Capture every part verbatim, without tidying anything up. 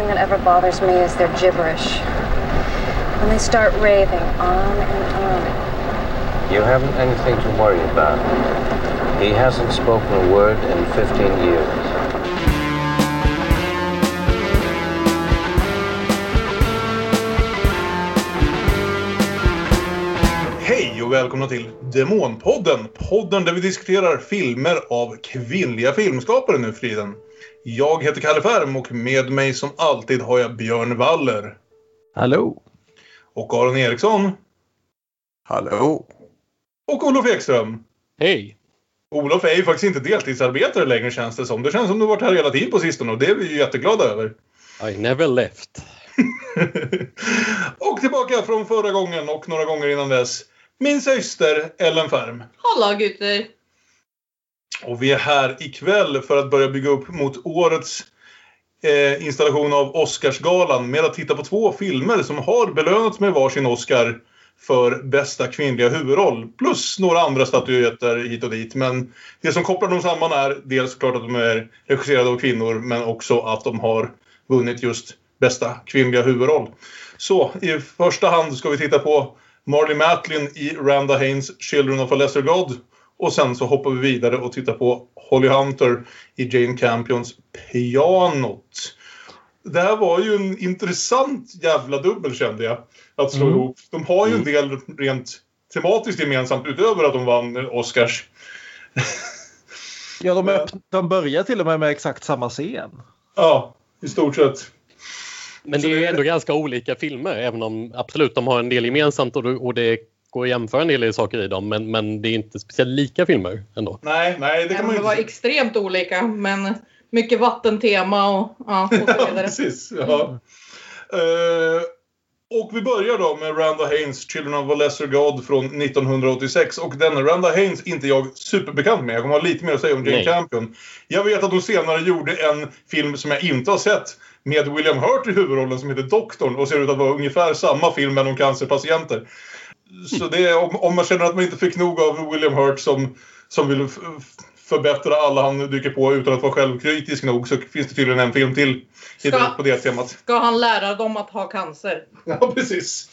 thing that ever bothers me is their gibberish. When they start raving on and on. You haven't anything to worry about. He hasn't spoken a word in fifteen years. Hej och välkomna till Demonpodden. Podden där vi diskuterar filmer av kvinnliga filmskapare nu för tiden. Jag heter Kalle Färm och med mig som alltid har jag Björn Waller. Hallå. Och Aron Eriksson. Hallå. Och Olof Ekström. Hej. Olof är ju faktiskt inte deltidsarbetare längre, känns det som. Det känns som du har varit här hela tiden på sistone och det är vi ju jätteglada över. I never left. Och tillbaka från förra gången och några gånger innan dess. Min syster Ellen Färm. Hallå gutter. Och vi är här ikväll för att börja bygga upp mot årets eh, installation av Oscarsgalan med att titta på två filmer som har belönats med varsin Oscar för bästa kvinnliga huvudroll. Plus några andra statyetter hit och dit. Men det som kopplar dem samman är dels klart att de är regisserade av kvinnor, men också att de har vunnit just bästa kvinnliga huvudroll. Så i första hand ska vi titta på Marlee Matlin i Randa Haynes Children of a Lesser God. Och sen så hoppar vi vidare och tittar på Holly Hunter i Jane Campions Pianot. Det här var ju en intressant jävla dubbel, kände jag, att slå mm. ihop. De har ju en del rent tematiskt gemensamt utöver att de vann Oscars. Ja, de, öppn- de börjar till och med med exakt samma scen. Ja, i stort sett. Men det är ju ändå ganska olika filmer, även om absolut de har en del gemensamt och, och det går att jämföra en del saker i dem, men, men det är inte speciellt lika filmer ändå. Nej, nej, det kan man ju inte. Det var extremt olika, men mycket vattentema och, ja, och så vidare. Ja, precis. Ja. Mm. Uh, och vi börjar då med Randa Haynes Children of a Lesser God från nittonhundraåttiosex. Och den Randa Haynes inte jag superbekant med. Jag kommer ha lite mer att säga om Jane Campion. Jag vet att hon senare gjorde en film som jag inte har sett med William Hurt i huvudrollen som heter Doktorn och ser ut att vara ungefär samma film med om cancerpatienter. Så det är, om, om man känner att man inte fick nog av William Hurt som, som vill f- förbättra alla han dyker på utan att vara självkritisk nog, så finns det tydligen en film till ska, på det temat. Ska han lära dem att ha cancer? Ja, precis.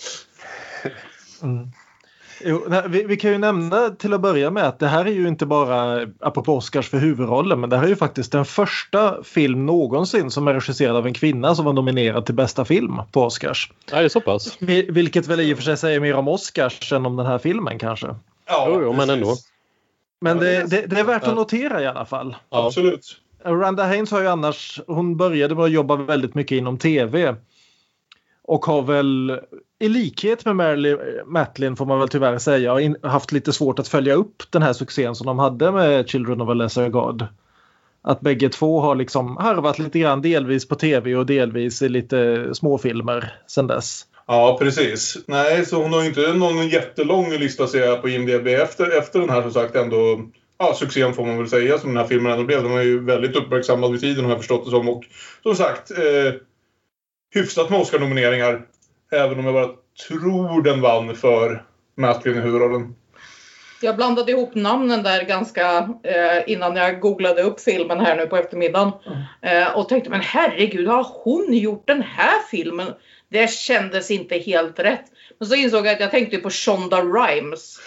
Mm. Jo, vi, vi kan ju nämna till att börja med att det här är ju inte bara apropå Oscars för huvudrollen, men det här är ju faktiskt den första film någonsin som är regisserad av en kvinna som var nominerad till bästa film på Oscars. Ja, det är så pass. Vilket väl i och för sig säger mer om Oscars än om den här filmen kanske. Ja, jo, jo, men ändå. Men det, det, det är värt att notera i alla fall. Ja. Absolut. Randa Haynes har ju annars, hon började med att jobba väldigt mycket inom tv. Och har väl, i likhet med Marlee Matlin får man väl tyvärr säga, in, haft lite svårt att följa upp den här succén som de hade med Children of a Lesser God. Att bägge två har liksom harvat lite grann, delvis på tv och delvis i lite småfilmer sedan dess. Ja, precis. Nej, så hon har ju inte någon jättelång lista, ser jag, på I M D B efter, efter den här, som sagt, ändå, ja, succén får man väl säga, som den här filmen ändå blev. Den var ju väldigt uppmärksammad vid tiden, har jag förstått det som. Och som sagt, eh, hyfsat med Oscar-nomineringar, även om jag bara tror den vann för Matlin i huvudrollen. Jag blandade ihop namnen där ganska eh, innan jag googlade upp filmen här nu på eftermiddagen. Eh, och tänkte, men herregud, har hon gjort den här filmen? Det kändes inte helt rätt. Men så insåg jag att jag tänkte på Shonda Rhimes.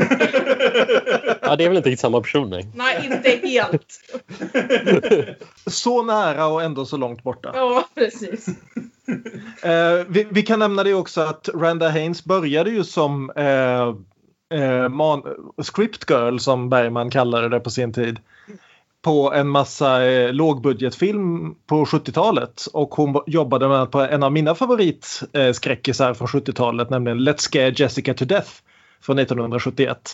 Ja, det är väl inte riktigt samma person, nej. Nej, inte helt. Så nära och ändå så långt borta. Ja, precis. eh, vi, vi kan nämna det också att Randa Haynes började ju som eh, eh, man, script girl, som Bergman kallade det på sin tid, på en massa eh, lågbudgetfilm på sjuttiotalet. Och hon jobbade med på en av mina favoritskräckisar eh, från sjuttiotalet, nämligen Let's Scare Jessica to Death från nittonhundrasjuttioett.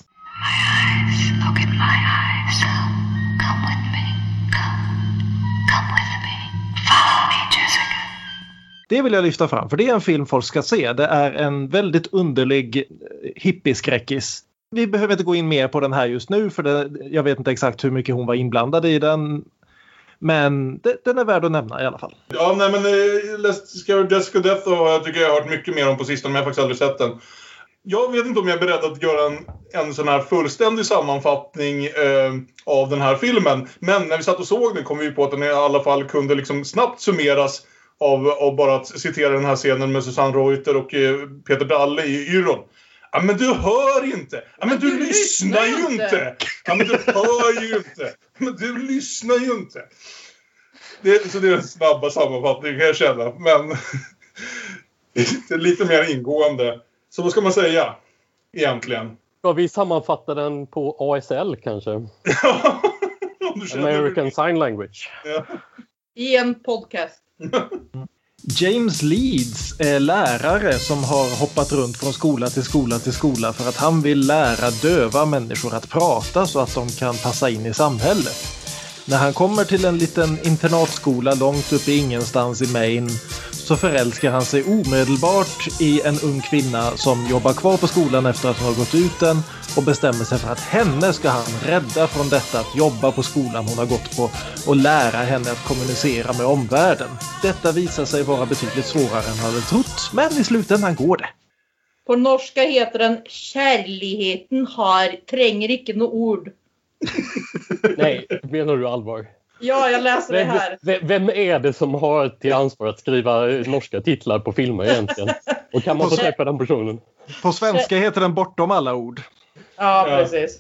Det vill jag lyfta fram, för det är en film folk ska se. Det är en väldigt underlig hippieskräckis. Vi behöver inte gå in mer på den här just nu, för det, jag vet inte exakt hur mycket hon var inblandad i den. Men det, den är värd att nämna i alla fall. Ja, nej, men Let's Scare Jessica Death, och jag tycker jag har hört mycket mer om på sistone, men jag har faktiskt aldrig sett den. Jag vet inte om jag är beredd att göra en, en sån här fullständig sammanfattning eh, av den här filmen. Men när vi satt och såg den kom vi på att den i alla fall kunde liksom snabbt summeras av, av bara att citera den här scenen med Susanne Reuter och eh, Peter Dalle i Yrrol. Ja, men du hör inte. Ja, men du, du lyssnar ju inte. inte. Ja, men du hör ju inte. Men du lyssnar ju inte. Det, så det är en snabba sammanfattning kan jag känna. Men det är lite mer ingående. Så vad ska man säga egentligen? Ska vi sammanfatta den på A S L kanske? Ja. American Sign Language. Ja. I en podcast. James Leeds är lärare som har hoppat runt från skola till skola till skola för att han vill lära döva människor att prata så att de kan passa in i samhället. När han kommer till en liten internatskola långt uppe i ingenstans i Maine så förälskar han sig omedelbart i en ung kvinna som jobbar kvar på skolan efter att hon har gått ut den och bestämmer sig för att henne ska han rädda från detta att jobba på skolan hon har gått på och lära henne att kommunicera med omvärlden. Detta visar sig vara betydligt svårare än han hade trott, men i slutändan går det. På norska heter den kärligheten har tränger icke något ord. Nej, menar du allvar? Ja, jag läser det här. Vem, vem är det som har till ansvar att skriva norska titlar på filmer egentligen? Och kan man få träffa den personen? På svenska heter den Bortom alla ord. Ja, precis.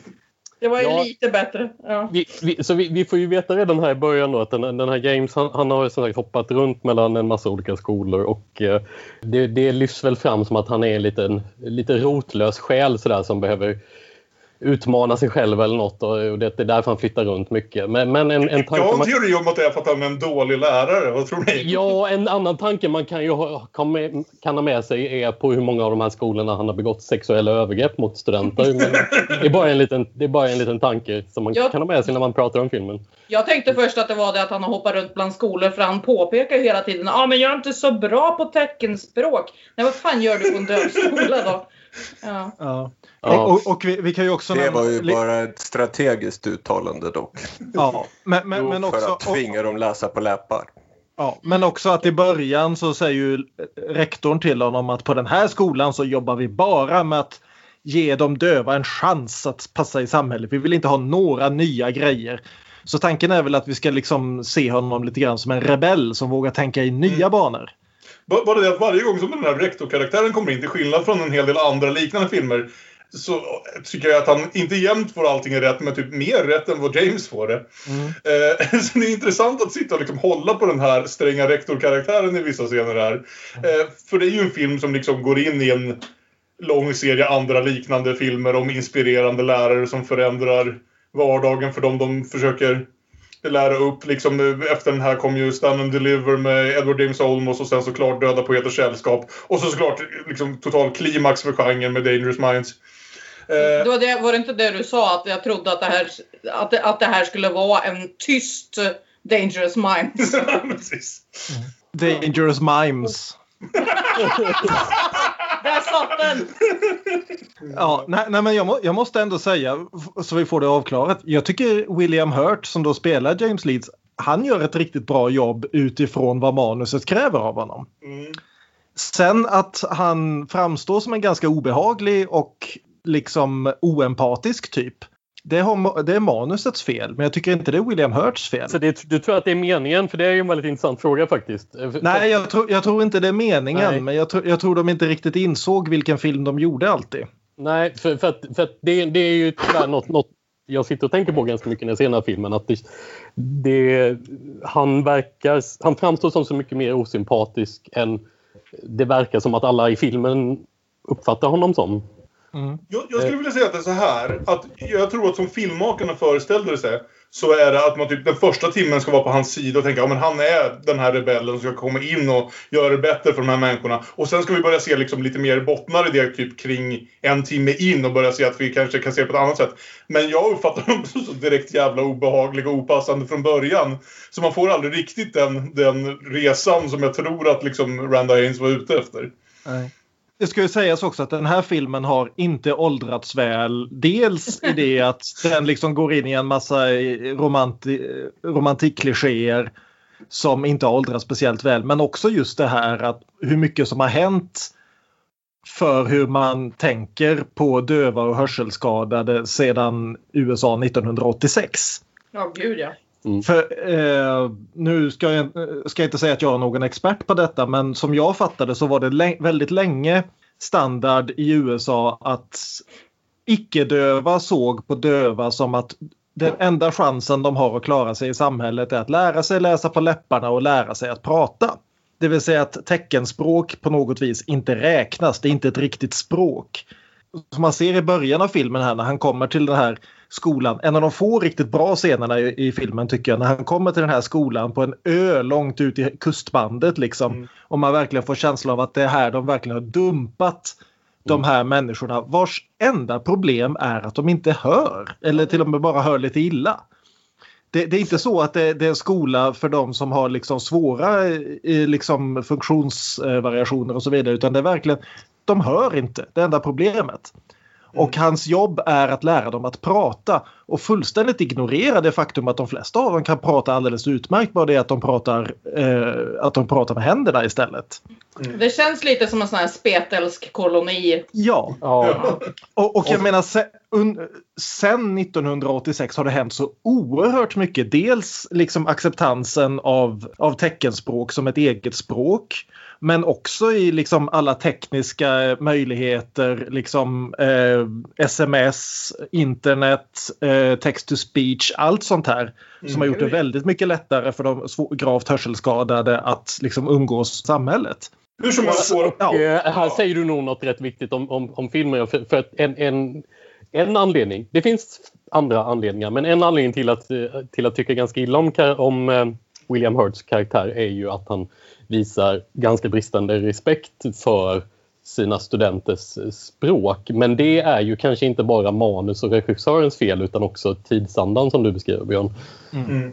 Det var ju ja, lite bättre. Ja. Vi, vi, så vi, vi får ju veta redan här i början då att den, den här James, han, han har som sagt hoppat runt mellan en massa olika skolor och eh, det, det lyfts väl fram som att han är en liten, lite rotlös själ sådär som behöver utmana sig själv eller något och det är därför han flyttar runt mycket. Men, men en, en tanke jag har en man... teori om att det är för att han är en dålig lärare. Vad tror ni? Ja, en annan tanke man kan ju ha, kan, med, kan ha med sig är på hur många av de här skolorna han har begått sexuella övergrepp mot studenter. Men det, är bara en liten, det är bara en liten tanke som man jag, kan ha med sig när man pratar om filmen. Jag tänkte först att det var det att han har hoppat runt bland skolor för han påpekar ju hela tiden ja ah, men jag är inte så bra på teckenspråk. Nej, vad fan gör du på en dövskola då? Ja. Ja. Och, och, och vi, vi kan ju också det nämna... var ju bara ett strategiskt uttalande dock. Ja, men, men, men också... För att tvinga dem läsa på läppar. Ja, men också att i början så säger ju rektorn till honom att på den här skolan så jobbar vi bara med att ge de döva en chans att passa i samhället. Vi vill inte ha några nya grejer. Så tanken är väl att vi ska liksom se honom lite grann som en rebell som vågar tänka i nya mm. banor. Bara det att varje gång som den här rektorkaraktären kommer in till skillnad från en hel del andra liknande filmer så tycker jag att han inte jämt får allting rätt men typ mer rätt än vad James får det. Mm. Eh, så det är intressant att sitta och liksom hålla på den här stränga rektorkaraktären i vissa scener här. Eh, för det är ju en film som liksom går in i en lång serie andra liknande filmer om inspirerande lärare som förändrar vardagen för dem de försöker lära upp. Liksom, efter den här kom ju Stand and Deliver med Edward James Olmos och sen såklart Döda poeters sällskap. Och så såklart liksom, total klimax för genren med Dangerous Minds. Eh, det var, det, var det inte det du sa? Att jag trodde att det här, att det, att det här skulle vara en tyst Dangerous Minds. Precis. Dangerous Mimes. Där satt den! Ja, nej, nej men jag, må, jag måste ändå säga, så vi får det avklarat. Jag tycker William Hurt som då spelar James Leeds, han gör ett riktigt bra jobb utifrån vad manuset kräver av honom. Mm. Sen att han framstår som en ganska obehaglig och liksom oempatisk typ. Det, har, det är manusets fel, men jag tycker inte det är William Hurts fel. Så det, du tror att det är meningen? För det är ju en väldigt intressant fråga faktiskt. Nej, jag, tro, jag tror inte det är meningen. Nej. Men jag, tro, jag tror de inte riktigt insåg vilken film de gjorde alltid. Nej, för, för, att, för att det, det är ju tyvärr något, något jag sitter och tänker på ganska mycket när jag ser den här filmen. Att det, det, han, verkar, han framstår som så mycket mer osympatisk än det verkar som att alla i filmen uppfattar honom som. Mm. Jag, jag skulle vilja säga att det är så här att jag tror att som filmmakarna föreställde sig så är det att man typ den första timmen ska vara på hans sida och tänka ja men han är den här rebellen som ska komma in och göra det bättre för de här människorna och sen ska vi börja se liksom lite mer bottnar i det typ kring en timme in och börja se att vi kanske kan se på ett annat sätt. Men jag uppfattar dem så direkt jävla obehagliga och opassande från början så man får aldrig riktigt den, den resan som jag tror att liksom Randa Haynes var ute efter. Nej. Det ska ju sägas också att den här filmen har inte åldrats väl. Dels i det att den liksom går in i en massa romanti- romantikklichéer som inte har åldrats speciellt väl. Men också just det här att hur mycket som har hänt för hur man tänker på döva och hörselskadade sedan U S A nittonhundraåttiosex. Ja, gud ja. Mm. För eh, nu ska jag, ska jag inte säga att jag är någon expert på detta, men som jag fattade så var det lä- väldigt länge standard i U S A att icke-döva såg på döva som att den enda chansen de har att klara sig i samhället är att lära sig läsa på läpparna och lära sig att prata. Det vill säga att teckenspråk på något vis inte räknas, det är inte ett riktigt språk. Som man ser i början av filmen här när han kommer till den här skolan, en av de få riktigt bra scenerna i, i filmen tycker jag, när han kommer till den här skolan på en ö långt ut i kustbandet liksom, mm. och man verkligen får känslan av att det är här de verkligen har dumpat de här människorna vars enda problem är att de inte hör eller till och med bara hör lite illa. Det, det är inte så att det, det är en skola för de som har liksom svåra liksom funktionsvariationer och så vidare, utan det är verkligen, de hör inte, det enda problemet. Och hans jobb är att lära dem att prata och fullständigt ignorera det faktum att de flesta av dem kan prata alldeles utmärkt, bara det att de pratar, eh, att de pratar med händerna istället. Mm. Det känns lite som en sån här spetelsk koloni. Ja, Ja. och, och jag menar sen, un, sen nittonhundraåttiosex har det hänt så oerhört mycket. Dels liksom acceptansen av, av teckenspråk som ett eget språk, men också i liksom alla tekniska möjligheter, liksom eh, sms, internet, eh, text to speech, allt sånt här som mm. har gjort det väldigt mycket lättare för de svå- gravt hörselskadade att liksom umgås i samhället. Hur som helst får... Och, ja. eh, här säger du nog något rätt viktigt om, om, om filmer. För, för en, en, en anledning, det finns andra anledningar, men en anledning till att, till att tycka ganska illa om, om eh, William Hurts karaktär är ju att han visar ganska bristande respekt för sina studenters språk. Men det är ju kanske inte bara manus och regissörens fel utan också tidsandan som du beskriver, Björn. Mm. Mm.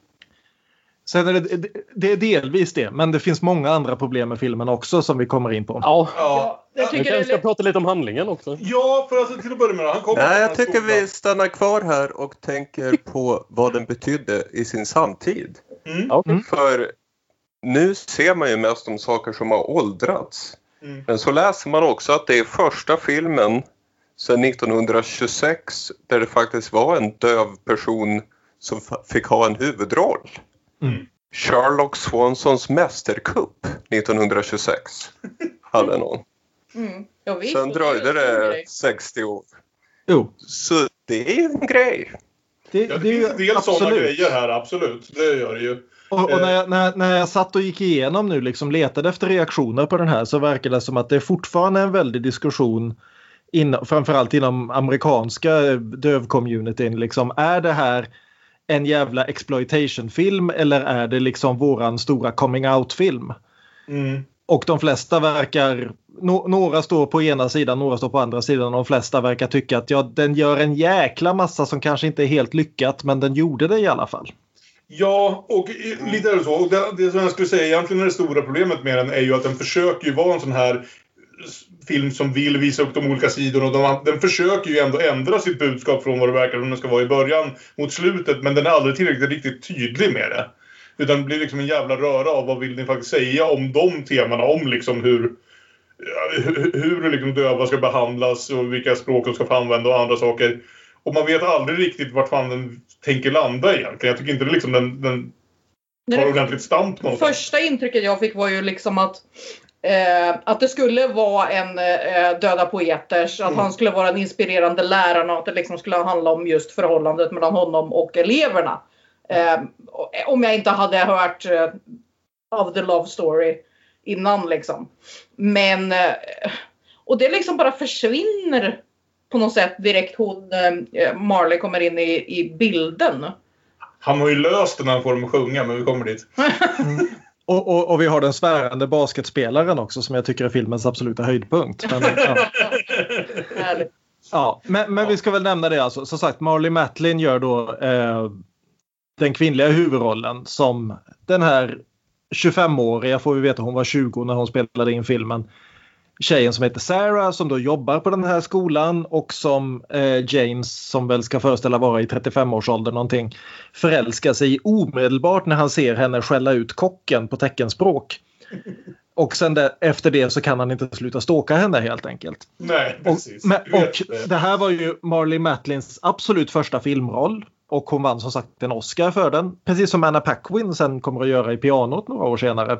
Sen är det, det är delvis det, men det finns många andra problem med filmen också som vi kommer in på. Ja, ja. Jag tycker vi kanske ska det... prata lite om handlingen också. Ja, för alltså, till att börja med han kommer. Nej, jag tycker vi stannar kvar här och tänker på vad den betydde i sin samtid. Mm. Okay. För nu ser man ju mest om saker som har åldrats. Mm. Men så läser man också att det är första filmen sedan nittonhundratjugosex där det faktiskt var en döv person som f- fick ha en huvudroll. Mm. Sherlock Swansons mästerkupp nittonhundratjugosex hade någon. Mm. Ja, visst, Sen dröjde det sextio år. Jo. Så det är ju en grej. Det, Ja, det, det är finns en del absolut. sådana grejer här, absolut. Det gör det ju. Och, och när, jag, när, när jag satt och gick igenom nu, liksom letade efter reaktioner på den här, så verkar det som att det är fortfarande en väldig diskussion in, framförallt inom amerikanska dövcommunityn. Liksom, är det här en jävla exploitation-film eller är det liksom våran stora coming-out-film? Mm. Och de flesta verkar, no, några står på ena sidan, några står på andra sidan, och de flesta verkar tycka att ja, den gör en jäkla massa som kanske inte är helt lyckat, men den gjorde det i alla fall. Ja, och lite är det så. Och det, det som jag skulle säga egentligen är det stora problemet med den är ju att den försöker ju vara en sån här film som vill visa upp de olika sidorna. Och de, den försöker ju ändå ändra sitt budskap från vad det verkar som den ska vara i början mot slutet. Men den är aldrig tillräckligt riktigt tydlig med det. Utan det blir liksom en jävla röra av vad vill ni faktiskt säga om de temana. Om liksom hur, hur, hur liksom döva ska behandlas och vilka språk de ska få använda och andra saker. Och man vet aldrig riktigt vart fan den tänker landa egentligen. Jag tycker inte det liksom den, den tar ordentligt stamp någonstans. Första intrycket jag fick var ju liksom att eh, att det skulle vara en eh, döda poeters, att mm. han skulle vara en inspirerande lärare och att det liksom skulle handla om just förhållandet mellan honom och eleverna. Eh, om jag inte hade hört eh, av The Love Story innan liksom. Men eh, och det liksom bara försvinner på något sätt direkt hon eh, Marley kommer in i, i bilden. Han har ju löst den här formen att sjunga, men vi kommer dit. Mm. Och, och, och vi har den svärande basketspelaren också som jag tycker är filmens absoluta höjdpunkt. Men, ja. Ja, men, men vi ska väl nämna det alltså. Som sagt, Marlee Matlin gör då eh, den kvinnliga huvudrollen som den här tjugofemåriga, får vi veta hon var tjugo när hon spelade in filmen, tjejen som heter Sarah som då jobbar på den här skolan och som eh, James, som väl ska föreställa vara i trettiofem-årsåldern någonting, förälskar sig omedelbart när han ser henne skälla ut kocken på teckenspråk. Och sen där, efter det så kan han inte sluta stalka henne helt enkelt. Nej, precis. Och, men, och det här var ju Marlee Matlins absolut första filmroll. och hon vann som sagt en Oscar för den. Precis som Anna Paquin sen kommer att göra i Pianot några år senare.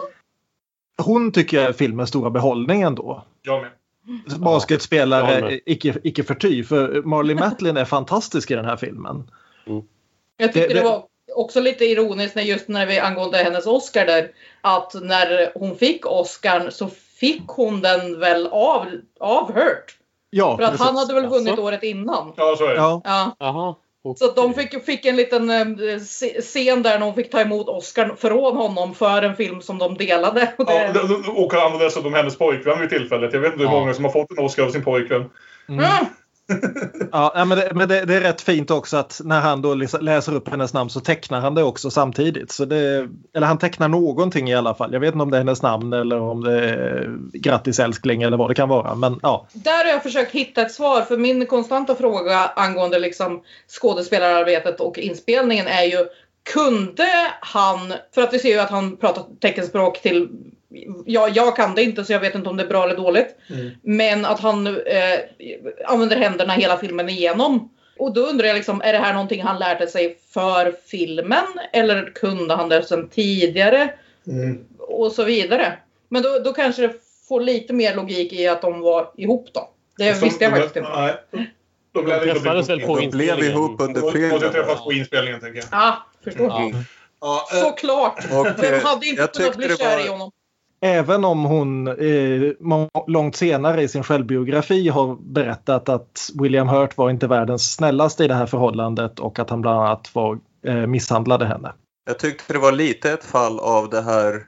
Hon tycker jag är filmens stora behållning ändå. Jag med. Basketspelare, Ja, icke, icke förty. För Marlee Matlin är fantastisk i den här filmen. Mm. Jag tyckte Det- det, det- var också lite ironiskt när just när vi angående hennes Oscar där, att när hon fick Oscar så fick hon den väl av, av Hurt. Ja, För att precis. han hade väl vunnit Jaså? året innan. Ja, så är det. Ja, Ja. Jaha. Så att de fick, fick en liten eh, se- scen där när hon fick ta emot Oscar från honom för en film som de delade. Och Ja, det, d- d- och han var dessutom hennes pojkvän vid tillfället. Jag vet inte hur Ja. många som har fått en Oscar av sin pojkvän. mm. mm. Ja, nej, men, det, men det, det är rätt fint också att när han då läs- läser upp hennes namn så tecknar han det också samtidigt. Så det, eller han tecknar någonting i alla fall. Jag vet inte om det är hennes namn eller om det är grattis älskling eller vad det kan vara. Men ja, Där har jag försökt hitta ett svar, för min konstanta fråga angående liksom skådespelararbetet och inspelningen är ju, kunde han, för att vi ser ju att han pratar teckenspråk till, ja, jag kan det inte så jag vet inte om det är bra eller dåligt, Mm. men att han eh, använder händerna hela filmen igenom. Och då undrar jag liksom, är det här någonting han lärde sig för filmen eller kunde han det sedan tidigare Mm. och så vidare. Men då, då kanske det får lite mer logik i att de var ihop då. Det Som- visste jag de- faktiskt inte. Nej. De blev De träffades väl på De blev ihop under De måste filmen. träffas på inspelningen, tänker jag. Ja, förstår. Ja. Mm. Ja, eh, Såklart. Och, Vem eh, hade inte jag kunnat tyckte bli det kär var- i honom? även om hon eh, må- långt senare i sin självbiografi har berättat att William Hurt var inte världens snällaste i det här förhållandet och att han bland annat var, eh, misshandlade henne. Jag tyckte det var lite ett fall av det här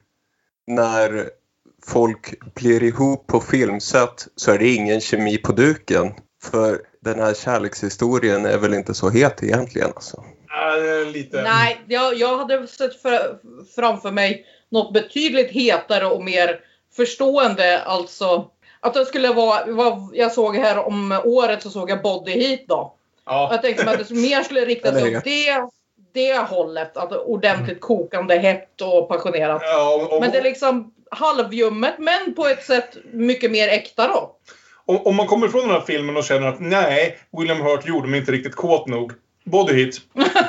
när folk blir ihop på filmsätt så är det ingen kemi på duken. För den här kärlekshistorien är väl inte så het egentligen alltså. nej, det är lite... Nej, jag, jag hade sett för, framför mig något betydligt hetare och mer förstående. Alltså, att det skulle vara, vad jag såg här om året så såg jag Body Heat då. Ja. Jag tänkte mig att det mer skulle rikta sig Eller åt det, det hållet. Att ordentligt kokande, hett och passionerat. Ja, om, om, Men det är liksom halvljummet men på ett sätt mycket mer äkta då. om, om man kommer ifrån den här filmen och känner att nej, William Hurt gjorde mig inte riktigt kåt nog. Body hit.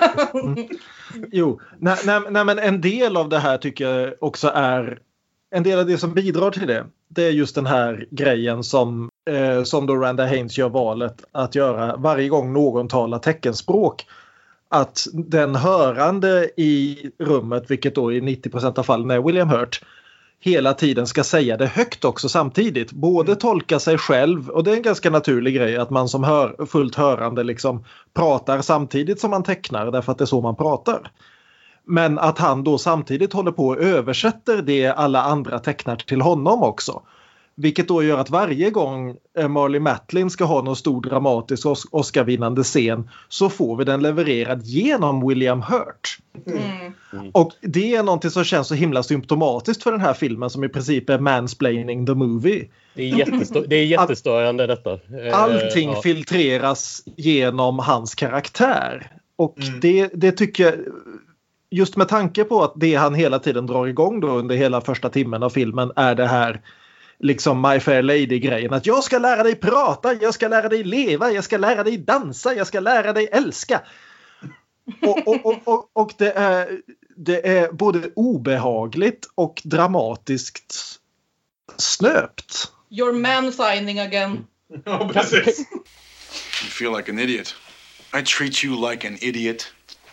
Jo, nej, nej, nej, men en del av det här tycker jag också är, en del av det som bidrar till det, det är just den här grejen som, eh, som då Randa Haynes gör valet att göra varje gång någon talar teckenspråk. Att den hörande i rummet, vilket då i nittio procent av fallen är William Hurt, hela tiden ska säga det högt också samtidigt. Både tolka sig själv, och det är en ganska naturlig grej att man som hör, fullt hörande liksom pratar samtidigt som man tecknar därför att det är så man pratar. Men att han då samtidigt håller på och översätter det alla andra tecknar till honom också. Vilket då gör att varje gång Marlee Matlin ska ha någon stor dramatisk Os- Oscar-vinnande scen så får vi den levererad genom William Hurt. Mm. Och det är någonting som känns så himla symptomatiskt för den här filmen som i princip är mansplaining the movie. Det är, jättestö- det är jättestörande detta. Eh, Allting ja. filtreras genom hans karaktär. Och Mm. det, det tycker jag, just med tanke på att det han hela tiden drar igång då under hela första timmen av filmen är det här liksom My Fair Lady-grejen. Att jag ska lära dig prata, jag ska lära dig leva, jag ska lära dig dansa, jag ska lära dig älska. Och, och, och, och, och det, är, det är både obehagligt och dramatiskt snöpt. Your man signing again. Ja, precis. You feel like an idiot. I treat you like an idiot.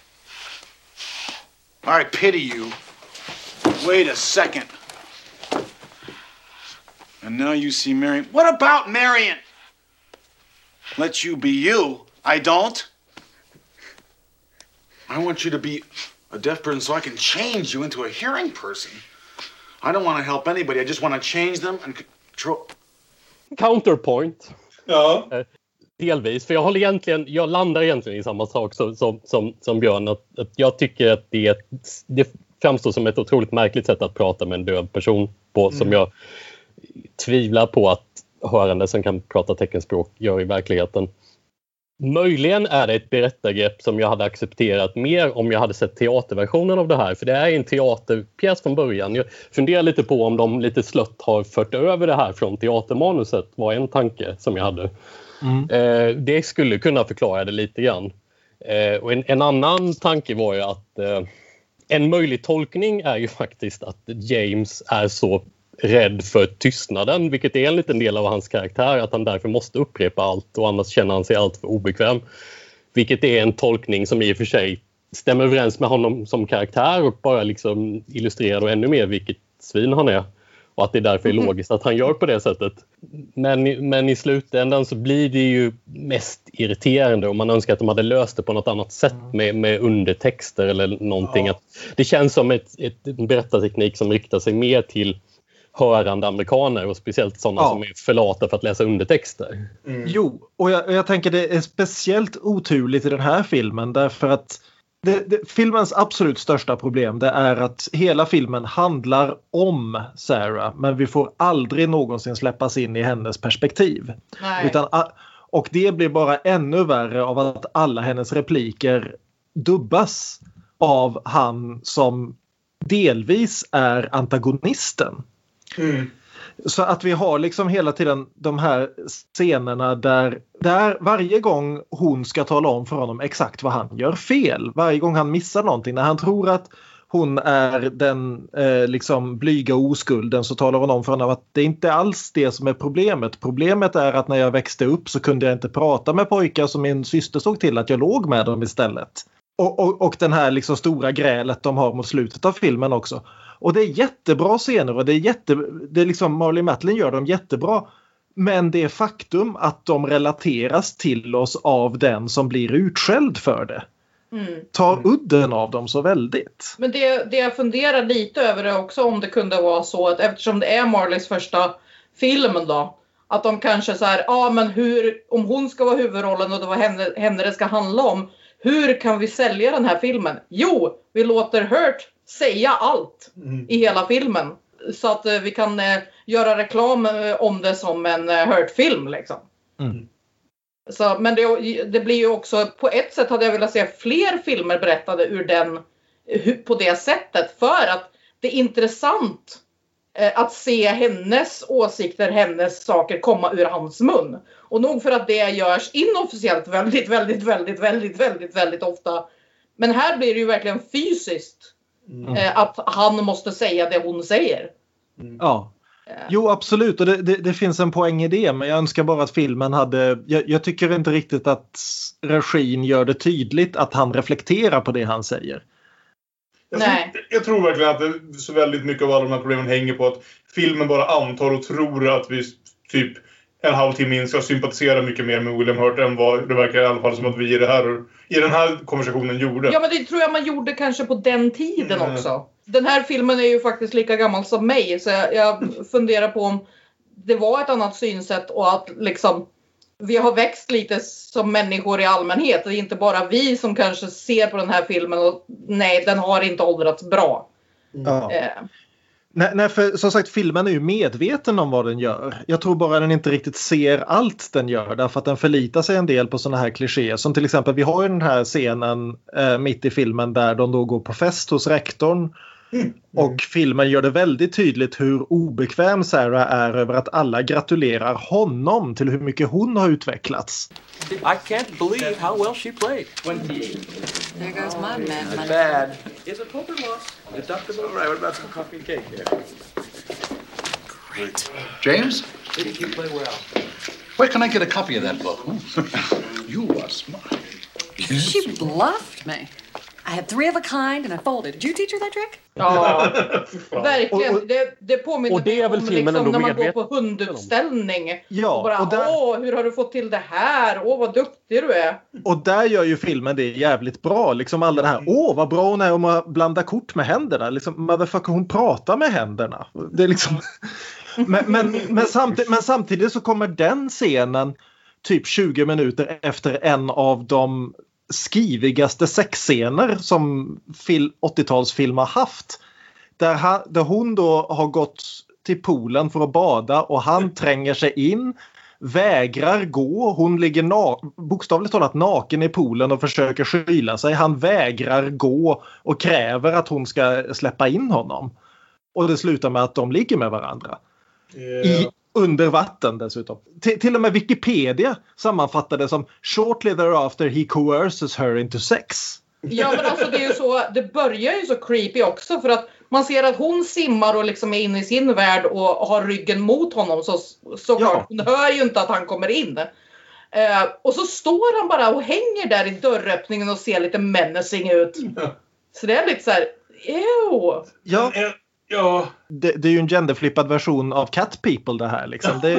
I pity you. Wait a second. And now you see Marion. What about Marion? Let you be you. I don't. I want you to be a deaf person so I can change you into a hearing person. I don't want to help anybody. I just want to change them and control. Counterpoint. Ja. Delvis, för jag håller egentligen, jag landar egentligen i samma sak som, som, som, som Björn. Att, att jag tycker att det, det framstår som ett otroligt märkligt sätt att prata med en döv person på. Mm. Som jag tvivlar på att hörande som kan prata teckenspråk gör i verkligheten. Möjligen är det ett berättargrepp som jag hade accepterat mer om jag hade sett teaterversionen av det här. För det är en teaterpjäs från början. Jag funderar lite på om de lite slött har fört över det här från teatermanuset. Var en tanke som jag hade. Mm. Eh, det skulle kunna förklara det lite grann. Eh, och en, en annan tanke var ju att eh, en möjlig tolkning är ju faktiskt att James är så rädd för tystnaden, vilket är en liten del av hans karaktär, att han därför måste upprepa allt och annars känner han sig allt för obekväm. Vilket är en tolkning som i och för sig stämmer överens med honom som karaktär och bara liksom illustrerar då ännu mer vilket svin han är. Och att det därför är logiskt att han gör på det sättet. Men, men i slutändan så blir det ju mest irriterande och man önskar att de hade löst det på något annat sätt med, med undertexter eller någonting. Ja. Att det känns som ett, ett berättarteknik som riktar sig mer till hörande amerikaner och speciellt sådana ja. som är förlata för att läsa undertexter. Mm. Jo, och jag, jag tänker det är speciellt oturligt i den här filmen därför att det, det, filmens absolut största problem det är att hela filmen handlar om Sarah men vi får aldrig någonsin släppas in i hennes perspektiv. Nej. Utan, och det blir bara ännu värre av att alla hennes repliker dubbas av han som delvis är antagonisten. Mm. Så att vi har liksom hela tiden de här scenerna där, där varje gång hon ska tala om för honom exakt vad han gör fel. Varje gång han missar någonting. När han tror att hon är den eh, liksom blyga oskulden så talar hon om för honom att det är inte alls det som är problemet. Problemet är att när jag växte upp så kunde jag inte prata med pojkar som min syster såg till att jag låg med dem istället. Och, och, och den här liksom stora grälet de har mot slutet av filmen också. Och det är jättebra scener och det är jätte, det är liksom Marlee Matlin gör dem jättebra. Men det är faktum att de relateras till oss av den som blir utskälld för det. Mm. Tar udden av dem så väldigt. Men det, det jag funderar lite över är också om det kunde vara så att eftersom det är Marleys första filmen då. Att de kanske så här, ja ah, men hur, om hon ska vara huvudrollen och det var henne, henne det ska handla om. Hur kan vi sälja den här filmen? Jo, vi låter Hurt säga allt mm. i hela filmen. Så att eh, vi kan eh, göra reklam eh, om det som en eh, Hurt-film liksom. Mm. Så, men det, det blir ju också, på ett sätt hade jag velat se fler filmer berättade ur den, på det sättet. För att det är intressant eh, att se hennes åsikter, hennes saker komma ur hans mun. Och nog för att det görs inofficiellt väldigt, väldigt, väldigt, väldigt, väldigt, väldigt ofta. Men här blir det ju verkligen fysiskt. Mm. Eh, att han måste säga det hon säger. Mm. Ja. Jo, absolut. Och det, det, det finns en poäng i det. Men jag önskar bara att filmen hade... Jag, jag tycker inte riktigt att regin gör det tydligt att han reflekterar på det han säger. Jag tror, jag tror verkligen att det, så väldigt mycket av alla de här problemen hänger på att filmen bara antar och tror att vi typ en halvtimme in ska sympatisera mycket mer med William Hurt än vad det verkar i alla fall som att vi i, det här, i den här konversationen gjorde. Ja, men det tror jag man gjorde kanske på den tiden mm. också. Den här filmen är ju faktiskt lika gammal som mig, så jag, jag funderar på om det var ett annat synsätt och att liksom vi har växt lite som människor i allmänhet. Det är inte bara vi som kanske ser på den här filmen och nej, den har inte åldrats bra. Ja. Eh. Nej, nej, för som sagt, filmen är ju medveten om vad den gör. Jag tror bara den inte riktigt ser allt den gör. Därför att den förlitar sig en del på såna här klichéer. Som till exempel, vi har ju den här scenen eh, mitt i filmen där de då går på fest hos rektorn. Mm. Och filmen gör det väldigt tydligt hur obekväm Sarah är över att alla gratulerar honom till hur mycket hon har utvecklats. I can't believe how well she played. There goes my man. Not bad. Is a poker loss. Deductible. All right, what about some coffee and cake there? Great. James? Did you play well? Where can I get a copy of that book? You are smart. Yes. She bluffed me. I had three of a kind and I folded. Did you teach her that trick? Ja, verkligen. Det, det påminner och det är väl om filmen liksom, när man medveten. går på hundutställning. Ja, och bara, och där... åh, hur har du fått till det här? Åh, vad duktig du är. Och där gör ju filmen det jävligt bra. Liksom alla det här, åh, vad bra hon är om att blanda kort med händerna. Liksom, motherfucker, hon pratar med händerna. Det är liksom... men, men, men, samtidigt, men samtidigt så kommer den scenen typ tjugo minuter efter en av de skivigaste sexscener som åttiotalsfilm har haft. Där, ha, där hon då har gått till poolen för att bada och han tränger sig in, vägrar gå. Hon ligger na- bokstavligt talat naken i poolen och försöker skyla sig. Han vägrar gå och kräver att hon ska släppa in honom. Och det slutar med att de ligger med varandra. Yeah. I, under vatten dessutom. T- till och med Wikipedia sammanfattade det som shortly thereafter he coerces her into sex. Ja, men alltså det är ju så, det börjar ju så creepy också för att man ser att hon simmar och liksom är inne i sin värld och har ryggen mot honom, så såklart ja. Hon hör ju inte att han kommer in. Eh, och så står han bara och hänger där i dörröppningen och ser lite menacing ut. Ja. Så det är lite så här, ew. Ja. Ja. Det, det är ju en genderflippad version av Cat People det här liksom. Det,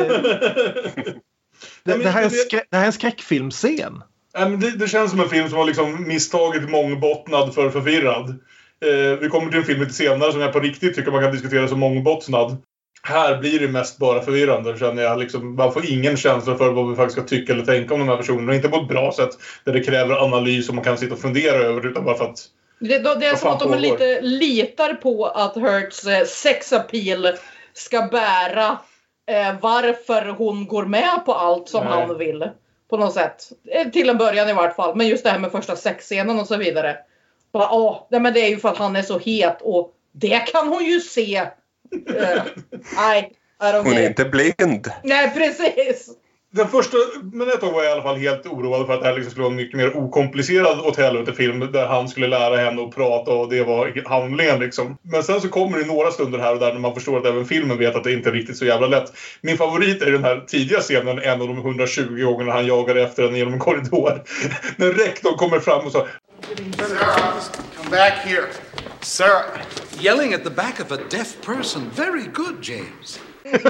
det, det, här, är skrä, det här är en skräckfilmscen. Det, det känns som en film som har liksom misstagit mångbottnad för förvirrad. Eh, vi kommer till en film lite senare som jag på riktigt tycker man kan diskutera som mångbottnad. Här blir det mest bara förvirrande, känner jag. Liksom, man får ingen känsla för vad vi faktiskt ska tycka eller tänka om de här personerna. Inte på ett bra sätt där det kräver analys och man kan sitta och fundera över, utan bara för att... Det, det är som att de lite litar på att Hurts eh, sexappeal ska bära eh, varför hon går med på allt som Nej. han vill. På något sätt. Eh, till en början i vart fall. Men just det här med första sexscenen och så vidare. Bara, åh, nej, men det är ju för att han är så het och det kan hon ju se. Uh, nej, hon är inte blind. Nej, precis. Den första, men ett tag var jag i alla fall helt oroad för att det här liksom skulle vara en mycket mer okomplicerad åt helvete film där han skulle lära henne att prata och det var handlingen liksom. Men sen så kommer det några stunder här och där när man förstår att även filmen vet att det inte är riktigt så jävla lätt. Min favorit är den här tidiga scenen, en av de hundratjugo gångerna han jagar efter henne genom en korridor. När rektorn kommer fram och så: Sarah, come back here. Sarah. Yelling at the back of a deaf person. Very good, James.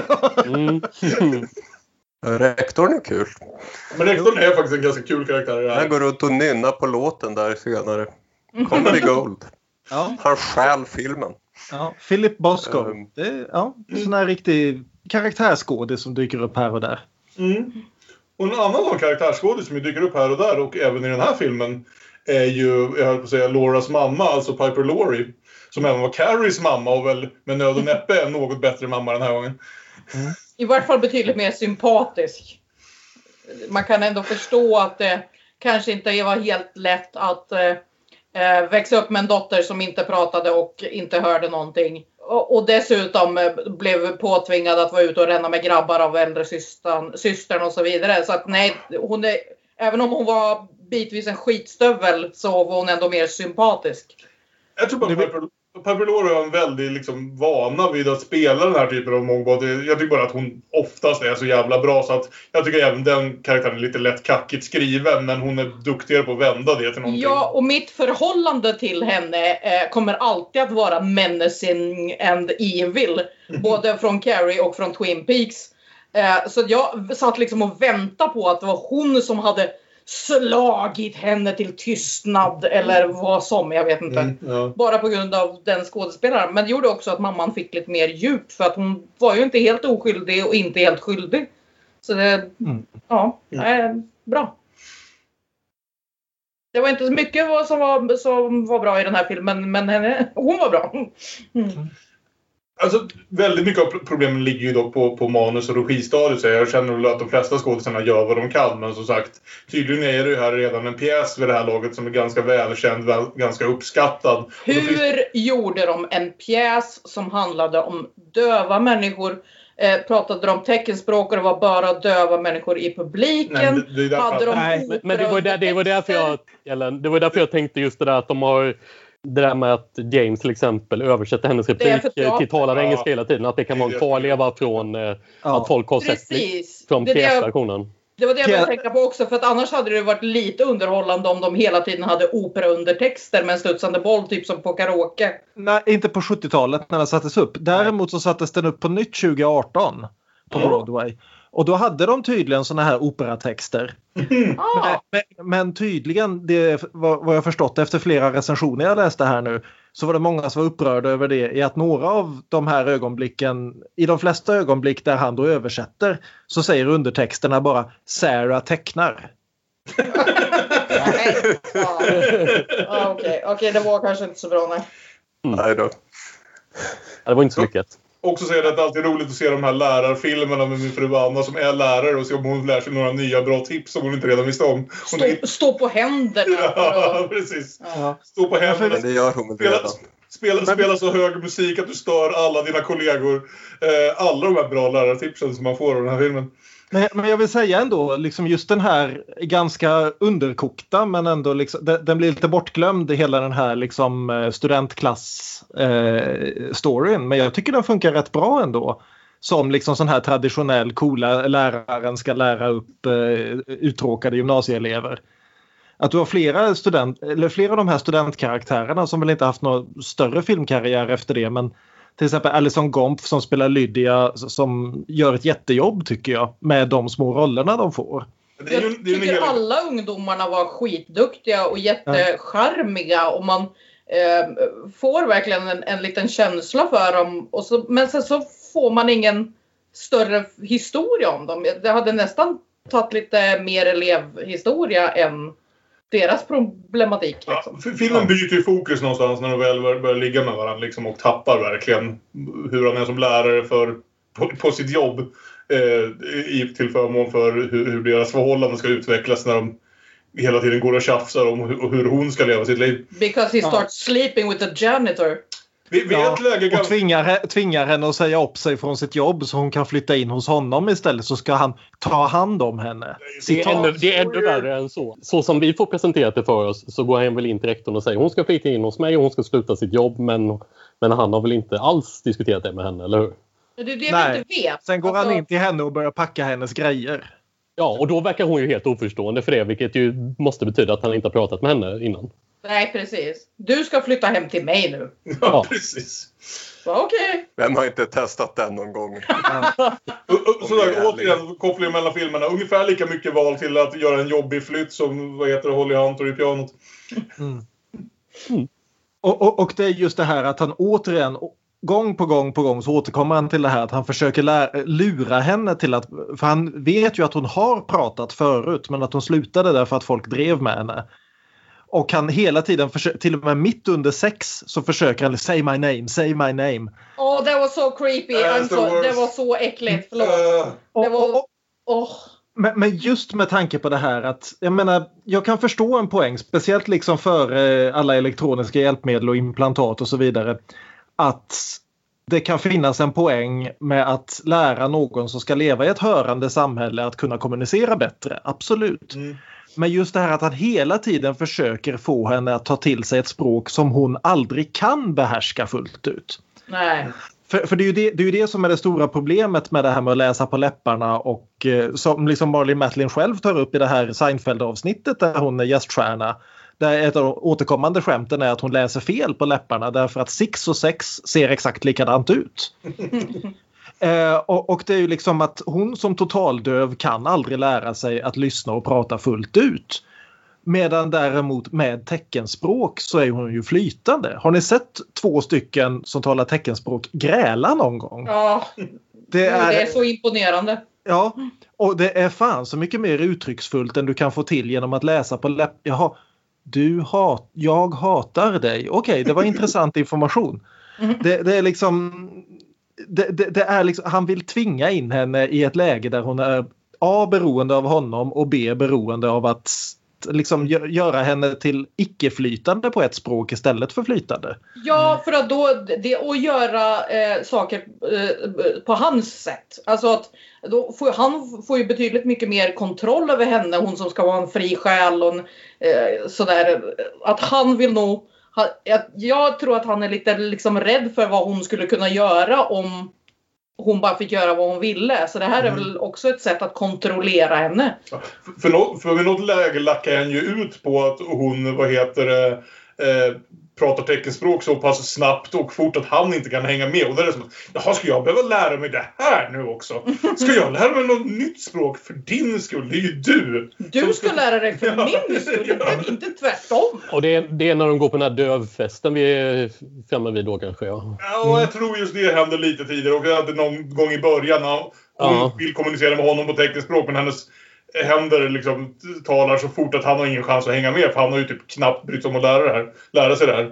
mm. Rektorn är kul. Men rektorn är faktiskt en ganska kul karaktär. Han går runt och nynnar på låten där senare. Comedy Gold. Ja. Han stjäl filmen. Ja, Philip Bosco. Um, det är ja, sån här riktig karaktärskådis som dyker upp här och där. Mm. Och en annan sån karaktärskådis som dyker upp här och där och även i den här filmen är ju, jag höll på att säga, Lauras mamma, alltså Piper Laurie. Som även var Carries mamma och väl med nöd och näppe är något bättre mamma den här gången. Mm. I vart fall betydligt mer sympatisk. Man kan ändå förstå att det kanske inte var helt lätt att eh, växa upp med en dotter som inte pratade och inte hörde någonting. Och, och dessutom eh, blev påtvingad att vara ute och ränna med grabbar av äldre systern, systern och så vidare. Så att nej, hon är, även om hon var bitvis en skitstövel så var hon ändå mer sympatisk. Jag tror bara att Piper, Piper Laurie är en väldigt liksom, vana vid att spela den här typen av mångbad. Jag tycker bara att hon oftast är så jävla bra så att jag tycker även den karaktären är lite lätt kackigt skriven, men hon är duktigare på att vända det till någonting. Ja, och mitt förhållande till henne eh, kommer alltid att vara menacing and evil. Mm. Både från Carrie och från Twin Peaks. Eh, så jag satt liksom och väntade på att det var hon som hade slagit henne till tystnad eller vad som, jag vet inte. Mm, ja. Bara på grund av den skådespelaren. Men det gjorde också att mamman fick lite mer djup för att hon var ju inte helt oskyldig och inte helt skyldig. Så det, mm. ja, äh, bra. Det var inte så mycket som var, som var bra i den här filmen, men henne, hon var bra. Mm. Alltså, väldigt mycket av problemen ligger ju dock på, på manus och registadiet. Så jag känner väl att de flesta skådespelarna gör vad de kan. Men som sagt, tydligen är det ju här redan en pjäs vid det här laget som är ganska välkänd, väl, ganska uppskattad. Hur finns... gjorde de en pjäs som handlade om döva människor? Eh, pratade de teckenspråk och det var bara döva människor i publiken? Nej, det, det hade de Nej, men, men det var där, det var därför jag, Ellen, det var därför jag tänkte just det där att de har... Det där med att James till exempel översätter hennes replik till talad engelska ja. hela tiden. Att det kan vara en kvarleva från eh, ja. att folk har sett från pjäsversionen. Det var det jag ville tänka på också. För att annars hade det varit lite underhållande om de hela tiden hade operaundertexter med en studsande boll typ som på karaoke. Nej, inte på sjuttiotalet när den sattes upp. Däremot så sattes den upp på nytt tjugo arton på mm. Broadway. Och då hade de tydligen såna här operatexter. Mm. Men, men, men tydligen, det vad, vad jag förstått efter flera recensioner jag läste här nu, så var det många som var upprörda över det i att några av de här ögonblicken, i de flesta ögonblick där han då översätter, så säger undertexterna bara Sarah tecknar. Okej, ja, okej, okej, det var kanske inte så bra, nej. Mm. Nej då. Det var inte så lyckat. Också säger att det är alltid roligt att se de här lärarfilmerna med min fru Anna som är lärare och se om hon lär sig några nya bra tips som hon inte redan visste om. Stå, stå på händerna. Ja, precis. Ja. Stå på händerna. Men det gör hon redan. Spela, Spela, spela så hög musik att du stör alla dina kollegor. Eh, alla de här bra lärartipsen som man får av den här filmen. Men, men jag vill säga ändå, liksom just den här ganska underkokta, men ändå liksom, den, den blir lite bortglömd i hela den här liksom studentklass-storyn. Eh, men jag tycker den funkar rätt bra ändå. Som liksom sån här traditionell coola läraren ska lära upp eh, uttråkade gymnasieelever. Att du har flera, student, eller flera av de här studentkaraktärerna som väl inte haft någon större filmkarriär efter det, men till exempel Alison Gompf som spelar Lydia som gör ett jättejobb tycker jag med de små rollerna de får. Det är ju, det är jag tycker hel... alla ungdomarna var skitduktiga och jättecharmiga och man eh, får verkligen en, en liten känsla för dem. Och så, men sen så får man ingen större historia om dem. Det hade nästan tagit lite mer elevhistoria än deras problematik. Liksom. Ja, filmen byter ju fokus någonstans när de väl börjar, börjar ligga med varandra liksom, och tappar verkligen hur han är som lärare för, på, på sitt jobb eh, i, till förmån för hur, hur deras förhållanden ska utvecklas när de hela tiden går och tjafsar om hur, hur hon ska leva sitt liv. Because he starts ja. sleeping with the janitor. Vi, vi ja, ett läge kan... och tvingar, tvingar henne att säga upp sig från sitt jobb så hon kan flytta in hos honom istället, så ska han ta hand om henne. Det är ännu, det är ännu värre än så. Så som vi får presenterat det för oss så går han väl in till rektorn och säger hon ska flytta in hos mig och hon ska sluta sitt jobb, men, men han har väl inte alls diskuterat det med henne, eller hur? Det är det Nej. vi inte vet. Sen går alltså... han in till henne och börjar packa hennes grejer. Ja, och då verkar hon ju helt oförstående för det, vilket ju måste betyda att han inte har pratat med henne innan. Nej, precis. Du ska flytta hem till mig nu. Ja, ja. Precis. Okej. Okay. Vem har inte testat den någon gång? Sådär, återigen, kopplingen mellan filmerna. Ungefär lika mycket val till att göra en jobbig flytt som, vad heter det, Holly Hunter i pianot. Mm. Mm. Och, och, och det är just det här att han återigen... Gång på gång på gång så återkommer han till det här att han försöker lära, lura henne till att... För han vet ju att hon har pratat förut, men att hon slutade där för att folk drev med henne. Och han hela tiden, försöker, till och med mitt under sex, så försöker han say my name, say my name. Åh, oh, det var så creepy. Uh, so, det var så äckligt, förlåt. Uh, det var... Oh. Men, men just med tanke på det här att, jag menar, jag kan förstå en poäng, speciellt liksom för eh, alla elektroniska hjälpmedel och implantat och så vidare, att det kan finnas en poäng med att lära någon som ska leva i ett hörande samhälle att kunna kommunicera bättre. Absolut. Mm. Men just det här att han hela tiden försöker få henne att ta till sig ett språk som hon aldrig kan behärska fullt ut. Nej. För, för det är ju det, det är ju det som är det stora problemet med det här med att läsa på läpparna, och eh, som liksom Marlene Matlin själv tar upp i det här Seinfeld-avsnittet där hon är gäststjärna. Där ett av de återkommande skämten är att hon läser fel på läpparna därför att Six och Sex ser exakt likadant ut. eh, och, och det är ju liksom att hon som totaldöv kan aldrig lära sig att lyssna och prata fullt ut. Medan däremot med teckenspråk så är hon ju flytande. Har ni sett två stycken som talar teckenspråk gräla någon gång? Ja, det är, det är så imponerande. Ja, och det är fan så mycket mer uttrycksfullt än du kan få till genom att läsa på läpp. Jaha. Du hat, jag hatar dig. Okej, okay, det var intressant information. Mm. Det, det är liksom, det, det, det är liksom, han vill tvinga in henne i ett läge där hon är A, beroende av honom, och B, beroende av att liksom göra henne till icke-flytande på ett språk istället för flytande. Ja, för att då det att göra eh, saker eh, på hans sätt. Alltså att då får, han får ju betydligt mycket mer kontroll över henne, hon som ska vara en fri själ och en, eh, sådär. Att han vill nog ha, jag, jag tror att han är lite liksom rädd för vad hon skulle kunna göra om hon bara fick göra vad hon ville. Så det här är mm. väl också ett sätt att kontrollera henne. Ja, för, för, något, för något läge lackar han ju ut på att hon, vad heter det, eh, pratar teckenspråk så pass snabbt och fort att han inte kan hänga med. Och det är som att, jaha, ska jag behöva lära mig det här nu också? Ska jag lära mig något nytt språk för din skull? Det är ju du. Du ska lära dig för ja, min skull, ja. Inte tvärtom. Och det är, det är när de går på den här dövfesten vi är framme vid då kanske, ja. Ja, och jag tror just det händer lite tidigare. Och det någon gång i början när hon ja. vill kommunicera med honom på teckenspråk, men hennes händer liksom talar så fort att han har ingen chans att hänga med, för han har ju typ knappt brytt om att lära, det här, lära sig det här.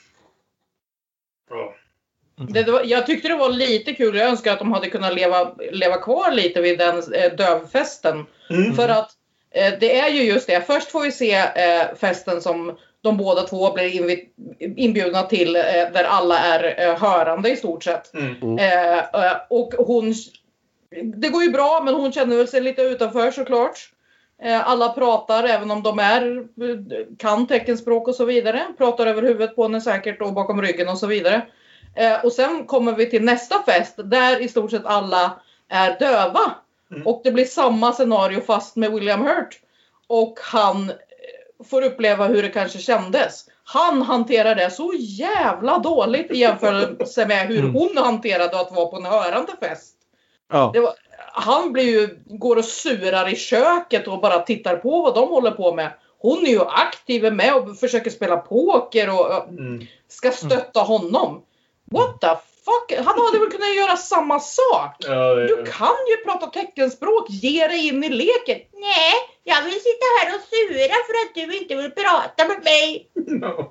Ja. Det, det var, jag tyckte det var lite kul. Jag önskar att de hade kunnat leva, leva kvar lite vid den eh, dövfesten. Mm. För att eh, det är ju just det. Först får vi se eh, festen som de båda två blir invi- inbjudna till eh, där alla är eh, hörande i stort sett. Mm. Eh, eh, och hon, det går ju bra, men hon känner väl sig lite utanför såklart. Eh, alla pratar, även om de är kan teckenspråk och så vidare. Pratar över huvudet på henne säkert och bakom ryggen och så vidare. Eh, och sen kommer vi till nästa fest där i stort sett alla är döva. Mm. Och det blir samma scenario fast med William Hurt. Och han får uppleva hur det kanske kändes. Han hanterar det så jävla dåligt i jämförelse med hur hon hanterade att vara på en hörande fest. Ja. Det var, han blir ju, går och surar i köket och bara tittar på vad de håller på med. Hon är ju aktiv med och försöker spela poker och mm. ska stötta honom. What the fuck? Han hade väl kunnat göra samma sak. Ja, det... Du kan ju prata teckenspråk. Ge dig in i leken. Nej, jag vill sitta här och sura för att du inte vill prata med mig. No.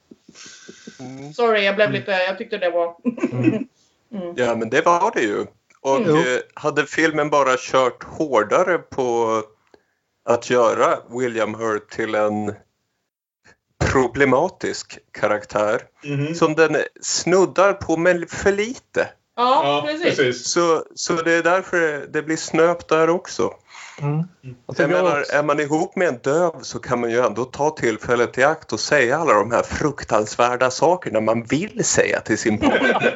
Mm. Sorry, jag blev lite... Jag tyckte det var... mm. Ja, men det var det ju. Och mm. eh, hade filmen bara kört hårdare på att göra William Hurt till en problematisk karaktär mm. som den snuddar på men för lite. Ja, ja precis. precis. Så, så det är därför det blir snöpt där också. Mm. Jag menar, är man ihop med en döv så kan man ju ändå ta tillfället i akt och säga alla de här fruktansvärda sakerna man vill säga till sin partner.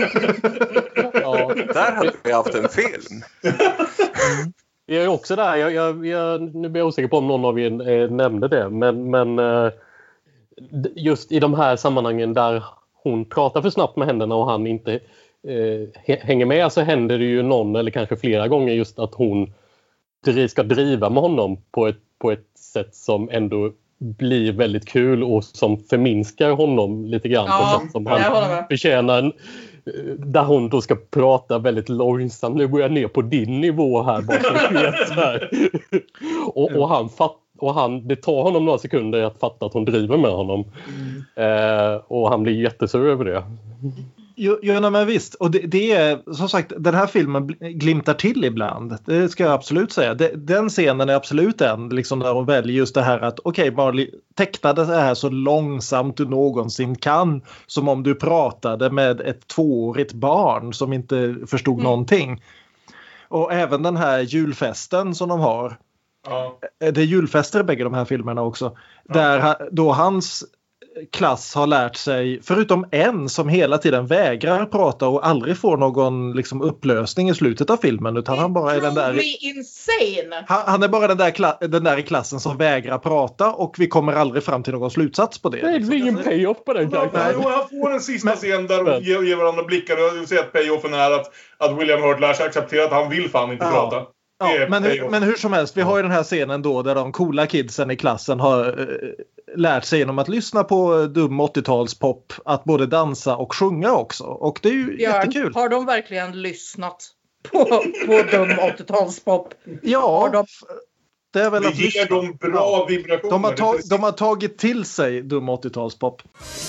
Ja. Där hade vi haft en film. Mm. Jag är också där. Jag, jag, jag, nu blir jag osäker på om någon av er eh, nämnde det. Men, men eh, just i de här sammanhangen där hon pratar för snabbt med händerna och han inte eh, hänger med, så händer det ju någon eller kanske flera gånger just att hon ska driva med honom på ett, på ett sätt som ändå blir väldigt kul och som förminskar honom lite grann. Ja, på sätt som han förtjänar. Där hon då ska prata väldigt långsamt. Nu går jag ner på din nivå här. Bara så här. och, och, han fatt, och han, det tar honom några sekunder att fatta att hon driver med honom. Mm. Eh, och han blir jättesur över det. Jo, jo men visst. Och det, det är som sagt, den här filmen glimtar till ibland. Det ska jag absolut säga. Det, den scenen är absolut en, liksom där hon väljer just det här att okej, okay, Marley tecknade det här så långsamt du någonsin kan, som om du pratade med ett tvåårigt barn som inte förstod mm. någonting. Och även den här julfesten som de har. Ja. Det är julfester i bägge de här filmerna också. Ja. Där då hans klass har lärt sig, förutom en som hela tiden vägrar prata och aldrig får någon liksom upplösning i slutet av filmen, utan han bara är den där insane. Han, han är bara den där, kla, den där i klassen som vägrar prata och vi kommer aldrig fram till någon slutsats på det. Det är ingen payoff på den karaktären. Jo, han får en sista men, scen där de ger, ger varandra blickar och säger att payoffen är att, att William Hurt lär sig acceptera att han vill fan inte ja. prata. Ja, men, hur, men hur som helst, vi har ju den här scenen då där de coola kidsen i klassen har uh, lärt sig genom att lyssna på dum åttiotalspop att både dansa och sjunga också. Och det är ju ja, jättekul. Har de verkligen lyssnat på, på dum åttiotalspop? Ja, har de... det är väl det att ger lyssna. dem bra vibrationer. De har, tag, de har tagit till sig dum åttiotalspop.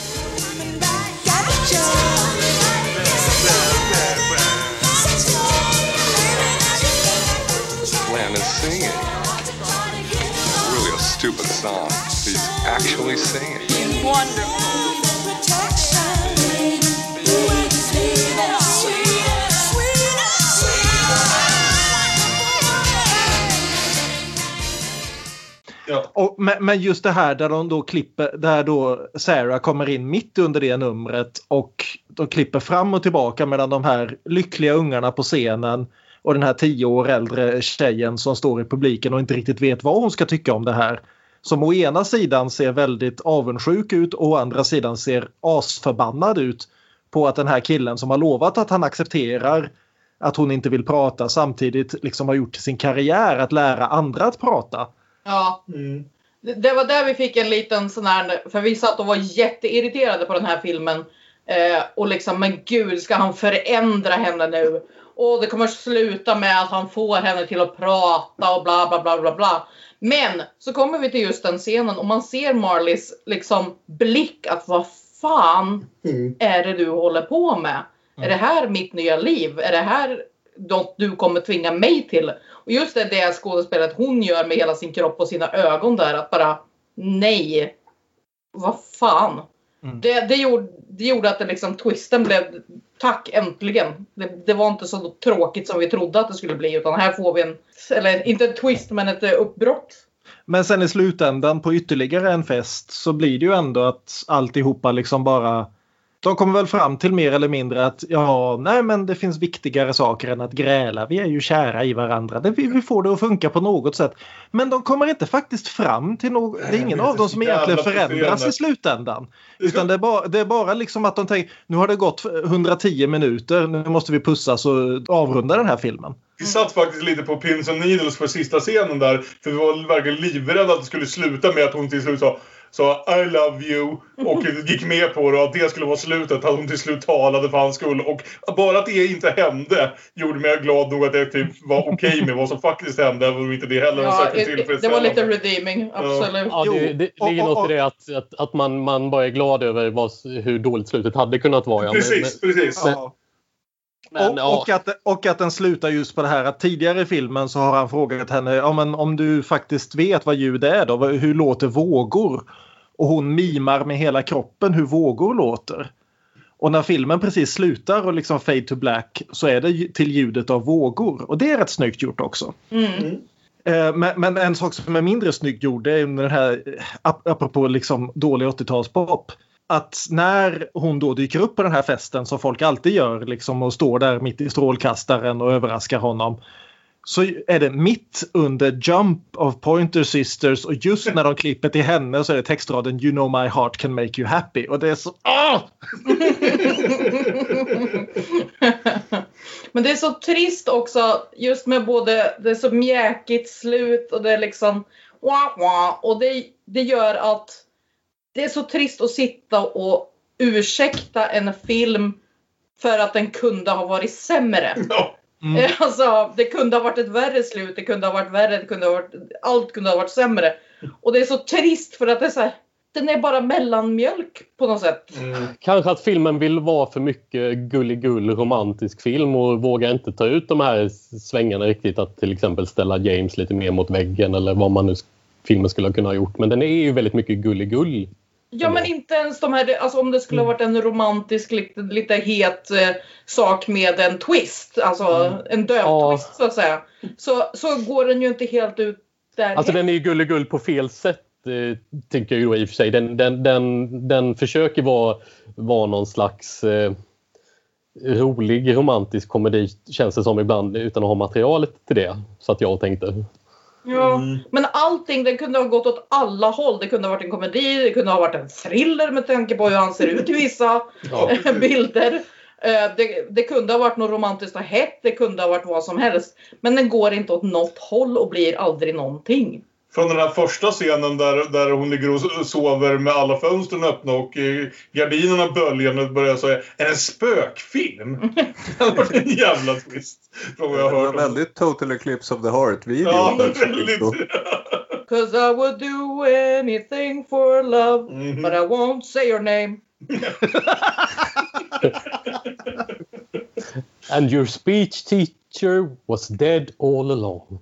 Singing. Really a stupid song. He's actually singing. Wonderful. Ja. Och, men, men just det här där de då klipper, där då Sarah kommer in mitt under det numret och de klipper fram och tillbaka mellan de här lyckliga ungarna på scenen och den här tio år äldre tjejen som står i publiken och inte riktigt vet vad hon ska tycka om det här. Som å ena sidan ser väldigt avundsjuk ut och å andra sidan ser asförbannad ut på att den här killen som har lovat att han accepterar att hon inte vill prata samtidigt liksom har gjort sin karriär att lära andra att prata. Ja, mm. det, det var där vi fick en liten sån här, för vi satt och var jätteirriterade på den här filmen eh, och liksom, men gud, ska han förändra henne nu? Och det kommer sluta med att han får henne till att prata och bla bla bla bla bla. Men så kommer vi till just den scenen och man ser Marleys liksom blick att vad fan mm. är det du håller på med? Mm. Är det här mitt nya liv? Är det här något du kommer tvinga mig till? Och just det, det skådespelet hon gör med hela sin kropp och sina ögon där, att bara nej. vad fan. Mm. Det, det, gjorde, det gjorde att det liksom, twisten blev, tack äntligen. Det, det var inte så tråkigt som vi trodde att det skulle bli, utan här får vi en, eller inte en twist men ett uppbrott. Men sen i slutändan på ytterligare en fest så blir det ju ändå att alltihopa liksom bara... De kommer väl fram till mer eller mindre att ja, nej men det finns viktigare saker än att gräla. Vi är ju kära i varandra. Det, vi, vi får det att funka på något sätt. Men de kommer inte faktiskt fram till något. Det är ingen av dem som egentligen förändras i slutändan. Utan det är bara, det är bara liksom att de tänker, nu har det gått hundratio minuter. Nu måste vi pussas och avrunda den här filmen. Vi satt faktiskt lite på pins and needles för sista scenen där. För vi var verkligen livrädda att det skulle sluta med att hon till slut sa Så I love you och gick med på det och att det skulle vara slutet, att hon till slut talade för hans skull. Och bara att det inte hände gjorde mig glad nog att jag typ var okej okay med vad som faktiskt hände. Och inte det heller ja, it, det var lite redeeming, absolut. Ja, det, det ligger något i det att, att, att man, man bara är glad över vad, hur dåligt slutet hade kunnat vara. Ja. Precis, men, precis. Men, ja. Men, och, ja. och, att, och att den slutar just på det här att tidigare i filmen så har han frågat henne ja, men om du faktiskt vet vad ljud är då, hur låter vågor? Och hon mimar med hela kroppen hur vågor låter. Och när filmen precis slutar och liksom fade to black så är det till ljudet av vågor. Och det är rätt snyggt gjort också. Mm. Men, men en sak som är mindre snyggt gjord är den här, apropå liksom dålig åttiotalspop. Att när hon då dyker upp på den här festen som folk alltid gör liksom, och står där mitt i strålkastaren och överraskar honom. Så är det mitt under Jump of Pointer Sisters och just när de klipper till henne så är det textraden You know my heart can make you happy. Och det är så... Ah! Men det är så trist också just med både det är så mjäkigt slut och det är liksom wah, wah, och det, det gör att det är så trist att sitta och ursäkta en film för att den kunde ha varit sämre. Mm. Alltså, det kunde ha varit ett värre slut, det kunde ha varit värre, det kunde ha varit, allt kunde ha varit sämre. Och det är så trist för att det är så här, den är bara mellanmjölk på något sätt. Mm. Kanske att filmen vill vara för mycket gulligull romantisk film och vågar inte ta ut de här svängarna riktigt, att till exempel ställa James lite mer mot väggen eller vad man nu filmen skulle ha kunnat ha gjort. Men den är ju väldigt mycket gulligull. Ja, men inte ens de här, alltså om det skulle ha varit en romantisk, lite, lite het eh, sak med en twist, alltså mm. en död ja. twist så att säga, så, så går den ju inte helt ut där. Alltså den är ju gulligull på fel sätt, eh, tycker jag ju i och för sig. Den, den, den, den försöker vara, vara någon slags eh, rolig romantisk komedi, känns det som ibland, utan att ha materialet till det, så att jag tänkte. Ja, mm. men allting, det kunde ha gått åt alla håll. Det kunde ha varit en komedi, det kunde ha varit en thriller med tanke på hur han ser ut i vissa ja. bilder. Det, det kunde ha varit något romantiskt och hett, det kunde ha varit vad som helst. Men den går inte åt något håll och blir aldrig någonting. Från den här första scenen där, där hon ligger och sover med alla fönstren öppna och eh, gardinerna böljande börjar säga, är det en spökfilm? Det har varit en jävla twist. Från vad jag det hört var väldigt Total Eclipse of the Heart-video. Ja, väldigt. 'Cause I would do anything for love, mm-hmm. but I won't say your name. And your speech teacher was dead all along.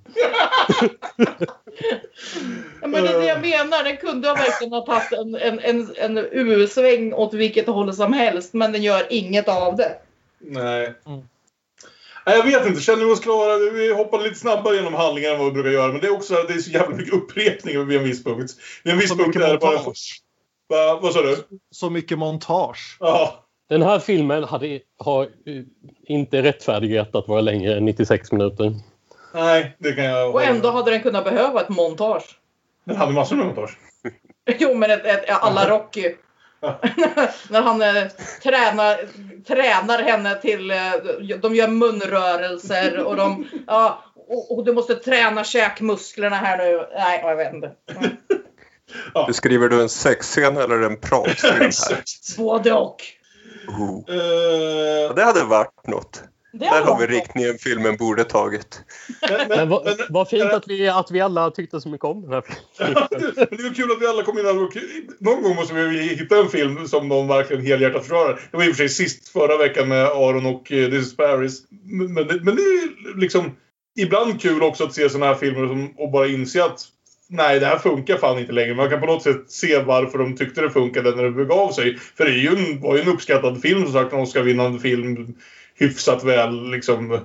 Ja, men det är det jag menar. Den kunde ha verkligen ha tagit en, en, en, en U-sväng åt vilket håll som helst. Men den gör inget av det. Nej. Mm. Nej, jag vet inte. Känner vi oss klara? Vi hoppar lite snabbare genom handlingen än vad vi brukar göra. Men det är också det är så jävla mycket upprepning vid en viss punkt. Vid en viss så punkt mycket är montage. Bara... Va, vad sa du? Så mycket montage. Ja. Den här filmen hade, har inte rättfärdighet att vara längre än nittiosex minuter. Nej, det kan jag... Och ändå hade den kunnat behöva ett montage. Den hade massor med montage. Jo, men ett, ett, alla Rocky. När han eh, tränar, tränar henne till... Eh, de gör munrörelser och de... Ja, och, och du måste träna käkmusklerna här nu. Nej, jag vet inte. Mm. Ja. Beskriver du en sexscen eller en pratscen här? Både och. Oh. Uh, ja, det hade varit något. Där har vi riktningen filmen borde tagit. Men, men, vad, men, vad fint att vi, att vi alla tyckte så mycket om den här filmen. Men det är kul att vi alla kom in här. Någon gång måste vi hitta en film som någon verkligen helhjärtat försvarar. Det var i och för sig sist förra veckan med Aron och uh, This is Paris. Men, men, det, men det är liksom ibland kul också att se såna här filmer som, och bara inse att nej, det här funkar fan inte längre. Man kan på något sätt se varför de tyckte det funkade när det begav sig. För det är ju en, var ju en uppskattad film, som sagt, en Oscar-vinnande film. Hyfsat väl, liksom,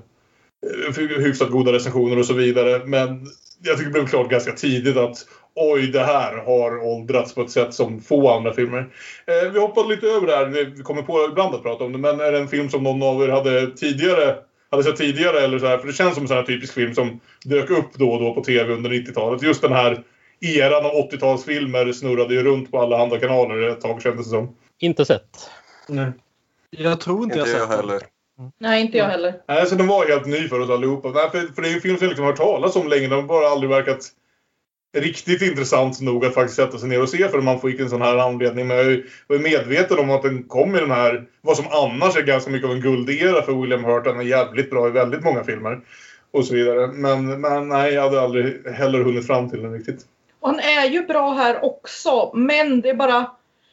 hyfsat goda recensioner och så vidare. Men jag tycker det blev klart ganska tidigt att oj, det här har åldrats på ett sätt som få andra filmer. Eh, vi hoppade lite över det här, vi kommer på ibland att prata om det, men är det en film som någon av er hade tidigare, hade sett tidigare eller så här? För det känns som en sån här typisk film som dök upp då och då på tv under nittiotalet. Just den här eran av åttiotalsfilmer snurrade ju runt på alla andra kanaler ett tag, kändes det som. Inte sett. Nej. Jag tror inte, inte jag, jag sett heller. Mm. Nej, inte jag heller. Nej, så den var helt ny för oss allihopa. Nej, för, för det är en film som jag liksom har hört talas om länge. Den har bara aldrig verkat riktigt intressant nog att faktiskt sätta sig ner och se, för man får en sån här anledning. Men jag är medveten om att den kom i den här, vad som annars är ganska mycket av en guldera för William Hurt. Han är jävligt bra i väldigt många filmer och så vidare. Men, men nej, jag hade aldrig heller hunnit fram till den riktigt. Och han är ju bra här också, men det är bara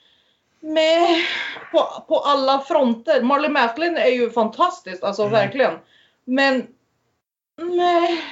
med på, på alla fronter. Marley Matlin är ju fantastisk, alltså mm. verkligen. Men nej.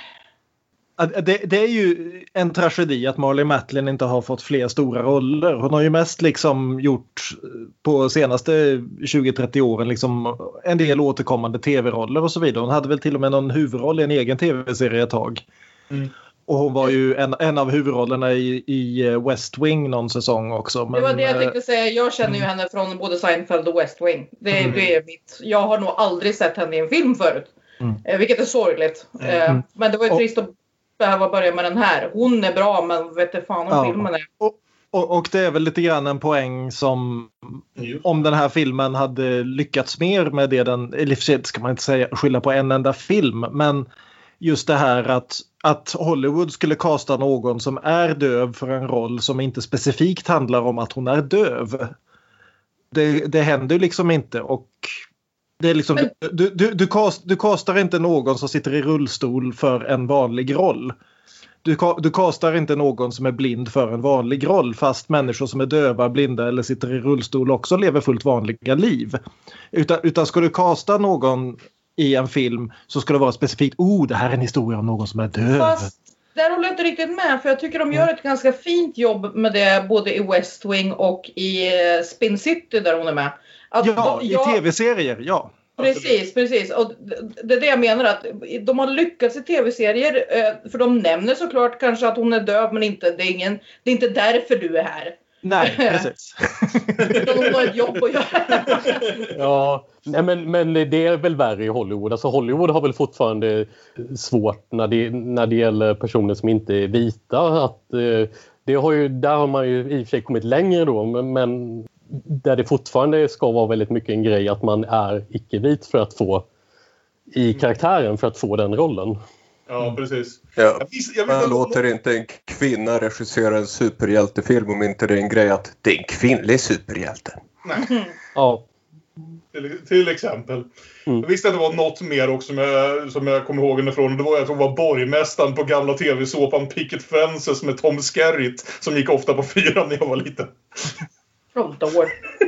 Det, det är ju en tragedi att Marley Matlin inte har fått fler stora roller. Hon har ju mest liksom gjort på senaste tjugo trettio åren liksom en del återkommande tv-roller och så vidare. Hon hade väl till och med någon huvudroll i en egen tv-serie ett tag. Mm. Och hon var ju en, en av huvudrollerna i, i West Wing någon säsong också. Men, det var det jag tänkte säga. Jag känner ju henne från både Seinfeld och West Wing. Det, mm. det är mitt. Jag har nog aldrig sett henne i en film förut. Mm. Vilket är sorgligt. Mm. Men det var ju trist att behöva börja med den här. Hon är bra, men vet inte fan om ja. filmen är. Och, och, och det är väl lite grann en poäng som mm. om den här filmen hade lyckats mer med det den, eller för sig ska man inte säga skylla på en enda film, men just det här att, att Hollywood skulle kasta någon som är döv för en roll som inte specifikt handlar om att hon är döv. Det, det händer liksom inte, och det är liksom, men, du, du, du, kast, du kastar inte någon som sitter i rullstol för en vanlig roll. Du, du kastar inte någon som är blind för en vanlig roll, fast människor som är döva, blinda eller sitter i rullstol också lever fullt vanliga liv. Utan, utan ska du kasta någon i en film så ska det vara specifikt, oh, det här är en historia om någon som är döv. Fast där håller jag inte riktigt med, för jag tycker de gör ett ganska fint jobb med det både i West Wing och i Spin City där hon är med. Att ja, de, i jag, tv-serier, ja. Precis, precis. Och det är det jag menar, att de har lyckats i tv-serier, för de nämner såklart kanske att hon är döv, men inte, det är, ingen, det är inte därför du är här. Nej, precis. De har ett jobb att göra. Ja, nej, men, men det är väl värre i Hollywood. Alltså Hollywood har väl fortfarande svårt när det, när det gäller personer som inte är vita. Att, det har ju, där har man ju i och för sig kommit längre då, men, men där det fortfarande ska vara väldigt mycket en grej att man är icke-vit för att få i karaktären för att få den rollen. Ja, precis. Ja. Jag vis, jag man låter någon... inte en kvinna regissera en superhjältefilm om inte det är en grej att det är en kvinnlig superhjälte. Nej. Ja. Till, till exempel. Mm. Jag visste att det var något mer också som jag, som jag kommer ihåg henne från. Det var att hon var borgmästaren på gamla tv-såpan Picket Fences med Tom Skerritt som gick ofta på fyran när jag var liten. Från år.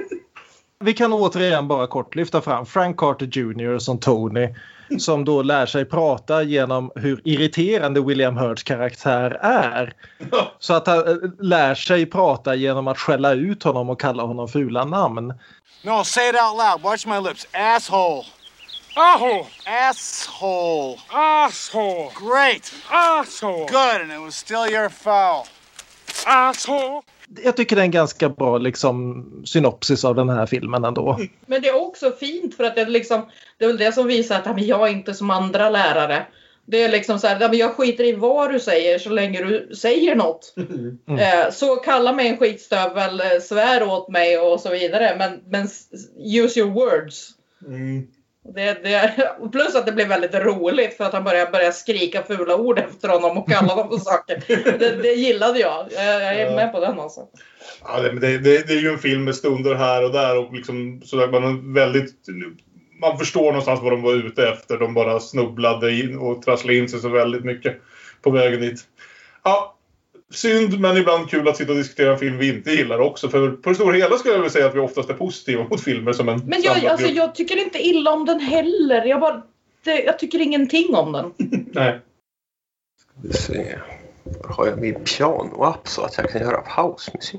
Vi kan återigen bara kort lyfta fram Frank Carter junior som Tony, som då lär sig prata genom hur irriterande William Hurts karaktär är. Så att han lär sig prata genom att skälla ut honom och kalla honom fula namn. No, say it out loud. Watch my lips. Asshole. Asshole. Asshole. Asshole. Great. Asshole. Good, and it was still your foul. Asshole. Jag tycker det är en ganska bra liksom, synopsis av den här filmen ändå. Men det är också fint för att det, liksom, det är väl det som visar att men jag är inte som andra lärare. Det är liksom så här, jag skiter i vad du säger så länge du säger något. Mm. Eh, så kalla mig en skitstövel, svär åt mig och så vidare. Men, men use your words. Mm. Det, det, plus att det blev väldigt roligt för att han började, började skrika fula ord efter honom och kalla dem för saker. Det, det gillade jag. Jag är med på den alltså. Ja, det, det, det är ju en film med stunder här och där och liksom så där man väldigt man förstår någonstans vad de var ute efter. De bara snubblade in och trasslade in sig så väldigt mycket på vägen dit. Ja, synd men ibland kul att sitta och diskutera en film vi inte gillar också. För på det stora hela skulle jag vilja säga att vi oftast är positiva mot filmer som en... Men jag, alltså, jag tycker inte illa om den heller. Jag, bara, det, jag tycker ingenting om den. Nej. Ska vi se. Har jag min piano-app så att jag kan göra pausmusik?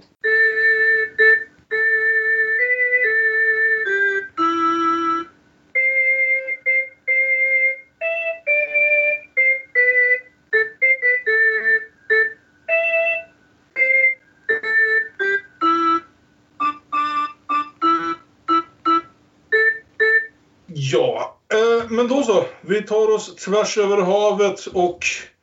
Ja, eh, men då så. Vi tar oss tvärs över havet och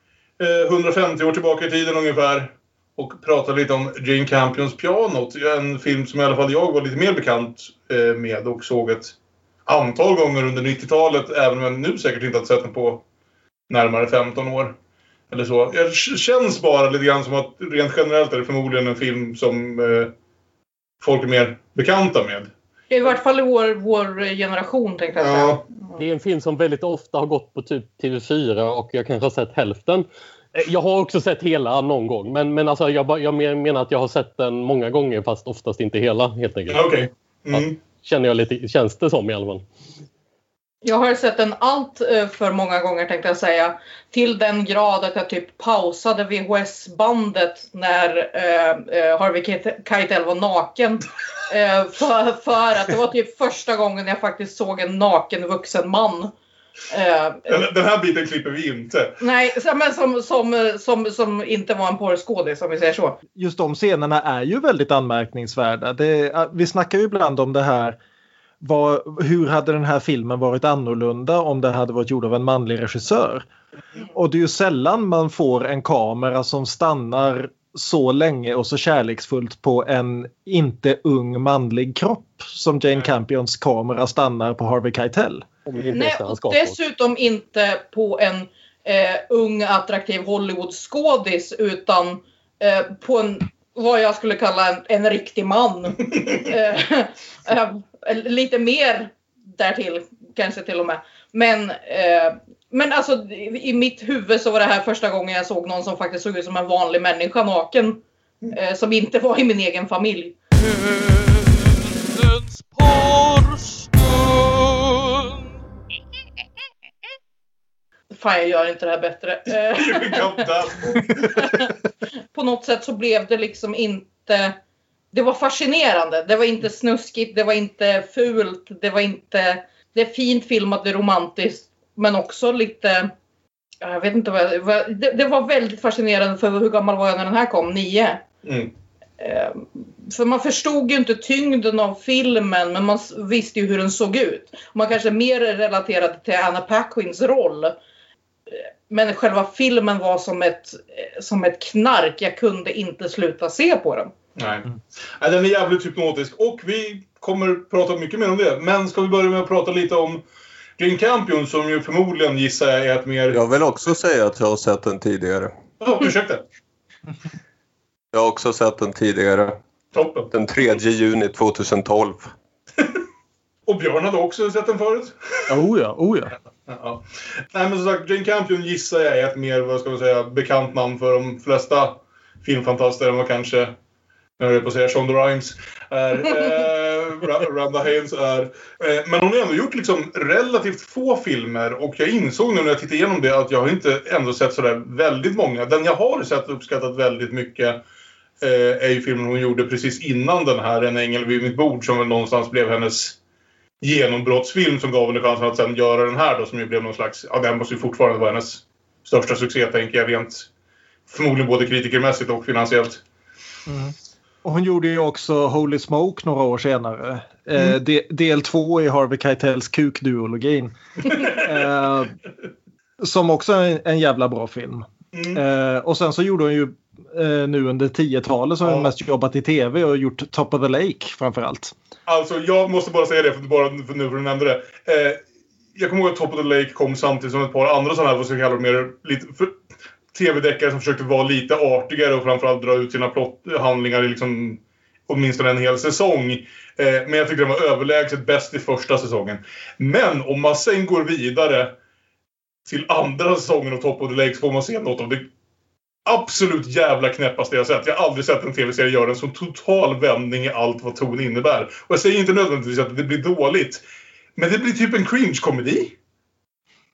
eh, hundrafemtio år tillbaka i tiden ungefär. Och pratar lite om Jane Campions Pianot. En film som i alla fall jag var lite mer bekant eh, med och såg ett antal gånger under nittiotalet. Även om jag nu säkert inte har sett den på närmare femton år. Eller så. Det känns bara lite grann som att rent generellt är det förmodligen en film som eh, folk är mer bekanta med. I vart fall i vår, vår generation tänkte jag säga. Ja. Det är en film som väldigt ofta har gått på typ T V fyra och jag kanske har sett hälften. Jag har också sett hela någon gång. Men, men alltså, jag, jag menar att jag har sett den många gånger fast oftast inte hela helt enkelt. Okej. Okay. Mm. Ja, känner jag lite, känns det som i alla fall. Jag har sett den allt för många gånger tänkte jag säga. Till den grad att jag typ pausade V H S-bandet när eh, Harvey Keitel var naken. Eh, för, för att det var typ första gången jag faktiskt såg en naken vuxen man. Eh, den, den här biten klipper vi inte. Nej, men som, som, som, som inte var en porrskådis om vi säger så. Just de scenerna är ju väldigt anmärkningsvärda. Det, vi snackar ju ibland om det här. Var, hur hade den här filmen varit annorlunda om det hade varit gjord av en manlig regissör? Och det är ju sällan man får en kamera som stannar så länge och så kärleksfullt på en inte ung manlig kropp som Jane Campions kamera stannar på Harvey Keitel. Nej, och dessutom inte på en eh, ung attraktiv Hollywood-skådis utan eh, på en vad jag skulle kalla en, en riktig man. eh, eh, lite mer därtill kanske till och med. Men, eh, men alltså i mitt huvud så var det här första gången jag såg någon som faktiskt såg ut som en vanlig människa naken. Eh, som inte var i min egen familj. Fan, jag gör inte det här bättre. På något sätt så blev det liksom inte... Det var fascinerande. Det var inte snuskigt, det var inte fult, det var inte... Det är fint filmat, det är romantiskt, men också lite... Jag vet inte vad... Det, det var väldigt fascinerande för hur gammal var jag när den här kom? Nio. Mm. För man förstod ju inte tyngden av filmen, men man visste ju hur den såg ut. Man kanske mer relaterade till Anna Paquins roll. Men själva filmen var som ett, som ett knark. Jag kunde inte sluta se på den. Nej. Nej, den är jävligt hypnotisk. Och vi kommer prata mycket mer om det. Men ska vi börja med att prata lite om Jane Campion som ju förmodligen gissar jag är ett mer... Jag vill också säga att jag har sett den tidigare. Ja, oh, ursäkta. Jag har också sett den tidigare. Toppen. Den tredje juni tjugotolv. Och Björn hade också sett den förut. Oh ja, oh ja. Ja. Nej, men som sagt, Jane Campion gissar jag är ett mer, vad ska man säga, bekant namn för de flesta filmfantaster än vad kanske, när jag är på att säga Shonda Rhimes är, eh, Randa Haynes är. Eh, men hon har ändå gjort liksom relativt få filmer och jag insåg nu när jag tittade igenom det att jag har inte ändå sett sådär väldigt många. Den jag har sett och uppskattat väldigt mycket eh, är ju filmen hon gjorde precis innan den här, En ängel vid mitt bord, som väl någonstans blev hennes genombrottsfilm som gav henne chansen att sen göra den här då, som ju blev någon slags, ja, den måste ju fortfarande vara hennes största succé, tänker jag, rent förmodligen både kritikermässigt och finansiellt. Mm. Och hon gjorde ju också Holy Smoke några år senare. Mm. Eh, de, del två i Harvey Keitels kukduologin. eh, som också är en, en jävla bra film. Mm. Eh, och sen så gjorde hon ju eh, nu under tiotalet så har hon ja. mest jobbat i tv och gjort Top of the Lake framförallt. Alltså jag måste bara säga det för, bara, för nu för du nämnde det. Eh, jag kommer ihåg att Top of the Lake kom samtidigt som ett par andra sådana här, vad ska jag kalla det, mer lite för, tv-deckare som försökte vara lite artigare och framförallt dra ut sina plotthandlingar i liksom åtminstone en hel säsong. Eh, men jag tycker det var överlägset bäst i första säsongen. Men om man sen går vidare till andra säsongen av Top of the Lake så får man se något av det absolut jävla knäppaste jag sett. Jag har aldrig sett en tv-serie göra en så total vändning i allt vad ton innebär. Och jag säger inte nödvändigtvis att det blir dåligt. Men det blir typ en cringe-komedi.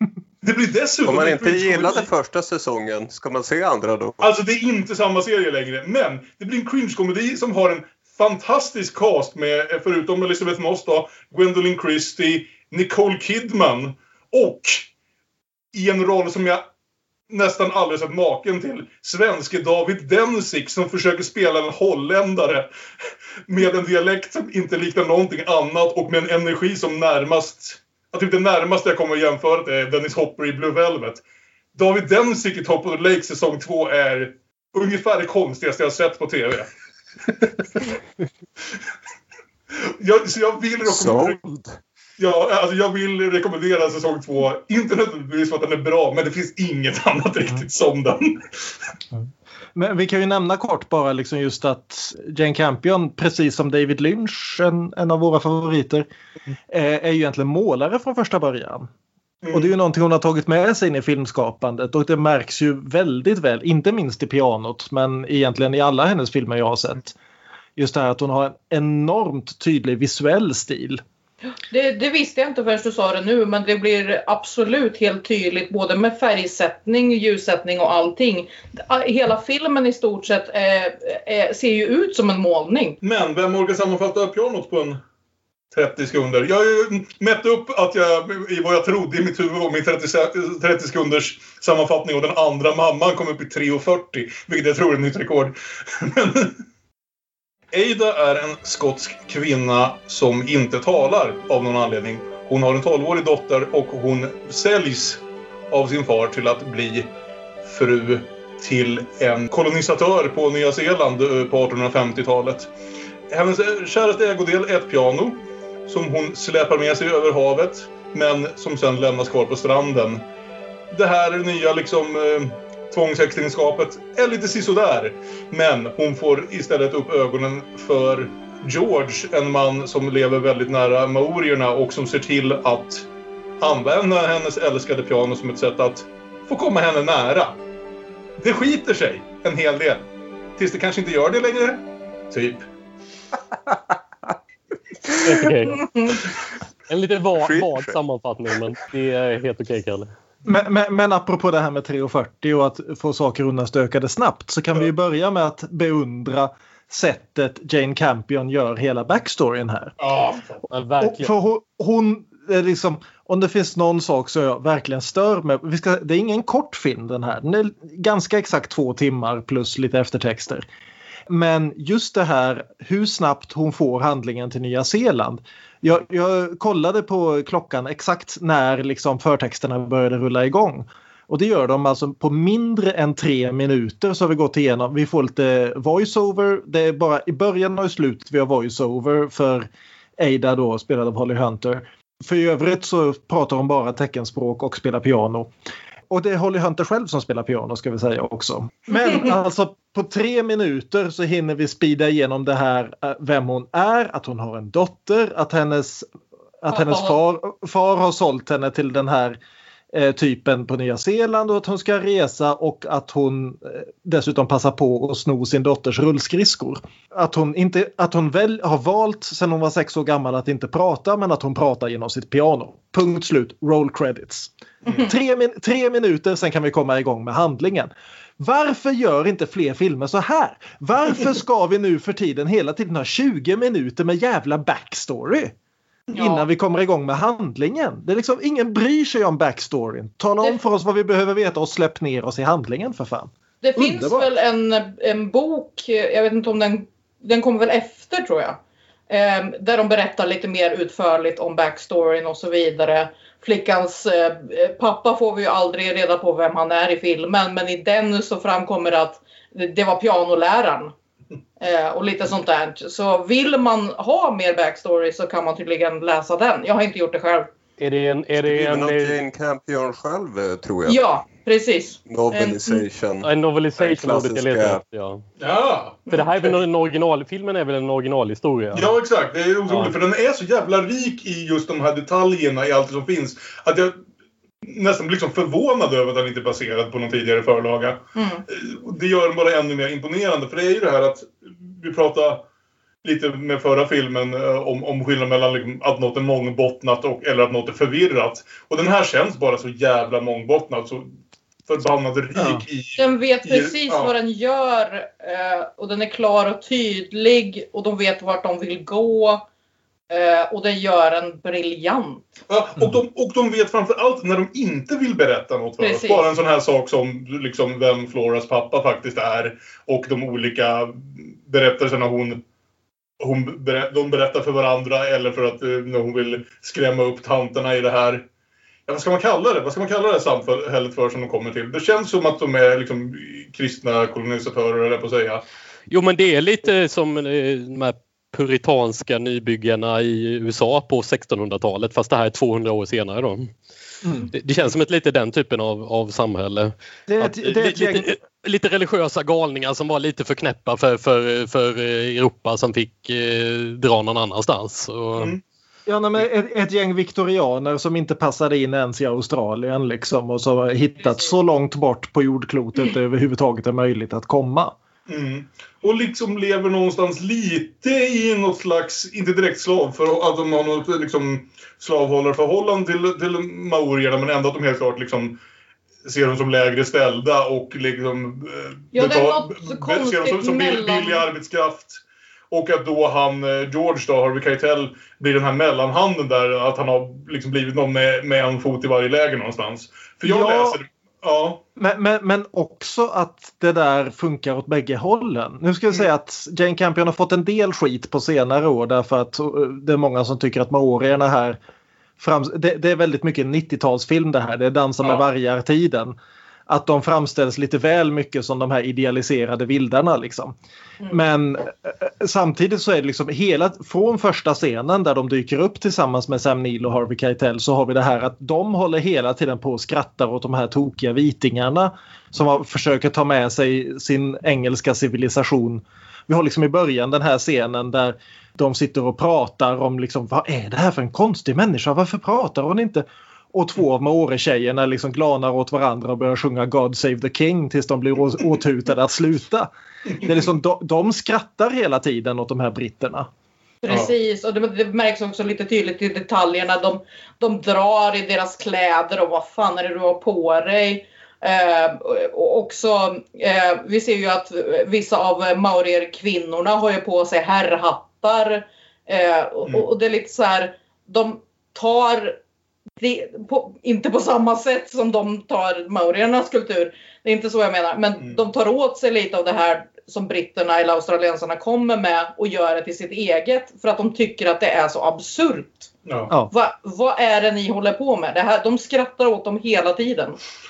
Det blir dessutom... Om man en inte cringe-komedi. gillade första säsongen, ska man se andra då? Alltså det är inte samma serie längre. Men det blir en cringe-komedi som har en fantastisk cast med, förutom Elizabeth Moss då, Gwendolyn Christie, Nicole Kidman och i en roll som jag nästan aldrig sett maken till, svenske David Dencik som försöker spela en holländare med en dialekt som inte liknar någonting annat och med en energi som närmast, jag typ det närmaste jag kommer att jämföra det är Dennis Hopper i Blue Velvet. David Dencik i Top of the Lake säsong två är ungefär det konstigaste jag har sett på tv. jag, så jag vill rekommendera... Ja, alltså jag vill rekommendera säsong två. Inte nödvändigtvis för att den är bra, men det finns inget annat riktigt som den. Men vi kan ju nämna kort bara liksom just att Jane Campion, precis som David Lynch, en, en av våra favoriter, är, är ju egentligen målare från första början. Mm. Och det är ju någonting hon har tagit med sig in i filmskapandet och det märks ju väldigt väl, inte minst i pianot, men egentligen i alla hennes filmer jag har sett. Just det här att hon har en enormt tydlig visuell stil. Det, det visste jag inte förrän du sa det nu, men det blir absolut helt tydligt både med färgsättning, ljussättning och allting. Hela filmen i stort sett är, är, ser ju ut som en målning. Men vem orkar sammanfatta pianot på en trettio sekunder? Jag har ju mätt upp att jag, i vad jag trodde i mitt huvud var min trettio, trettio sekunders sammanfattning och den andra mamman kom upp i tre fyrtio, vilket jag tror är ett nytt rekord. Men... Ada är en skotsk kvinna som inte talar av någon anledning. Hon har en tolvårig dotter och hon säljs av sin far till att bli fru till en kolonisatör på Nya Zeeland på artonhundrafemtiotalet. Hennes käraste ägodel är ett piano som hon släpar med sig över havet men som sen lämnas kvar på stranden. Det här nya liksom... tvångsäktenskapet är lite sisådär. Men hon får istället upp ögonen för George, en man som lever väldigt nära maorierna och som ser till att använda hennes älskade piano som ett sätt att få komma henne nära. Det skiter sig en hel del. Tills det kanske inte gör det längre. Typ. Okej. En lite vag, vag sammanfattning, men det är helt okej, Kalle. Men, men, men apropå det här med tre fyrtio och att få saker undanstökade snabbt så kan vi ju börja med att beundra sättet Jane Campion gör hela backstoryn här. Ja, verkligen. För hon, hon är liksom, om det finns någon sak så jag verkligen stör mig. Vi ska, det är ingen kort film den här. Den är ganska exakt två timmar plus lite eftertexter. Men just det här hur snabbt hon får handlingen till Nya Zeeland. Jag, jag kollade på klockan exakt när liksom förtexterna började rulla igång. Och det gör de alltså på mindre än tre minuter så har vi gått igenom. Vi får lite voiceover. Det är bara i början och i slutet vi har voiceover för Ada då spelad av Holly Hunter. För i övrigt så pratar hon bara teckenspråk och spelar piano. Och det är Holly Hunter själv som spelar piano ska vi säga också. Men alltså på tre minuter så hinner vi speeda igenom det här vem hon är, att hon har en dotter, att hennes, att hennes far, far har sålt henne till den här eh, typen på Nya Zeeland och att hon ska resa och att hon eh, dessutom passar på att sno sin dotters rullskridskor. Att hon, inte, att hon väl har valt sedan hon var sex år gammal att inte prata men att hon pratar genom sitt piano. Punkt slut, roll credits. Mm. Tre, min- tre minuter sen kan vi komma igång med handlingen. Varför gör inte fler filmer så här? Varför ska vi nu för tiden hela tiden ha tjugo minuter med jävla backstory? Ja. Innan vi kommer igång med handlingen. Det är liksom, ingen bryr sig om backstoryn. Tala om för oss vad vi behöver veta och släpp ner oss i handlingen för fan. Det finns Underbart. väl en, en bok, jag vet inte om den, den kommer väl efter tror jag. Eh, där de berättar lite mer utförligt om backstoryn och så vidare. Flickans eh, pappa får vi ju aldrig reda på vem han är i filmen. Men i den så framkommer det att det var pianoläraren. Eh, och lite sånt där. Så vill man ha mer backstory så kan man tydligen läsa den. Jag har inte gjort det själv. Är det en... Är det en, en Jane Campion själv tror jag. Ja, precis. Novelisation. En novelisation ordet jag letar efter, ja. Ja. För det här är väl en original... Filmen är väl en originalhistoria? Ja, exakt. Det är otroligt. Ja. För den är så jävla rik i just de här detaljerna i allt som finns. Att jag nästan blir liksom förvånad över att den inte är baserad på någon tidigare förlaga. Mm. Det gör den bara ännu mer imponerande. För det är ju det här att vi pratar lite med förra filmen om, om skillnaden mellan liksom att något är mångbottnat och, eller att något är förvirrat. Och den här känns bara så jävla mångbottnat, så förbannad rik ja. i... Den vet i, precis ja. vad den gör eh, och den är klar och tydlig och de vet vart de vill gå eh, och den gör en briljant. Ja, och, de, och de vet framförallt när de inte vill berätta något för oss. Bara en sån här sak som liksom vem Floras pappa faktiskt är och de olika berättelserna hon... Hon ber, de berättar för varandra eller för att när hon vill skrämma upp tanterna i det här. Ja, vad ska man kalla det? Vad ska man kalla det samhället för som de kommer till? Det känns som att de är liksom kristna kolonisatörer, eller på att säga. Jo, men det är lite som de här puritanska nybyggarna i U S A på sextonhundratalet, fast det här är tvåhundra år senare då. Mm. Det, det känns som ett lite den typen av, av samhälle. Det är ett, att, det är ett, lite, lite religiösa galningar som var lite för knäppa för, för, för Europa som fick eh, dra någon annanstans. Och... Mm. Ja, nej, men ett, ett gäng viktorianer som inte passade in ens i Australien liksom, och så har hittat så långt bort på jordklotet det överhuvudtaget är möjligt att komma. Mm. Och liksom lever någonstans lite i något slags, inte direkt slav, för att de har något liksom slavhållarförhållande till, till maorierna, men ändå att de helt klart liksom ser dem som lägre ställda och liksom ja, det är något så konstigt ser dem som, som bill, billig arbetskraft. Och att då han, George då, Harvey Keitel, blir den här mellanhanden där, att han har liksom blivit någon med, med en fot i varje läger någonstans. För jag ja. läser... Ja. Men, men, men också att det där funkar åt bägge hållen. Nu ska jag mm. säga att Jane Campion har fått en del skit på senare år därför att det är många som tycker att maorierna här fram, det, det är väldigt mycket nittiotalsfilm det här. Det är Dansa med ja. vargar-tiden. Att de framställs lite väl mycket som de här idealiserade vildarna liksom. Mm. Men eh, samtidigt så är det liksom hela, från första scenen där de dyker upp tillsammans med Sam Neill och Harvey Keitel, så har vi det här att de håller hela tiden på och skrattar åt de här tokiga vitingarna som har, försöker ta med sig sin engelska civilisation. Vi har liksom i början den här scenen där de sitter och pratar om liksom, vad är det här för en konstig människa? Varför pratar hon inte? Och två av Maore-tjejerna liksom glanar åt varandra och börjar sjunga God Save the King tills de blir åthutade att sluta. Det är liksom, de, de skrattar hela tiden åt de här britterna. Precis, och det, det märks också lite tydligt i detaljerna. De, de drar i deras kläder och vad fan är det du har på dig? Eh, och också, eh, vi ser ju att vissa av Maorier-kvinnorna har ju på sig herrhattar. Eh, och, mm. och det är lite så här, de tar... Det, på, inte på samma sätt som de tar maoriernas kultur. Det är inte så jag menar. Men mm. de tar åt sig lite av det här som britterna eller australiensarna kommer med och gör det till sitt eget. För att de tycker att det är så absurt. Ja. Va, vad är det ni håller på med? Det här, de skrattar åt dem hela tiden.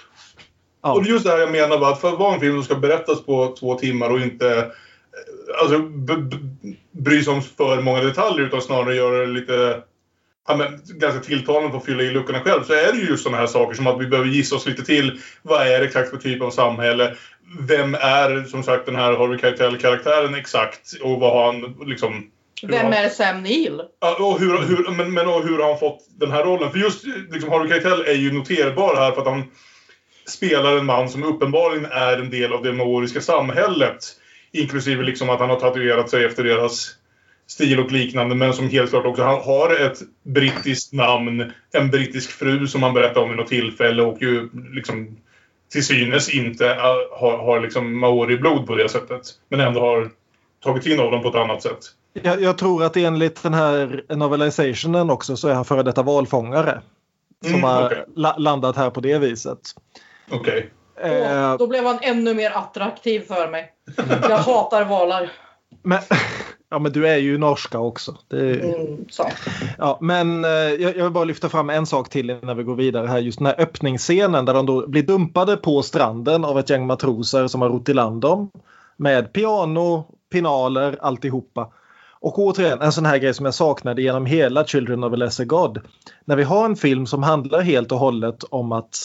Ja. Och det är just det här jag menar. Att för att vara en film som ska berättas på två timmar och inte alltså, b- b- bry sig om för många detaljer utan snarare göra det lite... Ja, men ganska tilltalande på att fylla i luckorna själv, så är det ju just sådana här saker som att vi behöver gissa oss lite till. Vad är det exakt för typ av samhälle? Vem är som sagt den här Harvey Keitel-karaktären exakt? Och vad har han liksom... Vem är Sam Neill? Ja, och hur, hur, men, men och hur har han fått den här rollen? För just liksom, Harvey Keitel är ju noterbar här för att han spelar en man som uppenbarligen är en del av det maoriska samhället. Inklusive liksom att han har tatuerat sig efter deras... stil och liknande, men som helt klart också har ett brittiskt namn, en brittisk fru som han berättar om i något tillfälle och ju liksom till synes inte har, har liksom maori-blod på det sättet, men ändå har tagit in av dem på ett annat sätt. Jag, jag tror att enligt den här novelisationen också så är han före detta valfångare som mm, har okay. la- landat här på det viset. Okej. Okay. Eh, då, då blev han ännu mer attraktiv för mig. Jag hatar valar. Men... Ja, men du är ju norska också. Det är... mm, så. Ja, men eh, jag vill bara lyfta fram en sak till innan vi går vidare här. Just den här öppningsscenen där de då blir dumpade på stranden av ett gäng matroser som har rott i land dem. Med piano, pinaler, alltihopa. Och återigen, en sån här grej som jag saknade genom hela Children of a Lesser God. När vi har en film som handlar helt och hållet om att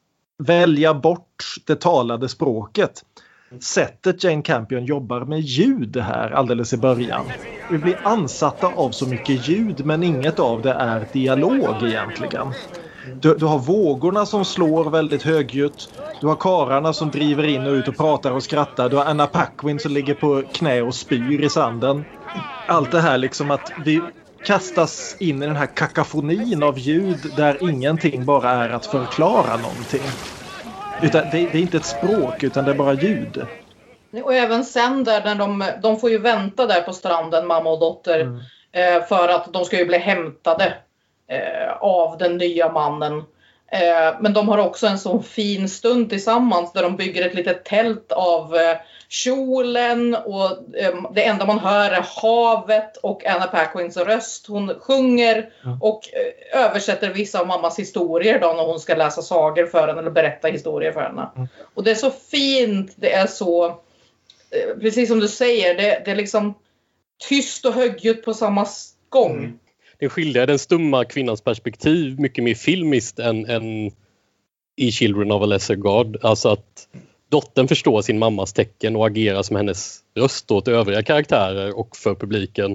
välja bort det talade språket. Sättet Jane Campion jobbar med ljud här alldeles i början. Vi blir ansatta av så mycket ljud men inget av det är dialog egentligen. Du, du har vågorna som slår väldigt högljutt. Du har kararna som driver in och ut och pratar och skrattar. Du har Anna Paquin som ligger på knä och spyr i sanden. Allt det här liksom att vi kastas in i den här kakafonin av ljud där ingenting bara är att förklara någonting. Utan det, det är inte ett språk utan det är bara ljud. Och även sen där när de, de får ju vänta där på stranden, mamma och dotter. Mm. Eh, för att de ska ju bli hämtade eh, av den nya mannen. Eh, men de har också en sån fin stund tillsammans där de bygger ett litet tält av eh, kjolen. Och eh, det enda man hör är havet och Anna Paquins röst. Hon sjunger mm. och eh, översätter vissa av mammas historier då när hon ska läsa sagor för henne eller berätta historier för henne. Mm. Och det är så fint, det är så, eh, precis som du säger, det, det är liksom tyst och högljutt på samma gång. Mm. Det skiljer den stumma kvinnans perspektiv mycket mer filmiskt än, än i Children of a Lesser God. Alltså att dottern förstår sin mammas tecken och agerar som hennes röst åt övriga karaktärer och för publiken.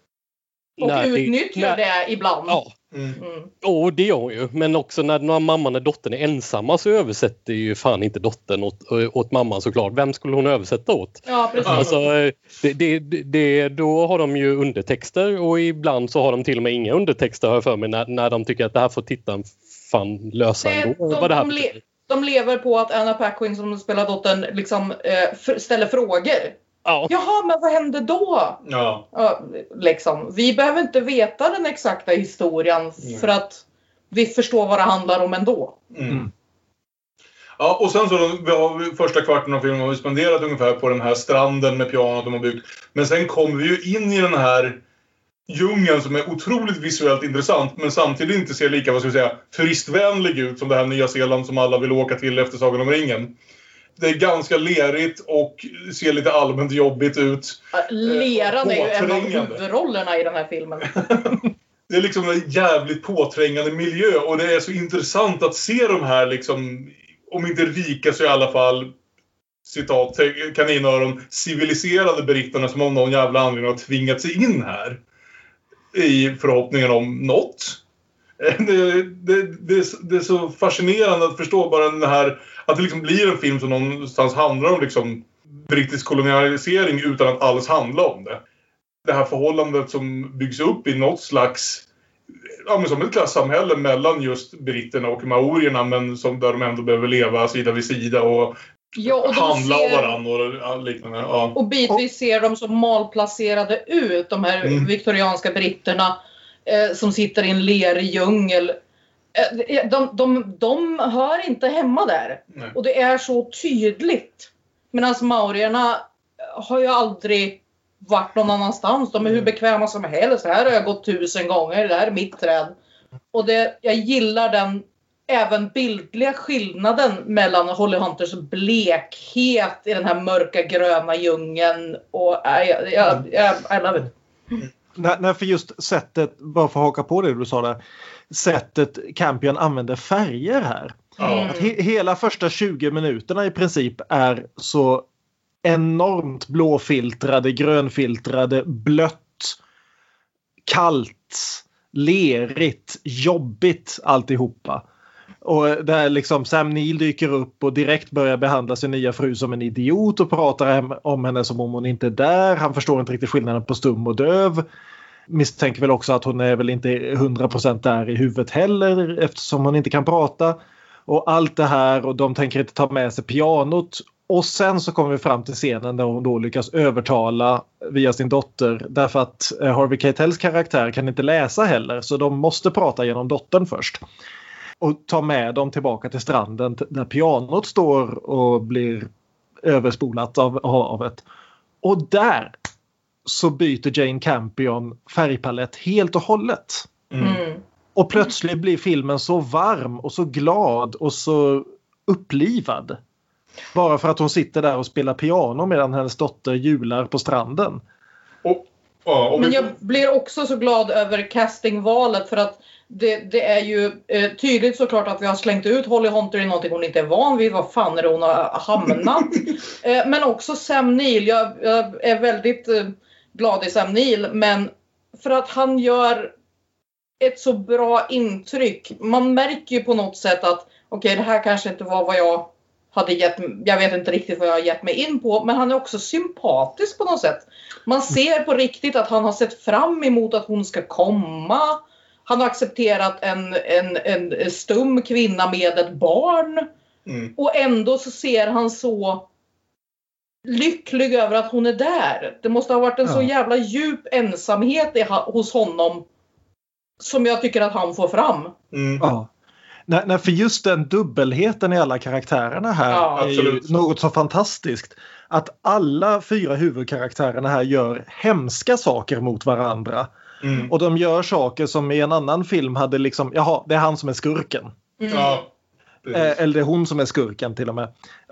Och när utnyttjar det, när, det ibland. Ja. Mm. Mm. Och det gör hon ju. Men också när, när mamman och dottern är ensamma så översätter ju fan inte dottern åt, åt mamman såklart. Vem skulle hon översätta åt? Ja, precis. Alltså, det, det, det, då har de ju undertexter och ibland så har de till och med inga undertexter, hör för mig, när, när de tycker att det här får tittaren fan lösa det, ändå. De, vad det här de, le, de lever på att Anna Paquin som spelar dottern liksom eh, ställer frågor. Ja. Jaha, men vad hände då? Ja. Ja, liksom. Vi behöver inte veta den exakta historien mm. för att vi förstår vad det handlar om ändå. Mm. Ja, och sen så då, vi har första kvarten av filmen har vi spenderat ungefär på den här stranden med pianot de har byggt. Men sen kommer vi ju in i den här djungeln som är otroligt visuellt intressant men samtidigt inte ser lika, vad ska vi säga, turistvänlig ut som det här Nya Zeeland som alla vill åka till efter Sagan om ringen. Det är ganska lerigt och ser lite allmänt jobbigt ut. Leran är ju en av huvudrollerna i den här filmen. Det är liksom en jävligt påträngande miljö och det är så intressant att se de här liksom, om inte rika så i alla fall, citat, kaninöron, civiliserade britterna som om någon jävla anledning har tvingat sig in här. I förhoppningen om något. Det, det, det, det är så fascinerande att förstå bara den här, att det liksom blir en film som någonstans handlar om liksom brittisk kolonialisering utan att alls handla om det. Det här förhållandet som byggs upp i något slags, ja, men som ett klassamhälle mellan just britterna och maorierna, men som där de ändå behöver leva sida vid sida och, ja, och handla ser, av varandra och liknande. Ja. Och bitvis ser de så malplacerade ut, de här mm. viktorianska britterna eh, som sitter i en lerig djungel. Eh, de, de, de hör inte hemma där. Nej. Och det är så tydligt. Medan maorierna har ju aldrig varit någon annanstans. De är hur bekväma som helst. Här har jag gått tusen gånger. Det här är mitt träd. Och det, jag gillar den även bildliga skillnaden mellan Holly Hunters blekhet i den här mörka gröna djungeln. Och äh, jag, jag, jag, I love it. Nej, nej, för just sättet, bara för att haka på det du sa där. Sättet Campion använder färger här. Mm. Att he- hela första tjugo minuterna i princip är så enormt blåfiltrade, grönfiltrade, blött, kallt, lerigt, jobbigt alltihopa. Och där liksom Sam Neill dyker upp och direkt börjar behandla sin nya fru som en idiot och pratar om henne som om hon inte är där. Han förstår inte riktigt skillnaden på stum och döv. Misstänker väl också att hon är väl inte hundra procent där i huvudet heller eftersom hon inte kan prata. Och allt det här, och de tänker inte ta med sig pianot. Och sen så kommer vi fram till scenen där hon då lyckas övertala via sin dotter. Därför att Harvey Keitels karaktär kan inte läsa heller. Så de måste prata genom dottern först. Och ta med dem tillbaka till stranden där pianot står och blir överspolat av havet. Och där så byter Jane Campion färgpalett helt och hållet. Mm. Och plötsligt blir filmen så varm och så glad och så upplivad. Bara för att hon sitter där och spelar piano medan hennes dotter hjular på stranden. Och, ja, och Men jag blir också så glad över castingvalet för att det, det är ju eh, tydligt såklart att vi har slängt ut Holly Hunter i någonting hon inte är van vid. Vad fan är det hon har hamnat? eh, men också Sam Neill. Jag, jag är väldigt eh, glad i Sam Neill. Men för att han gör ett så bra intryck. Man märker ju på något sätt att okej, okay, det här kanske inte var vad jag hade gett, jag vet inte riktigt vad jag har gett mig in på, men han är också sympatisk på något sätt. Man ser på riktigt att han har sett fram emot att hon ska komma. Han har accepterat en, en, en stum kvinna med ett barn. Mm. Och ändå så ser han så lycklig över att hon är där. Det måste ha varit en ja. så jävla djup ensamhet i, hos honom som jag tycker att han får fram. Mm. Ja. Nej, nej, för just den dubbelheten i alla karaktärerna här ja, är ju något så fantastiskt. Att alla fyra huvudkaraktärerna här gör hemska saker mot varandra. Mm. Och de gör saker som i en annan film hade liksom, jaha, det är han som är skurken. Mm. Ja, eh, eller det är hon som är skurken till och med.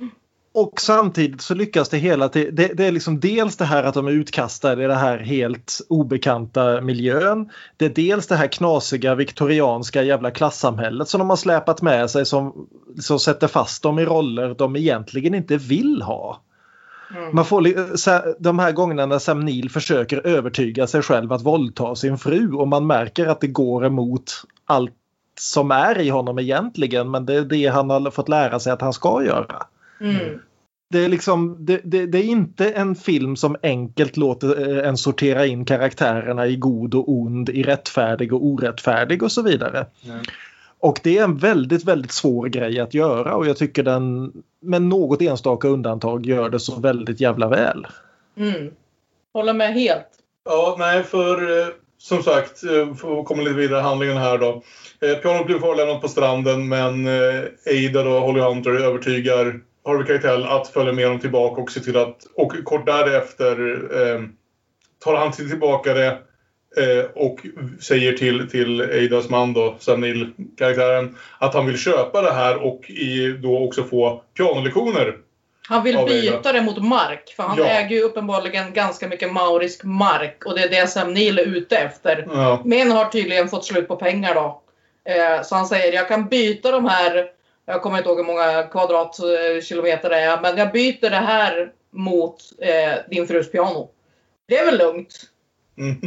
Och samtidigt så lyckas det hela tiden. Det, det är liksom dels det här att de är utkastade i det här helt obekanta miljön. Det är dels det här knasiga viktorianska jävla klassamhället som de har släpat med sig som, som sätter fast dem i roller de egentligen inte vill ha. Mm. Man får de här gångerna när Sam Neill försöker övertyga sig själv att våldta sin fru och man märker att det går emot allt som är i honom egentligen, men det är det han har fått lära sig att han ska göra. Mm. Det är liksom det, det, det är inte en film som enkelt låter en sortera in karaktärerna i god och ond, i rättfärdig och orättfärdig och så vidare. Mm. Och det är en väldigt, väldigt svår grej att göra och jag tycker den med något enstaka undantag gör det så väldigt jävla väl. Mm. Håller med helt. Ja, nej, för eh, som sagt, eh, för att komma lite vidare i handlingen här då. Eh, pianot blir förlämnat på stranden, men eh, Ada då, Holly Hunter, övertygar Harvey Keitel att följa med dem tillbaka och se till att, och kort därefter eh, tar han till tillbaka det eh, och säger till, till Adas man då, Sam Neill, karaktären, att han vill köpa det här och i, då också få pianolektioner. Han vill byta det mot mark, för han ja. äger ju uppenbarligen ganska mycket maurisk mark och det är det Sam Neill är ute efter. Ja. Men har tydligen fått slut på pengar då. Eh, så han säger, jag kan byta de här, jag kommer inte ihåg hur många kvadratkilometer det är, men jag byter det här mot eh, din frus piano. Det är väl lugnt? Mm.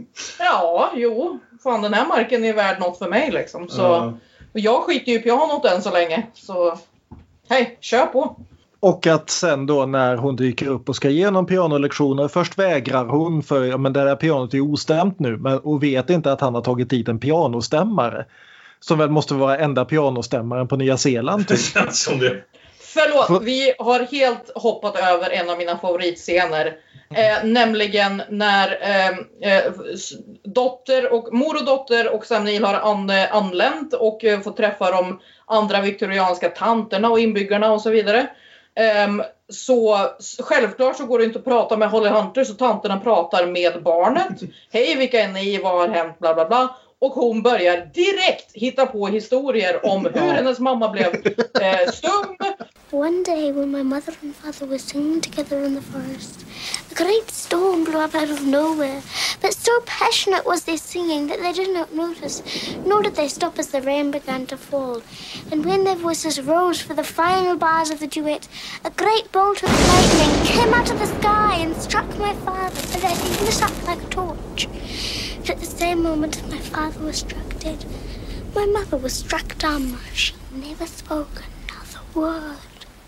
Ja, jo. Fan, den här marken är värd något för mig liksom. Så, ja. Och jag skiter ju i pianot än så länge. Så, hej, kör på. Och att sen då när hon dyker upp och ska ge någon pianolektioner, först vägrar hon för ja, men det där pianot är ostämt nu, men, och vet inte att han har tagit dit en pianostämmare. Som väl måste vara enda pianostämmaren på Nya Zeeland. Typ. Det känns som det. Förlåt, För... vi har helt hoppat över en av mina favoritscener. Eh, nämligen när eh, eh, dotter och, mor och dotter och Sam Neill har an, anlänt och eh, får träffa de andra viktorianska tanterna och inbyggarna och så vidare. Um, så självklart så går det inte att prata med Holly Hunter, så tanterna pratar med barnet. Hej, vilka är ni? Vad har hänt? Bla bla bla. Och hon börjar direkt hitta på historier om hur hennes mamma blev eh, stum. One day when my mother and father were singing together in the forest, a great storm blew up out of nowhere. But so passionate was their singing that they did not notice, nor did they stop as the rain began to fall. And when their voices rose for the final bars of the duet, a great bolt of lightning came out of the sky and struck my father, lighting him up like a torch. But at the same moment my father was struck dead, my mother was struck dumb. She never spoke another word.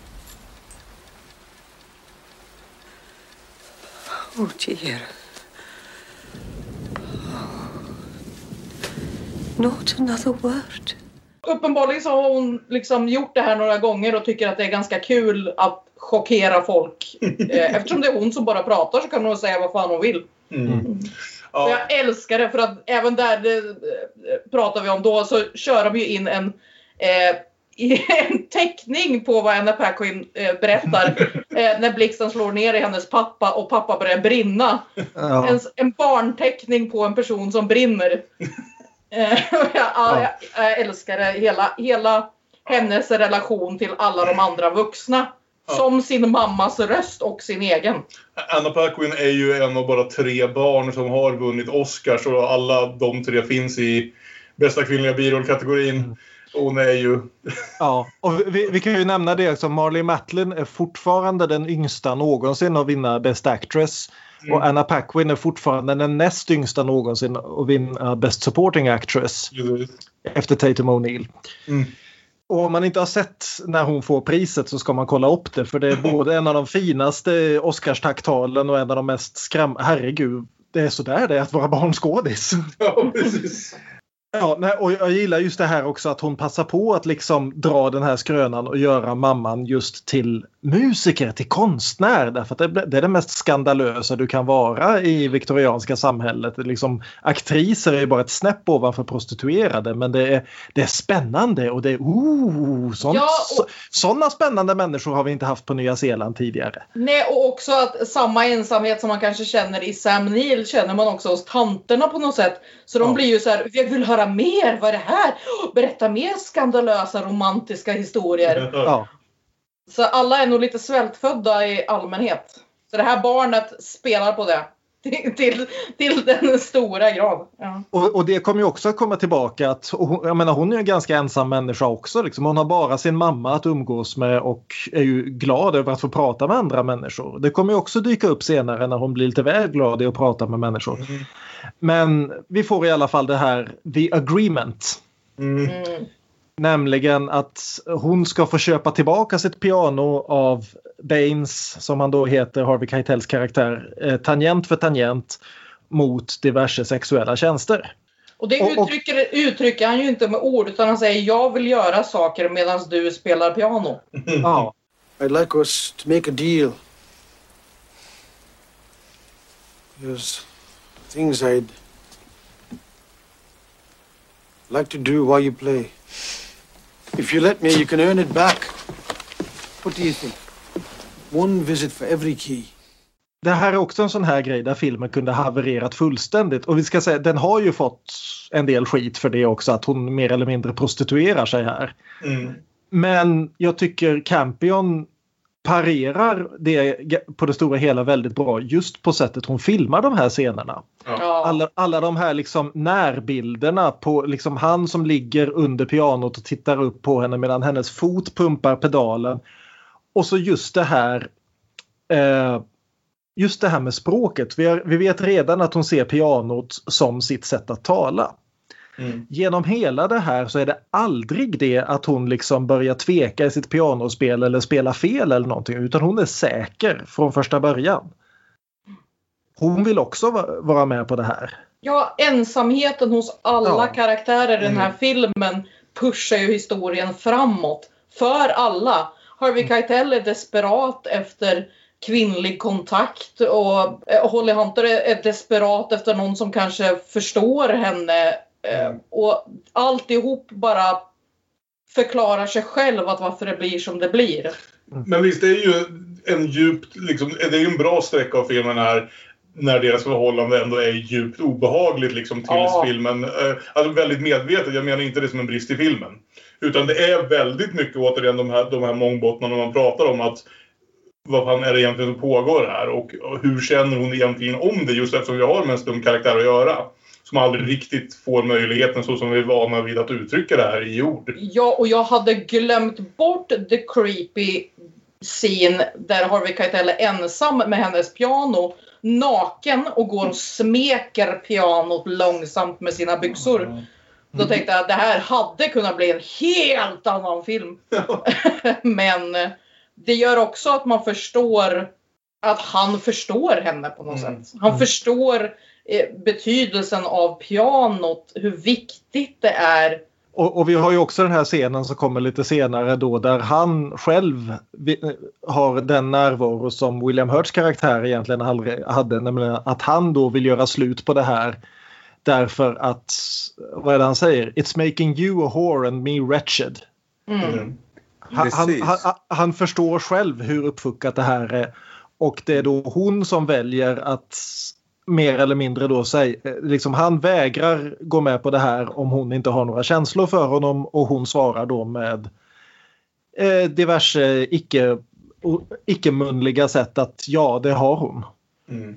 Oh dear. Oh. Not another word. Uppenbarligen så har hon liksom gjort det här några gånger och tycker att det är ganska kul att chockera folk. Eftersom det är hon som bara pratar så kan hon säga vad fan hon vill. Mm. Mm. Ja. Jag älskar det, för att även där det, pratar vi om då, så kör de ju in en eh, en teckning på vad Anna Paquin eh, berättar eh, när blixten slår ner i hennes pappa och pappa börjar brinna. Ja. En, en barnteckning på en person som brinner. eh, jag, ja. jag, jag älskar det. Hela, hela hennes relation till alla de andra vuxna. Ja. Som sin mammas röst och sin egen. Anna Paquin är ju en av bara tre barn som har vunnit Oscars, och alla de tre finns i bästa kvinnliga birollkategorin. Hon är ju... Ja, och vi, vi kan ju nämna det som Marlee Matlin är fortfarande den yngsta någonsin att vinna Best Actress. Mm. Och Anna Paquin är fortfarande den näst yngsta någonsin att vinna Best Supporting Actress. Mm. Efter Tatum O'Neal. Mm. Och om man inte har sett när hon får priset så ska man kolla upp det. För det är både en av de finaste Oscars-tacktalen och en av de mest skräm... Herregud, det är sådär det är att vara barnskådis. Ja, precis. Ja, nej, och jag gillar just det här också att hon passar på att liksom dra den här skrönan och göra mamman just till musiker, till konstnär. Därför att det, det är det mest skandalösa du kan vara i viktorianska samhället. Liksom, aktriser är ju bara ett snäpp ovanför prostituerade, men det är, det är spännande och det är oh, sånt, ja, och... så, sådana spännande människor har vi inte haft på Nya Zeeland tidigare. Nej, och också att samma ensamhet som man kanske känner i Sam Neill känner man också hos tanterna på något sätt. Så de ja. blir ju så här, jag vill höra mer, vad är det här? Berätta mer skandalösa romantiska historier. Ja. Så alla är nog lite svältfödda i allmänhet. Så det här barnet spelar på det. Till, till, till den stora grad. Ja. Och, och det kommer ju också att komma tillbaka att jag menar, hon är en ganska ensam människa också. Liksom. Hon har bara sin mamma att umgås med och är ju glad över att få prata med andra människor. Det kommer ju också dyka upp senare när hon blir lite väl glad i att prata med människor. Mm. Men vi får i alla fall det här The Agreement. Mm. Mm. Nämligen att hon ska få köpa tillbaka sitt piano av Baines, som han då heter, Harvey Keitels karaktär, eh, tangent för tangent mot diverse sexuella tjänster. Och det uttrycker, och, och, uttrycker han ju inte med ord, utan han säger jag vill göra saker medan du spelar piano. Ja. I'd like us to make a deal. There's things I'd like to do while you play. If you let me, you can earn it back. What do you think? One visit for every key. Det här är också en sån här grej där filmen kunde ha havererat fullständigt. Och vi ska säga, den har ju fått en del skit för det också, att hon mer eller mindre prostituerar sig här. Mm. Men jag tycker Campion parerar det på det stora hela väldigt bra just på sättet hon filmar de här scenerna. Ja. Alla, alla de här liksom närbilderna på liksom han som ligger under pianot och tittar upp på henne medan hennes fot pumpar pedalen. Och så just det här eh, just det här med språket. Vi, har, vi vet redan att hon ser pianot som sitt sätt att tala. Mm. Genom hela det här så är det aldrig det att hon liksom börjar tveka i sitt pianospel eller spela fel eller någonting, utan hon är säker från första början. Hon vill också vara med på det här. Ja, ensamheten hos alla ja. karaktärer i den här Mm. filmen pushar ju historien framåt för alla. Harvey Keitel är desperat efter kvinnlig kontakt och Holly Hunter är desperat efter någon som kanske förstår henne. Mm. Och alltihop bara förklarar sig själv att varför det blir som det blir. Men visst, det är ju en djupt liksom, det är ju en bra sträcka av filmen här när deras förhållande ändå är djupt obehagligt liksom tills ja. filmen, alltså väldigt medvetet, jag menar inte det som en brist i filmen, utan det är väldigt mycket återigen de här, de här mångbottnarna man pratar om, att vad fan är det egentligen som pågår här och, och hur känner hon egentligen om det, just eftersom vi har med en stum karaktär att göra som aldrig riktigt får möjligheten så som vi är vana vid att uttrycka det här i ord. Ja, och jag hade glömt bort the creepy scene där Harvey Keitel är ensam med hennes piano, naken, och går och smeker pianot långsamt med sina byxor. Mm. Då tänkte jag att det här hade kunnat bli en helt annan film. Men det gör också att man förstår att han förstår henne på något mm. sätt. Han mm. förstår betydelsen av pianot, hur viktigt det är. Och, och vi har ju också den här scenen som kommer lite senare då, där han själv har den närvaro som William Hurts karaktär egentligen aldrig hade, nämligen att han då vill göra slut på det här därför att, vad är det han säger? It's making you a whore and me wretched. Mm. Mm. Han, han, han, han förstår själv hur uppfuckat det här är, och det är då hon som väljer att mer eller mindre då säg, liksom han vägrar gå med på det här om hon inte har några känslor för honom, och hon svarar då med eh, diverse icke, icke-munliga sätt att ja, det har hon. Mm.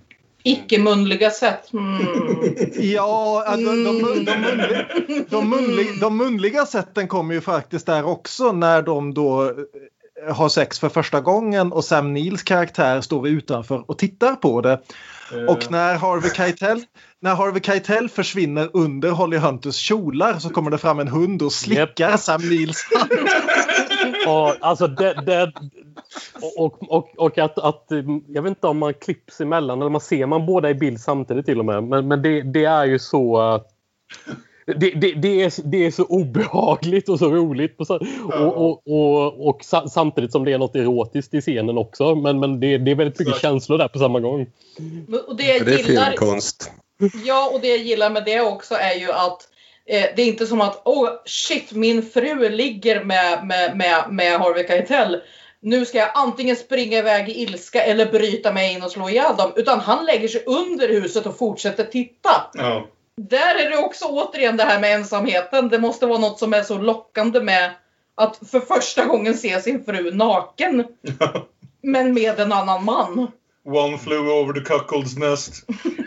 icke-munliga sätt. Mm. Ja, alltså, de, de, de, de, munliga, de, munliga, de munliga sätten kommer ju faktiskt där också när de då har sex för första gången och Sam Neils karaktär står utanför och tittar på det. Mm. Och när Harvey Keitel, när Harvey Keitel försvinner under Holly Hunters kjolar så kommer det fram en hund och slickar yep. Sam Neils hand. Och, alltså det, det, och, och, och att, att jag vet inte om man klipps emellan eller man ser man båda i bild samtidigt till och med. Men, men det, det är ju så att det, det, det, är, det är så obehagligt och så roligt och, så, och, och, och, och samtidigt som det är något erotiskt i scenen också. Men, men det, det är väldigt mycket känslor där på samma gång. Och det, jag det är gillar, filmkonst. Ja, och det jag gillar med det också är ju att eh, det är inte som att oh shit, min fru ligger med, med, med, med Harvey Keitel. Nu ska jag antingen springa iväg i ilska eller bryta mig in och slå ihjäl dem. Utan han lägger sig under huset och fortsätter titta. Ja. Där är det också återigen det här med ensamheten. Det måste vara något som är så lockande med att för första gången se sin fru naken. Men med en annan man. One flew over the cuckold's nest.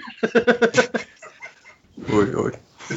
Oj, oj.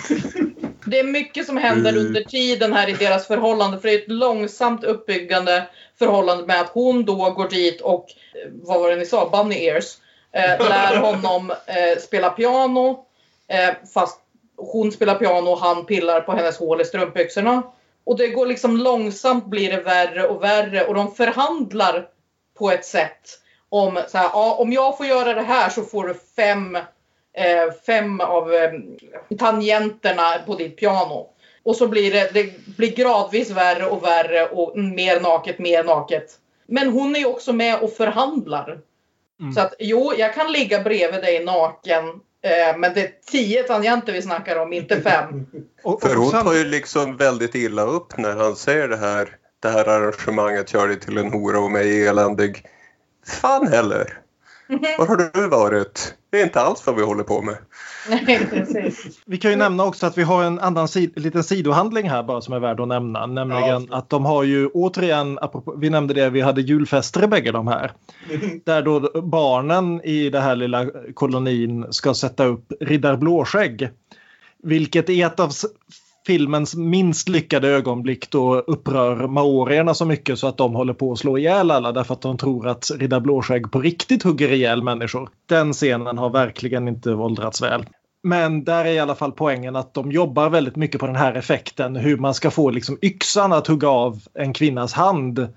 Det är mycket som händer mm. under tiden här i deras förhållande. För det är ett långsamt uppbyggande förhållande med att hon då går dit och, vad var det ni sa, bunny ears. Eh, lär honom eh, spela piano. Eh, fast hon spelar piano och han pillar på hennes hål i strumpbyxorna. Och det går liksom långsamt, blir det värre och värre. Och de förhandlar på ett sätt om så här, ja, om jag får göra det här så får du fem, eh, fem av eh, tangenterna på ditt piano. Och så blir det, det blir gradvis värre och värre och mer naket, mer naket. Men hon är också med och förhandlar. Mm. Så att jo, jag kan ligga bredvid dig naken. Eh, men det är tio tangenter vi snackar om, inte fem. och, och För hon tar ju liksom väldigt illa upp när han ser det här, det här arrangemanget gör dig till en hora och mig eländig. Fan heller. Var har du varit? Det är inte alls vad vi håller på med. Nej, precis. Vi kan ju nämna också att vi har en annan sid- liten sidohandling här bara som är värd att nämna. Nämligen ja. att de har ju återigen, apropå, vi nämnde det, vi hade julfester bägge de här. Mm. Där då barnen i det här lilla kolonin ska sätta upp Riddar Blåskägg. Vilket är ett av filmens minst lyckade ögonblick då upprör maorierna så mycket så att de håller på att slå ihjäl alla därför att de tror att Riddar Blåskägg på riktigt hugger ihjäl människor. Den scenen har verkligen inte åldrats väl. Men där är i alla fall poängen att de jobbar väldigt mycket på den här effekten. Hur man ska få liksom yxan att hugga av en kvinnas hand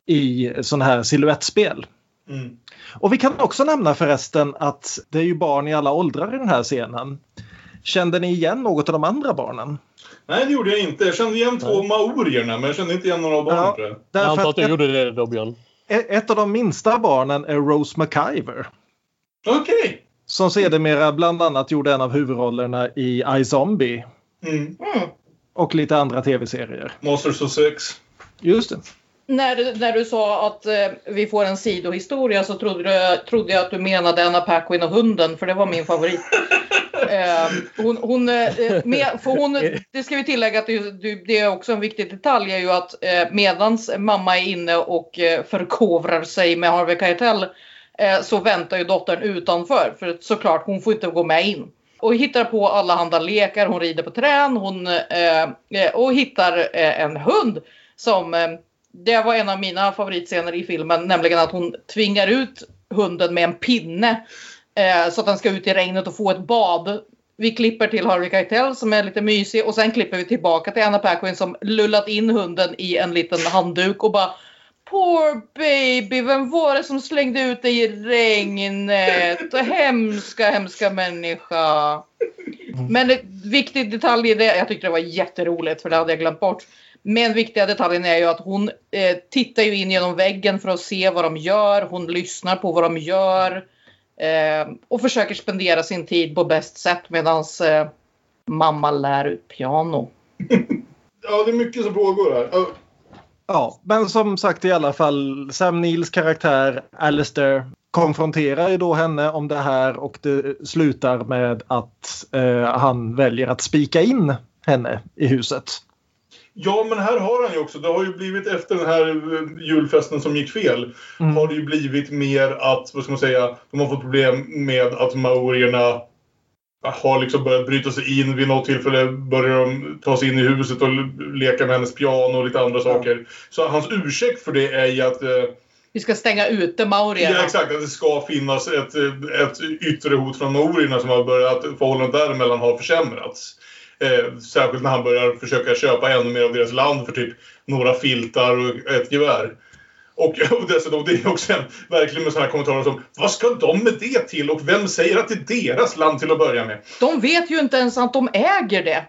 i sån här silhuettspel. Mm. Och vi kan också nämna förresten att det är ju barn i alla åldrar i den här scenen. Kände ni igen något av de andra barnen? Nej, det gjorde jag inte. Jag kände igen två maorierna, men jag kände inte igen några av barnen. Ja, jag antar att du gjorde det då, Björn. Ett av de minsta barnen är Rose McIver. Okej. Okay. Som sedermera bland annat gjorde en av huvudrollerna i iZombie. Mm. Mm. Och lite andra tv-serier. Monsters of Sex. Just det. När du, när du sa att eh, vi får en sidohistoria så trodde jag, trodde jag att du menade Anna Paquin och hunden, för det var min favorit. eh, hon, hon, eh, med, för hon, det ska vi tillägga att det, det är också en viktig detalj är ju att eh, medans mamma är inne och eh, förkovrar sig med Harvey Keitel eh, så väntar ju dottern utanför, för såklart hon får inte gå med in. Och hittar på alla handa lekar, hon rider på trän, hon, eh, och hittar eh, en hund som... Eh, Det var en av mina favoritscener i filmen, nämligen att hon tvingar ut hunden med en pinne eh, så att den ska ut i regnet och få ett bad. Vi klipper till Harvey Keitel som är lite mysig och sen klipper vi tillbaka till Anna Paquin som lullat in hunden i en liten handduk och bara poor baby, vem var det som slängde ut dig i regnet? Hemska, hemska människa. Men en viktig detalj i det, jag tyckte det var jätteroligt för det hade jag glömt bort. Men viktiga detaljen är ju att hon eh, tittar ju in genom väggen för att se vad de gör. Hon lyssnar på vad de gör. Eh, och försöker spendera sin tid på bäst sätt medan eh, mamma lär ut piano. Ja, det är mycket som pågår här. Oh. Ja, men som sagt i alla fall Sam Neils karaktär Alistair konfronterar ju då henne om det här och det slutar med att eh, han väljer att spika in henne i huset. Ja, men här har han ju också, det har ju blivit efter den här julfesten som gick fel, mm. har det ju blivit mer att, vad ska man säga, de har fått problem med att maorierna har liksom börjat bryta sig in. Vid något tillfälle börjar de ta sig in i huset och leka med hennes piano och lite andra saker. Så hans ursäkt för det är ju att eh, vi ska stänga ute maorierna. Ja, exakt, att det ska finnas ett, ett yttre hot från maorierna som har börjat, förhållandet däremellan har försämrats. Eh, särskilt när han börjar försöka köpa ännu mer av deras land för typ några filtar och ett gevär. Och, och dessutom, det är också en, verkligen med sådana här kommentarer som, vad ska de med det till? Och vem säger att det är deras land till att börja med? De vet ju inte ens att de äger det.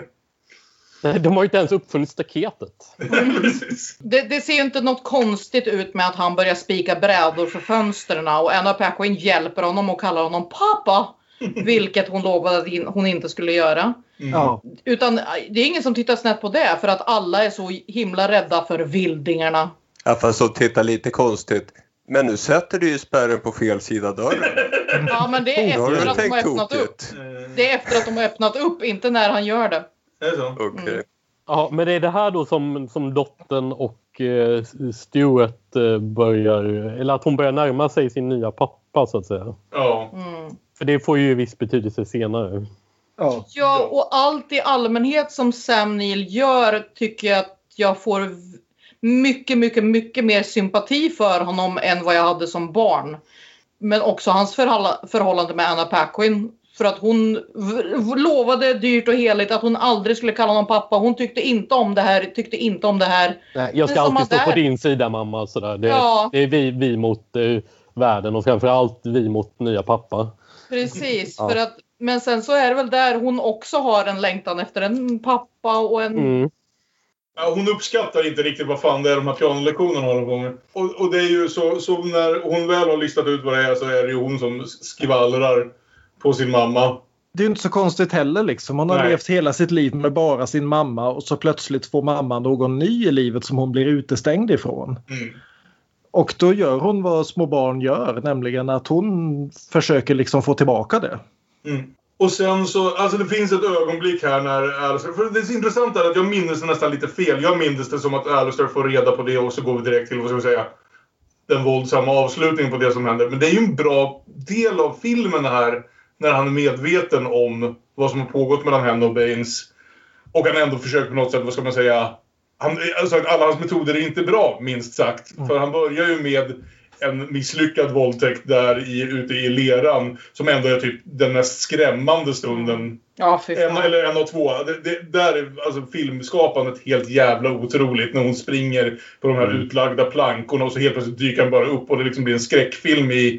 Nej, de har ju inte ens uppfunnit staketet. Mm. det, det ser ju inte något konstigt ut med att han börjar spika brädor för fönstren och Anna Paquin hjälper honom och kallar honom pappa. Vilket hon lovade att hon inte skulle göra. Mm. Utan det är ingen som tittar snett på det, för att alla är så himla rädda för vildingarna. Ja, fast så tittar lite konstigt. Men nu sätter du ju spärren på fel sida dörren. Ja, men det är oh, efter att de har öppnat tokigt. upp. Det är efter att de har öppnat upp, inte när han gör det. Är det så? Okej. Okay. Mm. Ja, men det är det här då som, som dottern och eh, Stuart eh, börjar, eller att hon börjar närma sig sin nya pappa så att säga. Ja. Mm. För det får ju viss betydelse senare. Ja. Ja, och allt i allmänhet som Sam Neill gör tycker jag att jag får mycket, mycket, mycket mer sympati för honom än vad jag hade som barn. Men också hans förhåll- förhållande med Anna Paquin. För att hon v- lovade dyrt och heligt att hon aldrig skulle kalla honom pappa. Hon tyckte inte om det här, tyckte inte om det här. Nej, jag ska alltid stå där på din sida, mamma. Sådär. Det, ja. det är vi, vi mot eh, världen och framförallt vi mot nya pappa. Precis, ja. för att, men sen så är det väl där hon också har en längtan efter en pappa och en... Mm. Ja, hon uppskattar inte riktigt vad fan det är de här pianolektionerna håller på med. Och, och det är ju så, så när hon väl har listat ut vad det är så är det ju hon som skvallrar på sin mamma. Det är ju inte så konstigt heller liksom. Hon har Nej. levt hela sitt liv med bara sin mamma och så plötsligt får mamma någon ny i livet som hon blir utestängd ifrån. Mm. Och då gör hon vad små barn gör, nämligen att hon försöker liksom få tillbaka det. Mm. Och sen så, alltså det finns ett ögonblick här när Alistair, för det är så intressant är att jag minns det nästan lite fel. Jag minns det som att Alistair får reda på det och så går vi direkt till, vad ska vi säga, den våldsamma avslutningen på det som händer. Men det är ju en bra del av filmen här när han är medveten om vad som har pågått mellan henne och Baines. Och han ändå försöker på något sätt, vad ska man säga, han, alltså alla hans metoder är inte bra, minst sagt. Mm. För han börjar ju med en misslyckad våldtäkt där i, ute i leran som ändå är typ den mest skrämmande stunden. Ja, fy fan. En, eller en av två. Det, det, där är alltså filmskapandet helt jävla otroligt när hon springer på de här mm. utlagda plankorna och så helt plötsligt dyker han bara upp och det liksom blir en skräckfilm i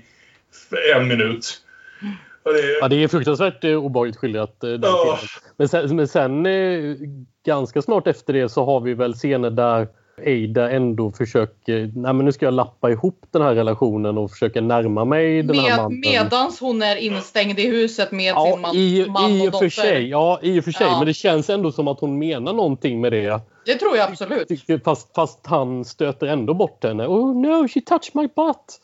en minut. Det är... Ja, det är fruktansvärt obehagligt skildrat. Den ja. Men sen, men sen ganska snart efter det så har vi väl scener där Ada ändå försöker, nej men nu ska jag lappa ihop den här relationen och försöka närma mig den med, här mannen. Medans hon är instängd i huset med ja, sin man, i, man i och och för sig, Ja, i och för sig. Ja. Men det känns ändå som att hon menar någonting med det. Det tror jag absolut. Fast, fast han stöter ändå bort henne. Oh no, she touched my butt.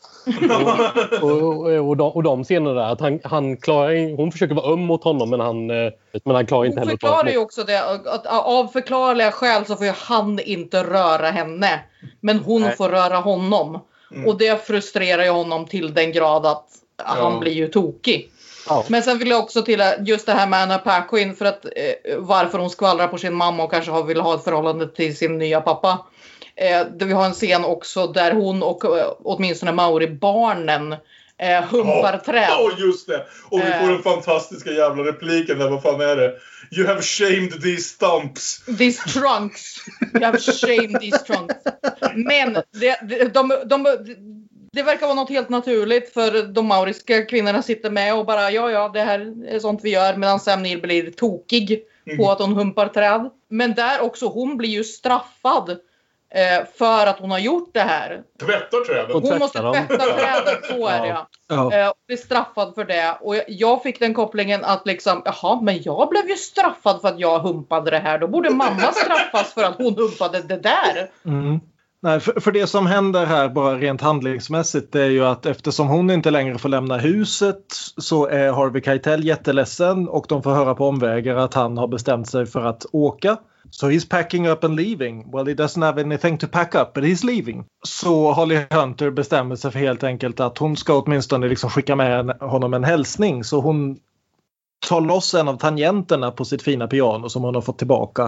och, och, och, de, och de scenerna där, att han, han klarar, hon försöker vara öm mot honom men han, men han klarar inte hon heller. Hon förklarar ju också det, att av förklarliga skäl så får ju han inte röra henne. Men hon Nej. får röra honom. Mm. Och det frustrerar ju honom till den grad att ja. han blir ju tokig. Ja. Men sen vill jag också till just det här med Anna Paquin, för att eh, varför hon skvallrar på sin mamma och kanske vill ha ett förhållande till sin nya pappa. Eh, där vi har en scen också där hon och eh, åtminstone Maori-barnen eh, humpar oh, träd. Ja, oh, just det. Och vi får den fantastiska jävla repliken där, vad fan är det? You have shamed these stumps. These trunks. You have shamed these trunks. Men det, de, de, de, de Det verkar vara något helt naturligt för de mauriska kvinnorna sitter med och bara ja ja det här är sånt vi gör, medan Sam Neill blir tokig mm. på att hon humpar träd. Men där också, hon blir ju straffad eh, för att hon har gjort det här. Tvättar träden. Hon, hon måste tvätta träden, så är det ja. ja. Eh, och blir straffad för det. Och jag fick den kopplingen att liksom, jaha men jag blev ju straffad för att jag humpade det här. Då borde mamma straffas för att hon humpade det där. Mm. Nej, för, för det som händer här bara rent handlingsmässigt, det är ju att eftersom hon inte längre får lämna huset så är Harvey Keitel jätteledsen och de får höra på omvägar att han har bestämt sig för att åka. So he's packing up and leaving. Well, he doesn't have anything to pack up, but he's leaving. Så Holly Hunter bestämmer sig för helt enkelt att hon ska åtminstone liksom skicka med honom en hälsning. Så hon tar loss en av tangenterna på sitt fina piano som hon har fått tillbaka.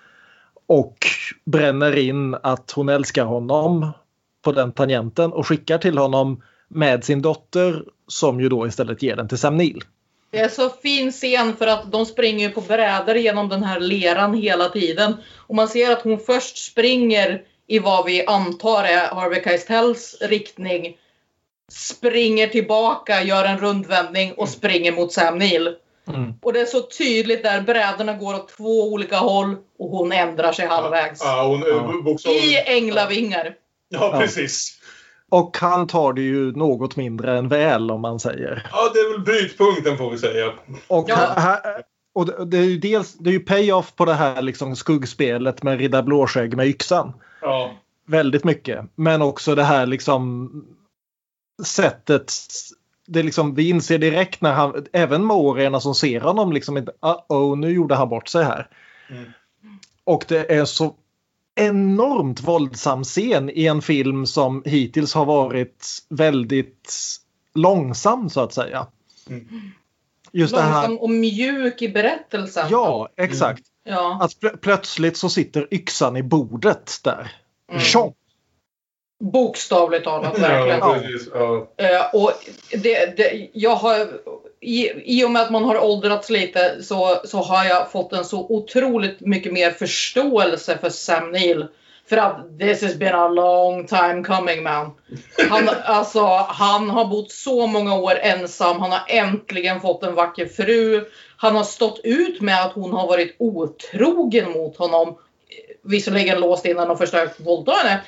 Och bränner in att hon älskar honom på den tangenten och skickar till honom med sin dotter som ju då istället ger den till Sam Neill. Det är så fin scen för att de springer på brädor genom den här leran hela tiden. Och man ser att hon först springer i vad vi antar är Harvey Keitels riktning. Springer tillbaka, gör en rundvändning och springer mot Sam Neill. Mm. Och det är så tydligt där brädorna går åt två olika håll och hon ändrar sig halvvägs. Ja, hon, ja. Bokstavligt. I änglavingar. Ja, precis. Och han tar det ju något mindre än väl om man säger. Ja, det är väl brytpunkten får vi säga. Och, ja. här, här, och det är ju dels det är ju payoff på det här liksom skuggspelet med Riddar Blåskägg med yxan. Ja. Väldigt mycket. Men också det här liksom sättet. Det är liksom, vi inser direkt när han, även Morena som ser honom liksom inte, oh, nu gjorde han bort sig här. Mm. Och det är så enormt våldsam scen i en film som hittills har varit väldigt långsam så att säga. Mm. Just långsam det här, och mjuk i berättelsen. Ja, exakt. Mm. Ja. Att pl- plötsligt så sitter yxan i bordet där. Mm. Tjong. Bokstavligt talat, verkligen. Ja, precis. Ja. Uh, och det, det, jag har, i, i och med att man har åldrats lite så, så har jag fått en så otroligt mycket mer förståelse för Sam Neill. För att this has been a long time coming, man. Han, alltså, han har bott så många år ensam. Han har äntligen fått en vacker fru. Han har stått ut med att hon har varit otrogen mot honom. Visserligen låst innan och försökt våldta henne.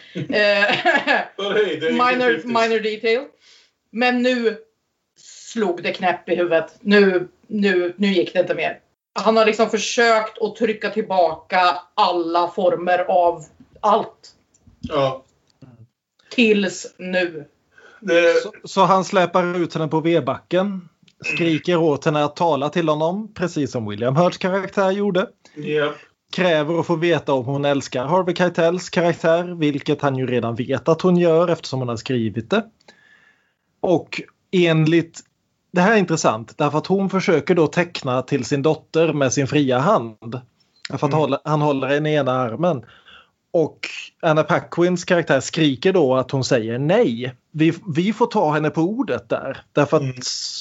minor, minor detail. Men nu slog det knäpp i huvudet. Nu, nu, nu gick det inte mer. Han har liksom försökt att trycka tillbaka alla former av allt. Ja. Tills nu. Det... Så, så han släpar ut henne på vedbacken. Skriker åt henne att tala till honom. Precis som William Hurts karaktär gjorde. Yep. Kräver att få veta om hon älskar Harvey Keitels karaktär. Vilket han ju redan vet att hon gör eftersom hon har skrivit det. Och enligt... Det här är intressant. Därför att hon försöker då teckna till sin dotter med sin fria hand. Därför att mm. han håller den i ena armen. Och Anna Paquins karaktär skriker då att hon säger nej. Vi, vi får ta henne på ordet där. Därför att... Mm.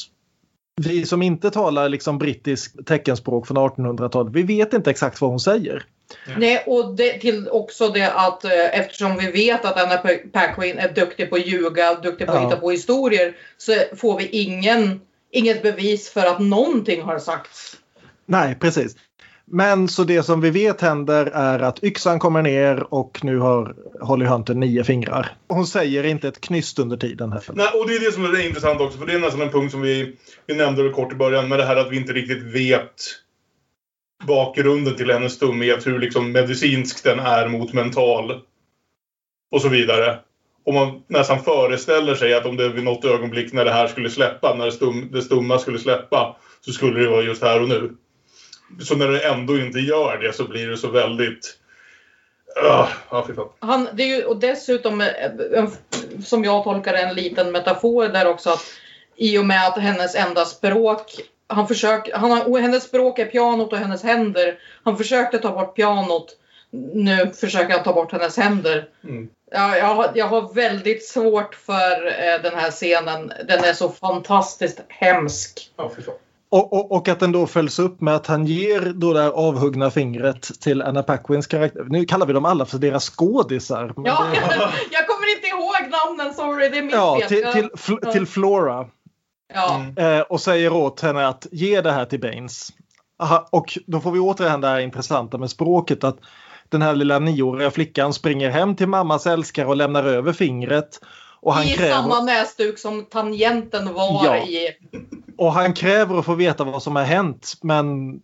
Vi som inte talar liksom brittisk teckenspråk från artonhundratalet, vi vet inte exakt vad hon säger. Mm. Nej, och det, till också det att eh, eftersom vi vet att Anna Paquin är duktig på att ljuga, duktig på att ja. hitta på historier, så får vi ingen, inget bevis för att någonting har sagts. Nej, precis. Men så det som vi vet händer är att yxan kommer ner och nu har Holly Hunter nio fingrar. Hon säger inte ett knyst under tiden här. Nej, och det är det som är intressant också, för det är nästan en punkt som vi, vi nämnde kort i början med det här att vi inte riktigt vet bakgrunden till hennes stumhet, hur liksom medicinskt den är mot mental och så vidare. Och man nästan föreställer sig att om det vid något ögonblick när det här skulle släppa, när det, stum, det stumma skulle släppa, så skulle det vara just här och nu. Så när det ändå inte gör det så blir det så väldigt... Uh, ja, fy fan. Han, det är ju, och dessutom, en, som jag tolkar en liten metafor där också, att i och med att hennes enda språk... Han försöker, han har, och hennes språk är pianot och hennes händer. Han försökte ta bort pianot. Nu försöker han ta bort hennes händer. Mm. Ja, jag, har, jag har väldigt svårt för eh, den här scenen. Den är så fantastiskt hemsk. Ja, fy fan. Och, och, och att den då följs upp med att han ger då det avhuggna fingret till Anna Paquins karaktär. Nu kallar vi dem alla för deras skådisar. Ja, det... jag kommer inte ihåg namnen, sorry, det är mitt ja, fel. Till, till, fl- till Flora. Ja. Eh, och säger åt henne att ge det här till Baines. Aha, och då får vi återigen det här intressanta med språket, att den här lilla nioåriga flickan springer hem till mammas älskare och lämnar över fingret. Och han I kräver... samma näsduk som tangenten var ja. i. Och han kräver att få veta vad som har hänt, men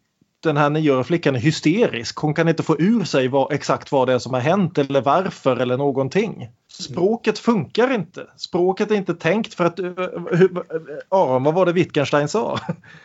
den här nioåriga flickan är hysterisk. Hon kan inte få ur sig vad, exakt vad det är som har hänt eller varför eller någonting. Språket funkar inte. Språket är inte tänkt för att... Hur, Aron, vad var det Wittgenstein sa?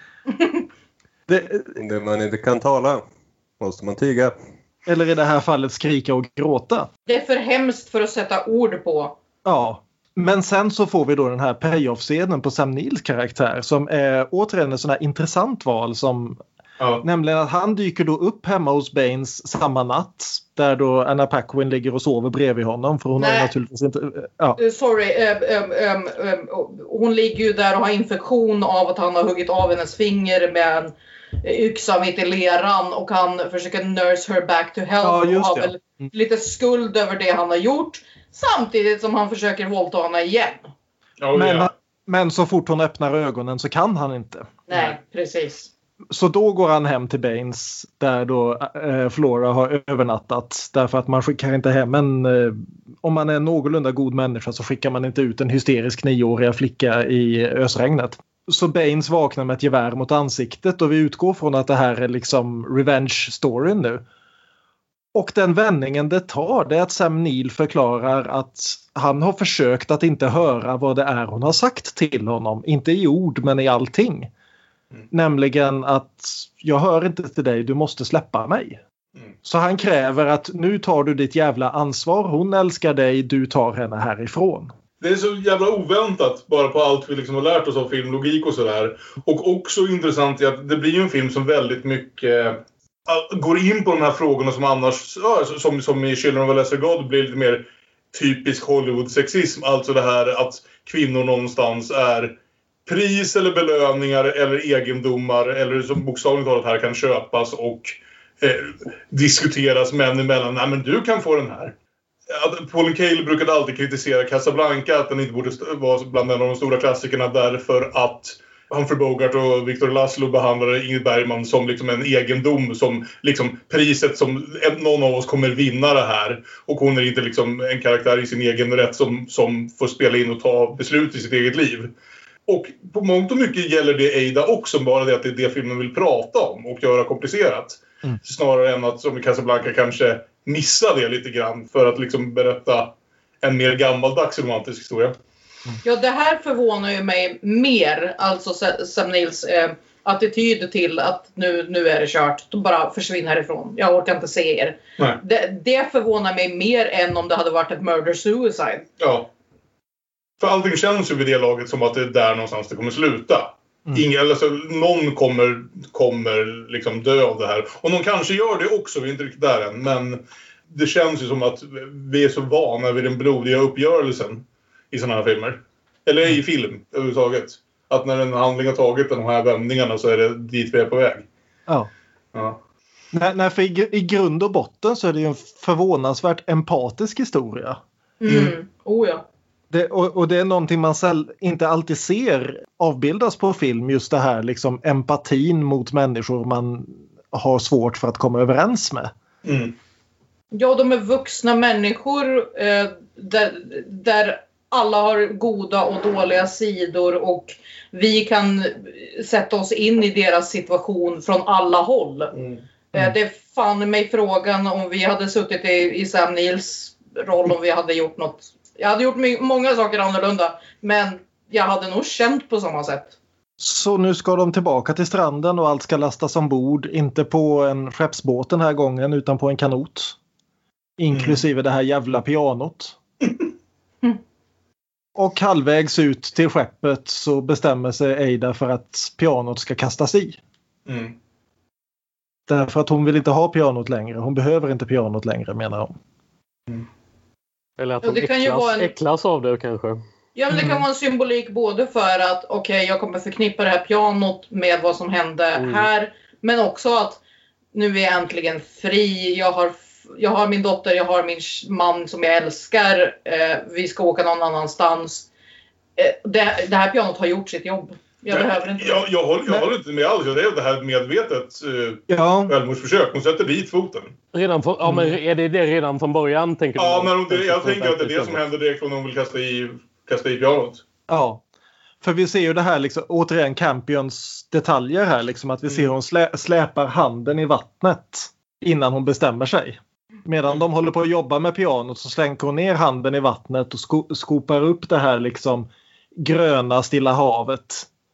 det, det man inte kan tala måste man tiga. Eller i det här fallet skrika och gråta. Det är för hemskt för att sätta ord på. Ja. Men sen så får vi då den här payoff-scenen på Sam Neills karaktär som är återigen en sån här intressant val som ja. Nämligen att han dyker då upp hemma hos Baines samma natt där då Anna Paquin ligger och sover bredvid honom för hon Nej. har naturligtvis inte... Ja. Sorry, um, um, um, hon ligger ju där och har infektion av att han har huggit av hennes finger med en yxa mitt i leran och han försöker nurse her back to health ja, och har väl mm. lite skuld över det han har gjort. Samtidigt som han försöker våldta henne igen. Oh, men, yeah. men så fort hon öppnar ögonen så kan han inte. Nej, precis. Så då går han hem till Baines där då eh, Flora har övernattat. Därför att man skickar inte hem en... Eh, om man är en någorlunda god människa så skickar man inte ut en hysterisk nioåriga flicka i ösregnet. Så Baines vaknar med ett gevär mot ansiktet och vi utgår från att det här är liksom revenge-storyn nu. Och den vändningen det tar det är att Sam Neill förklarar att han har försökt att inte höra vad det är hon har sagt till honom. Inte i ord men i allting. Mm. Nämligen att jag hör inte till dig, du måste släppa mig. Mm. Så han kräver att nu tar du ditt jävla ansvar, hon älskar dig, du tar henne härifrån. Det är så jävla oväntat bara på allt vi liksom har lärt oss av filmlogik och sådär. Och också intressant är att det blir en film som väldigt mycket går in på de här frågorna som annars, ja, som, som i Children of a Lesser God blir lite mer typisk Hollywood-sexism. Alltså det här att kvinnor någonstans är pris eller belöningar eller egendomar eller som bokstavligt talat här kan köpas och eh, diskuteras män emellan. Nej men du kan få den här. Att Pauline Kael brukade alltid kritisera Casablanca att den inte borde vara bland en av de stora klassikerna därför att Humphrey Bogart och Victor Laszlo behandlade Ingrid Bergman som liksom en egendom, som liksom priset som någon av oss kommer vinna det här. Och hon är inte liksom en karaktär i sin egen rätt som, som får spela in och ta beslut i sitt eget liv. Och på mångt och mycket gäller det Ada också, bara det att det är det filmen vill prata om och göra komplicerat. Mm. Snarare än att som i Casablanca kanske missa det lite grann för att liksom berätta en mer gammaldags romantisk historia. Ja, det här förvånar ju mig mer, alltså Sam Neills eh, attityd till att nu, nu är det kört, de bara försvinner härifrån. Jag orkar inte se er. Det, det förvånar mig mer än om det hade varit ett murder-suicide. Ja. För allting känns ju vid det laget som att det är där någonstans det kommer sluta. Mm. Ingen, alltså, någon kommer, kommer liksom dö av det här. Och någon kanske gör det också, vi är inte riktigt där än. Men det känns ju som att vi är så vana vid den blodiga uppgörelsen i sådana här filmer. Eller i film överhuvudtaget. Att när en handling har tagit de här vändningarna så är det dit vi är på väg. Ja. Ja. Nej, nej, för i, i grund och botten så är det ju en förvånansvärt empatisk historia. Mm. Mm. Oh ja. Det, och, och det är någonting man säl, inte alltid ser avbildas på film. Just det här liksom empatin mot människor man har svårt för att komma överens med. Mm. Ja, de är vuxna människor eh, där, där alla har goda och dåliga sidor och vi kan sätta oss in i deras situation från alla håll. Mm. Eh, det är fan mig frågan om vi hade suttit i, i Sam Neills roll, om vi hade gjort något. Jag hade gjort my- många saker annorlunda, men jag hade nog känt på samma sätt. Så nu ska de tillbaka till stranden och allt ska lastas ombord, inte på en skeppsbåt den här gången utan på en kanot. Inklusive mm. det här jävla pianot. Mm. Och halvvägs ut till skeppet så bestämmer sig Ada för att pianot ska kastas i. Mm. Därför att hon vill inte ha pianot längre. Hon behöver inte pianot längre, menar hon. Mm. Eller att hon ja, äcklas, en... äcklas av det kanske. Ja, men det kan mm. vara en symbolik både för att okej, okay, jag kommer förknippa det här pianot med vad som hände mm. här. Men också att nu är jag äntligen fri. Jag har, jag har min dotter, jag har min man som jag älskar. Eh, vi ska åka någon annanstans. Eh, det, det här pianot har gjort sitt jobb. Jag men, behöver inte. Jag, jag, håller, jag håller inte med alls. Det är det här medvetet eh, ja. självmordsförsök. Hon sätter dit foten. Redan för, ja, men är det det redan från början? Tänker ja, du? men det, jag tänker att det är det som händer direkt när hon vill kasta i, kasta i pianot. Ja. För vi ser ju det här liksom, återigen Campions detaljer här liksom, att vi ser hon slä, släpar handen i vattnet innan hon bestämmer sig. Medan de håller på att jobba med pianot så slänker hon ner handen i vattnet och sko, skopar upp det här liksom gröna stilla havet.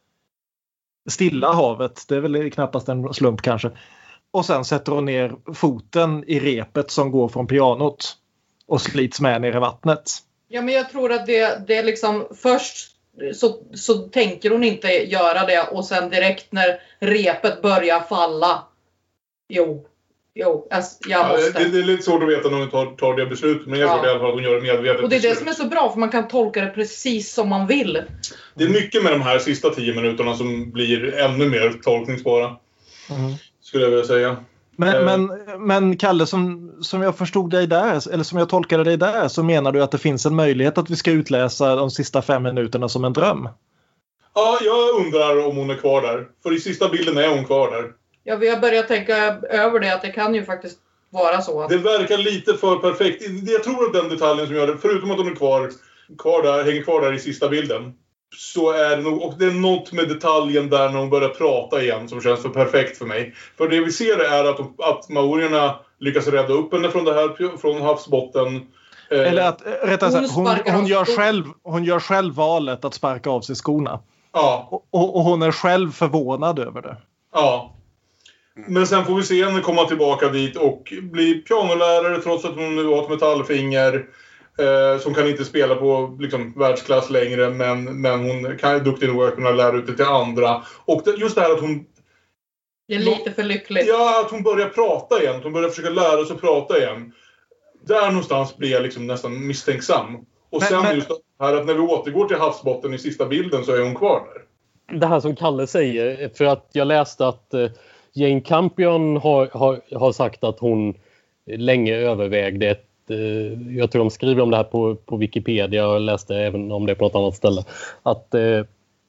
Stilla havet, det är väl knappast en slump kanske. Och sen sätter hon ner foten i repet som går från pianot och slits med ner i vattnet. Ja, men jag tror att det, det är liksom först så, så tänker hon inte göra det och sen direkt när repet börjar falla. Jo, jo, alltså, jag måste. Ja, det, det är lite svårt att veta när hon tar, tar det beslutet, men jag tror ja. i alla fall att hon gör det medvetet. Och det är det som är så bra, för man kan tolka det precis som man vill. Det är mycket med de här sista tio minuterna som blir ännu mer tolkningsbara. Mm. Skulle jag vilja säga. Men, uh, men, men Kalle, som, som jag förstod dig där, eller som jag tolkade dig där, så menar du att det finns en möjlighet att vi ska utläsa de sista fem minuterna som en dröm? Ja, jag undrar om hon är kvar där. För i sista bilden är hon kvar där. Ja, vi har börjat tänka över det, att det kan ju faktiskt vara så. Att... Det verkar lite för perfekt. Jag tror att den detaljen som gör det, förutom att hon är kvar, kvar där, hänger kvar där i sista bilden, så är det nog, och det är något med detaljen där när hon börjar prata igen som känns för perfekt för mig. För det vi ser är att, att maorierna lyckas rädda upp henne från det här, från havsbotten. Eller att, rättare sagt, hon, hon, gör själv, hon gör själv valet att sparka av sig skorna. Ja. Och, och, och hon är själv förvånad över det. Ja. Men sen får vi se henne komma tillbaka dit och bli pianolärare trots att hon nu har ett metallfinger. Eh, som kan inte spela på liksom, världsklass längre, men, men hon kan, är duktig nog att kunna lära ut det till andra. Och det, just det här att hon... Det är lite för lyckligt. Ja, att hon börjar prata igen. Att hon börjar försöka lära sig att prata igen. Där någonstans blir jag liksom nästan misstänksam. Och men, sen men... just det här att när vi återgår till havsbotten i sista bilden så är hon kvar där. Det här som Kalle säger, för att jag läste att eh, Jane Campion har, har, har sagt att hon länge övervägde ett, eh, jag tror de skriver om det här på, på Wikipedia och läste även om det på något annat ställe, att eh,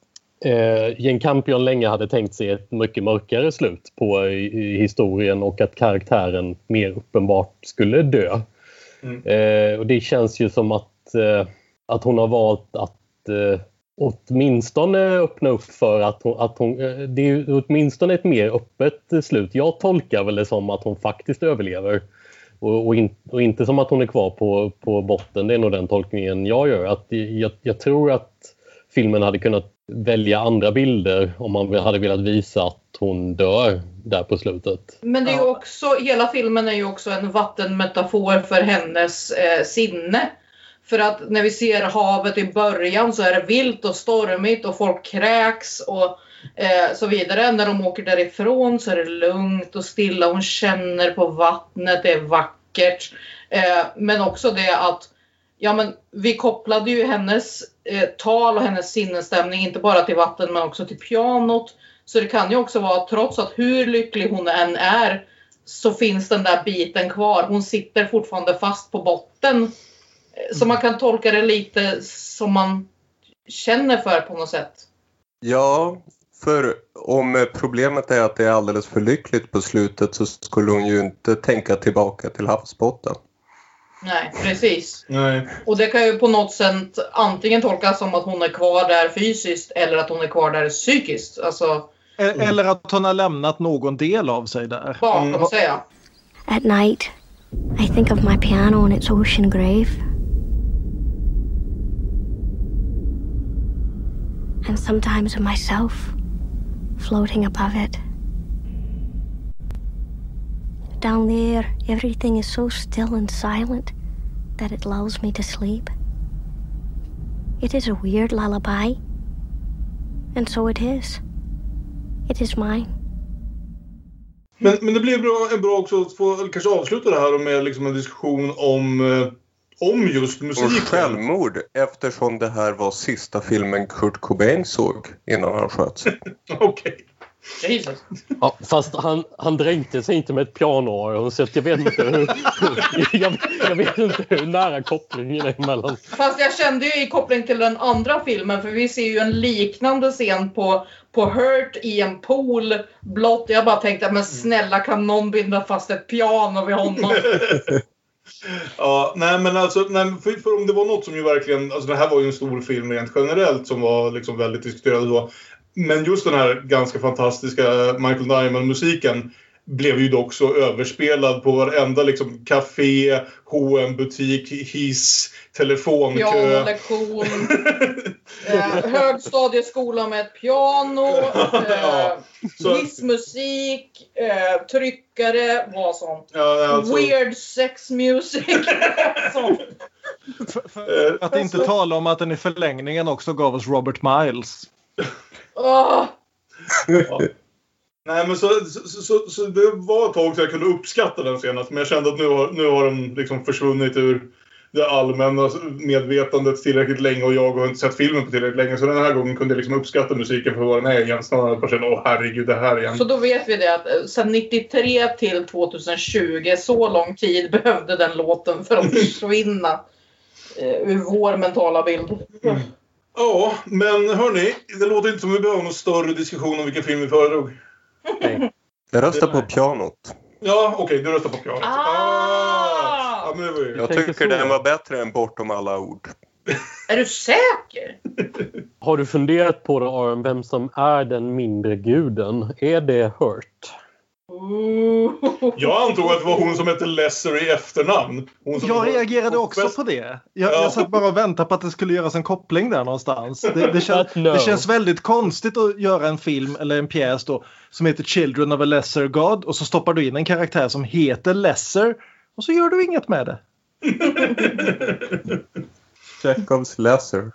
eh, Jane Campion länge hade tänkt sig ett mycket mörkare slut på i, i historien och att karaktären mer uppenbart skulle dö. Mm. Eh, och det känns ju som att, eh, att hon har valt att eh, åtminstone öppna upp för att hon, att hon, det är åtminstone ett mer öppet slut. Jag tolkar väl det som att hon faktiskt överlever och, och, in, och inte som att hon är kvar på, på botten. Det är nog den tolkningen jag gör. Att jag, jag tror att filmen hade kunnat välja andra bilder om man hade velat visa att hon dör där på slutet. Men det är ju också, hela filmen är ju också en vattenmetafor för hennes eh, sinne. För att när vi ser havet i början så är det vilt och stormigt och folk kräks och eh, så vidare. När de åker därifrån så är det lugnt och stilla. Hon känner på vattnet, det är vackert. Eh, men också det att ja, men vi kopplade ju hennes eh, tal och hennes sinnesstämning inte bara till vatten men också till pianot. Så det kan ju också vara att trots att hur lycklig hon än är så finns den där biten kvar. Hon sitter fortfarande fast på botten. Så man kan tolka det lite som man känner för på något sätt. Ja, för om problemet är att det är alldeles för lyckligt på slutet så skulle hon ju inte tänka tillbaka till havsbotten. Nej, precis. Nej. Och det kan ju på något sätt antingen tolkas som att hon är kvar där fysiskt eller att hon är kvar där psykiskt. Alltså, eller att hon har lämnat någon del av sig där. Bakom mm. säger jag. At night, I think of my piano and its ocean grave. And sometimes of myself, floating above it. Down there, everything is so still and silent that it lulls me to sleep. It is a weird lullaby. And so it is. It is mine. Men, men det blir bra, bra också att få kanske avsluta det här med liksom en diskussion om... Eh... Om just musik. Och självmord, eftersom det här var sista filmen Kurt Cobain såg innan han sköts. Okej. Okay. Ja, fast han, han dränkte sig inte med ett piano. Så jag vet inte hur, jag, jag vet inte hur nära kopplingen är emellan. Fast jag kände ju i koppling till den andra filmen. För vi ser ju en liknande scen på, på Hurt i en pool. Blott. Jag bara tänkte, men snälla kan någon binda fast ett piano vid honom? Ja, nej men alltså, nej, för, för om det var något som ju verkligen, alltså det här var ju en stor film rent generellt som var liksom väldigt diskuterad då. Men just den här ganska fantastiska Michael Nyman-musiken blev ju dock så överspelad på varenda liksom café, H och M-butik, hiss, telefonkö. Pianolektion, eh, högstadieskola med ett piano, eh, hissmusik, eh, tryckare, vad sånt. Ja, alltså... Weird sex music. sånt. För, för att inte tala om att den i förlängningen också gav oss Robert Miles. Oh. Ja. Nej, men så, så, så, så det var ett tag så jag kunde uppskatta den senast. Men jag kände att nu har, nu har den liksom försvunnit ur det allmänna medvetandet tillräckligt länge. Och jag har inte sett filmen på tillräckligt länge. Så den här gången kunde jag liksom uppskatta musiken för vad den är igen. Snarare att bara känna, åh herregud, det här igen. Så då vet vi det att sedan nittiotre till tjugohundratjugo, så lång tid behövde den låten för att försvinna eh, ur vår mentala bild. Mm. Ja, men hörni, det låter inte som vi behöver någon större diskussion om vilken film vi föredrog. Nej. Jag röstar på pianot. Ja, okej, okay, du röstar på pianot. Ah! Ah! Ja, men det var ju... Jag tycker den var bättre än Bortom alla ord. Är du säker? Har du funderat på det, Aron, vem som är den mindre guden? Är det Hurt? Jag antog att det var hon som hette Lesser i efternamn. Hon som jag reagerade också bäst... på det. Jag, ja. jag satt bara och väntade på att det skulle göras en koppling där någonstans. Det, det, känns, det känns väldigt konstigt att göra en film eller en pjäs då, som heter Children of a Lesser God, och så stoppar du in en karaktär som heter Lesser och så gör du inget med det. Chekhovs Lesser.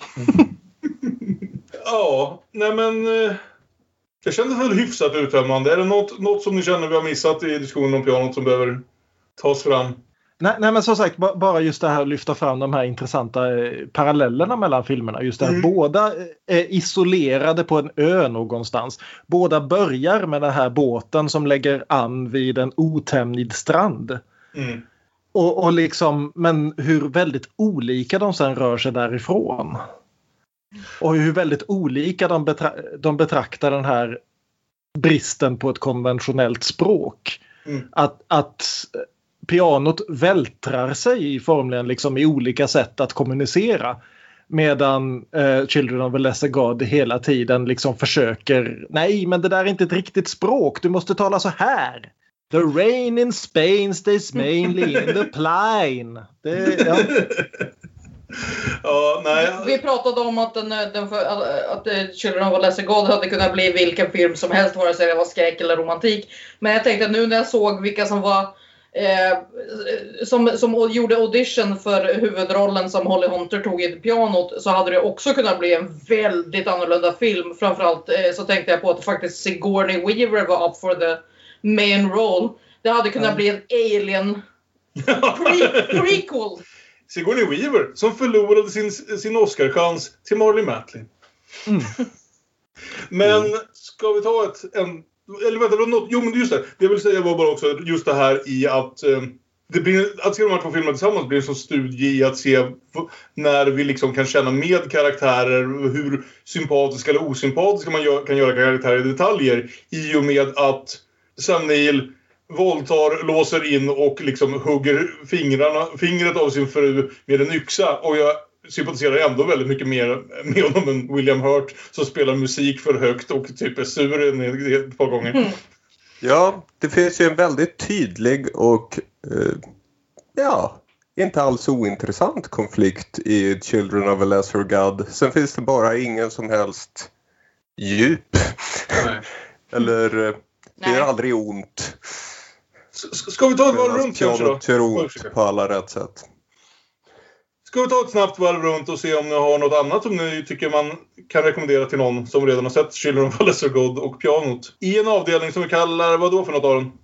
Ja, nej men... Jag kände väl hyfsat uttömmande. Är det något, något som ni känner vi har missat i diskussionen om pianot som behöver tas fram? Nej, nej men som sagt, b- bara just det här att lyfta fram de här intressanta eh, parallellerna mellan filmerna. Just det här, mm. båda är isolerade på en ö någonstans. Båda börjar med den här båten som lägger an vid en otämjd strand. Mm. Och, och liksom, men hur väldigt olika de sen rör sig därifrån. Och hur väldigt olika de, betra- de betraktar den här bristen på ett konventionellt språk. Mm. Att, att pianot vältrar sig i formligen liksom i olika sätt att kommunicera. Medan eh, Children of a Lesser God hela tiden liksom försöker, nej men det där är inte ett riktigt språk, du måste tala så här. The rain in Spain stays mainly in the plain. Det, ja. Ja, nej. Vi pratade om att, den, den för, att Children of a Lesser God hade kunnat bli vilken film som helst, vare sig det var skräck eller romantik. Men jag tänkte att nu när jag såg vilka som var eh, som, som gjorde audition för huvudrollen som Holly Hunter tog i pianot, så hade det också kunnat bli en väldigt annorlunda film. Framförallt eh, så tänkte jag på att faktiskt Sigourney Weaver var up for the main role. Det hade kunnat mm. bli en alien pre- prequel. Sigourney Weaver som förlorade sin, sin Oscar-chans till Marley Matlin. Mm. Men ska vi ta ett... En, eller vänta, något, jo men just det. Det vill säga var bara också just det här i att... Eh, det blir, att se de här två filmerna tillsammans blir en sån studie i att se när vi liksom kan känna med karaktärer, hur sympatiska eller osympatiska man gör, kan göra karaktärer i detaljer. I och med att Sam Neill våldtar, låser in och liksom hugger fingrarna, fingret av sin fru med en yxa. Och jag sympatiserar ändå väldigt mycket mer med honom än William Hurt som spelar musik för högt och typ är sur ett par gånger. Mm. Ja, det finns ju en väldigt tydlig och eh, ja, inte alls ointressant konflikt i Children of a Lesser God. Sen finns det bara ingen som helst djup. Nej. Eller eh, det gör aldrig ont. Ska vi ta ett varv runt kanske då? Tror på alla rätt sätt. Ska vi ta ett snabbt varv runt och se om ni har något annat som ni tycker man kan rekommendera till någon som redan har sett Children of a Lesser God och pianot. I en avdelning som vi kallar, vad då för något av dem?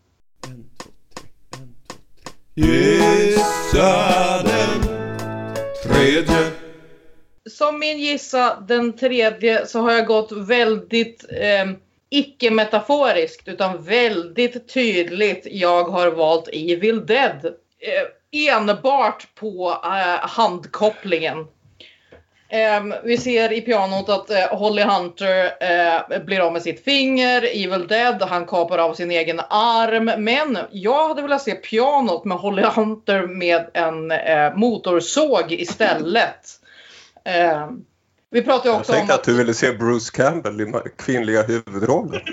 Gissa den tredje. Som min gissa den tredje så har jag gått väldigt... Eh, icke-metaforiskt utan väldigt tydligt. Jag har valt Evil Dead. Eh, enbart på eh, handkopplingen. Um, vi ser i pianot att uh, Holly Hunter uh, blir av med sitt finger. Evil Dead, han kapar av sin egen arm. Men jag hade velat se pianot med Holly Hunter med en uh, motorsåg istället. Uh, vi pratade också jag tänkte om att du ville se Bruce Campbell i kvinnliga huvudrollen.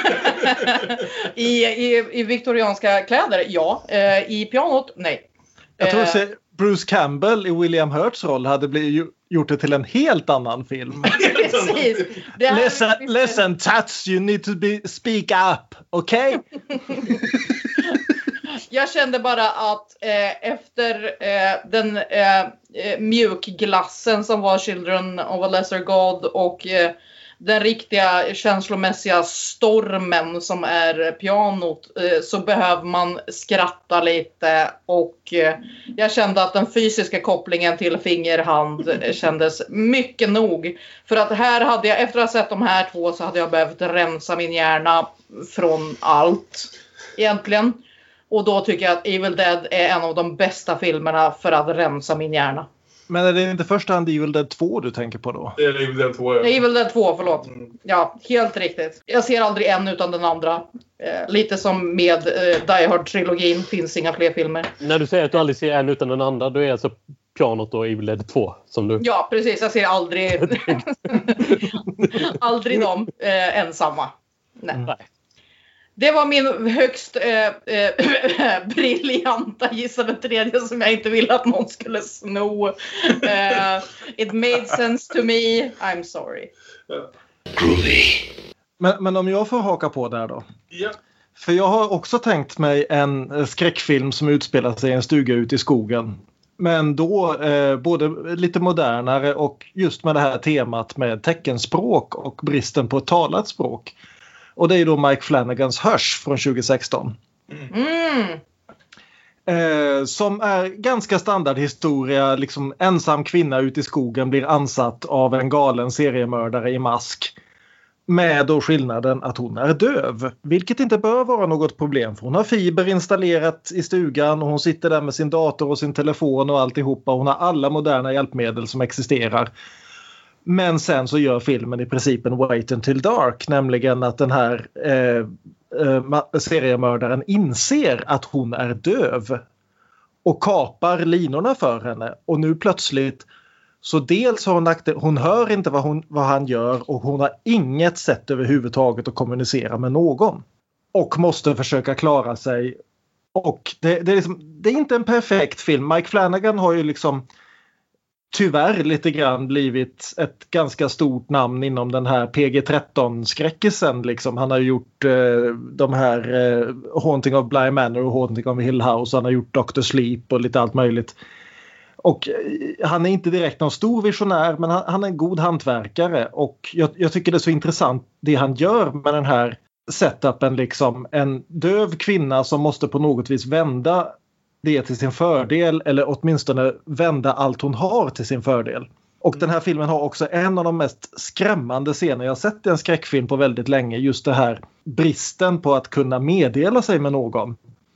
I, i, I viktorianska kläder, ja. Uh, I pianot, nej. Jag tror att Bruce Campbell i William Hurts roll hade blivit gjort det till en helt annan film. Precis. Listen, listen, Tats, you need to be, speak up, okay? Jag kände bara att eh, efter eh, den eh, mjukglassen som var Children of a Lesser God och eh, den riktiga känslomässiga stormen som är pianot, eh, så behöver man skratta lite, och eh, jag kände att den fysiska kopplingen till fingerhand kändes mycket nog. För att här hade jag, efter att ha sett de här två, så hade jag behövt rensa min hjärna från allt egentligen. Och då tycker jag att Evil Dead är en av de bästa filmerna för att rensa min hjärna. Men är det inte första hand Evil Dead två du tänker på då? Det är Evil Dead två, ja. Evil Dead två, förlåt. Mm. Ja, helt riktigt. Jag ser aldrig en utan den andra. Eh, lite som med eh, Die Hard-trilogin, finns inga fler filmer. När du säger att du aldrig ser en utan den andra, då är alltså pianot och Evil Dead två som du... Ja, precis. Jag ser aldrig aldrig dem eh, ensamma. Nej. Mm. Det var min högst eh, eh, briljanta gissade tredje som jag inte ville att någon skulle sno. Eh, it made sense to me. I'm sorry. Men, men om jag får haka på där då. Ja. För jag har också tänkt mig en skräckfilm som utspelar sig i en stuga ute i skogen. Men då eh, både lite modernare och just med det här temat med teckenspråk och bristen på ett talat språk. Och det är då Mike Flanagans Hush från tjugo sexton. Mm. Eh, som är ganska standardhistoria. Liksom ensam kvinna ute i skogen blir ansatt av en galen seriemördare i mask. Med då skillnaden att hon är döv. Vilket inte bör vara något problem. För hon har fiber installerat i stugan. Och hon sitter där med sin dator och sin telefon och alltihopa. Hon har alla moderna hjälpmedel som existerar. Men sen så gör filmen i princip en Wait Until Dark. Nämligen att den här eh, eh, seriemördaren inser att hon är döv. Och kapar linorna för henne. Och nu plötsligt så dels har hon, akter, hon hör inte vad, hon, vad han gör. Och hon har inget sätt överhuvudtaget att kommunicera med någon. Och måste försöka klara sig. Och det, det, är, liksom, det är inte en perfekt film. Mike Flanagan har ju liksom... tyvärr lite grann blivit ett ganska stort namn inom den här P G tretton-skräckisen. Liksom. Han har gjort eh, de här eh, Haunting of Bly Manor och Haunting of Hill House. Han har gjort Doctor Sleep och lite allt möjligt. Och eh, han är inte direkt någon stor visionär, men han, han är en god hantverkare. Och jag, jag tycker det är så intressant det han gör med den här setupen. Liksom. En döv kvinna som måste på något vis vända det till sin fördel, eller åtminstone vända allt hon har till sin fördel. Och den här filmen har också en av de mest skrämmande scener jag sett i en skräckfilm på väldigt länge. Just det här bristen på att kunna meddela sig med någon.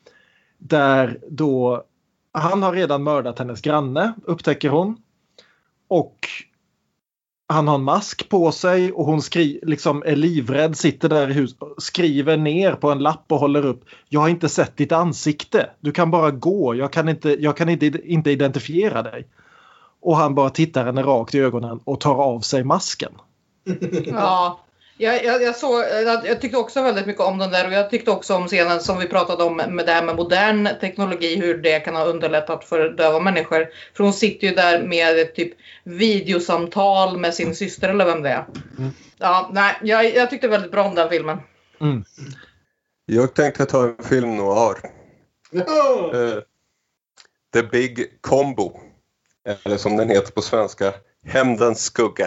Där då han har redan mördat hennes granne, upptäcker hon. Och han har en mask på sig och hon skri- liksom är livrädd, sitter där i huset, skriver ner på en lapp och håller upp. Jag har inte sett ditt ansikte. Du kan bara gå. Jag kan inte, jag kan inte, inte identifiera dig. Och han bara tittar henne rakt i ögonen och tar av sig masken. Ja, jag, jag, jag, såg, jag, jag tyckte också väldigt mycket om den där. Och jag tyckte också om scenen som vi pratade om med det här med modern teknologi. Hur det kan ha underlättat för döva människor. För hon sitter ju där med ett typ videosamtal med sin syster eller vem det är. Mm. Ja, nej, jag, jag tyckte väldigt bra om den filmen. Mm. Jag tänkte ta en film noir. Oh. Uh, The Big Combo. Eller som den heter på svenska, Hämndens skugga.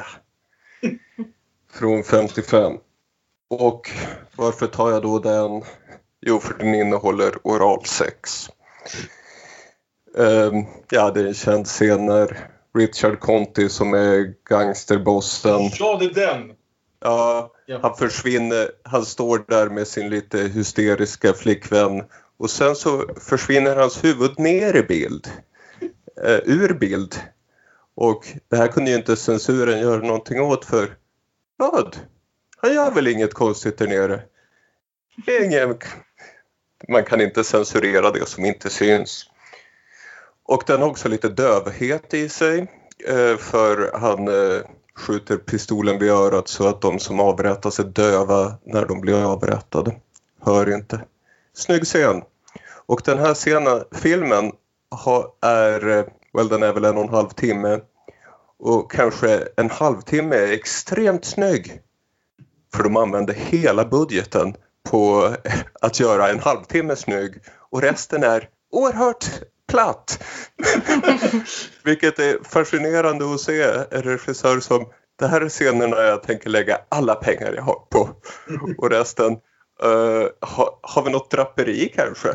Från femtiofem. Och varför tar jag då den? Jo, för den innehåller oralsex. Um, ja, det är en känd scen när Richard Conte som är gangsterbossen. Ja, det är den. Ja, han försvinner. Han står där med sin lite hysteriska flickvän. Och sen så försvinner hans huvud ner i bild. Uh, ur bild. Och det här kunde ju inte censuren göra någonting åt för vad? Han gör väl inget konstigt där nere. Ingen... Man kan inte censurera det som inte syns. Och den har också lite dövhet i sig. För han skjuter pistolen vid örat så att de som avrättas är döva när de blir avrättade. Hör inte. Snygg scen. Och den här scenen, filmen har, är, well, den är väl en och en halv timme. Och kanske en halvtimme är extremt snygg. För de använder hela budgeten på att göra en halvtimme snygg. Och resten är oerhört platt. Vilket är fascinerande att se en regissör som, det här är scenerna jag tänker lägga alla pengar jag har på. Och resten, uh, ha, har vi något draperi kanske?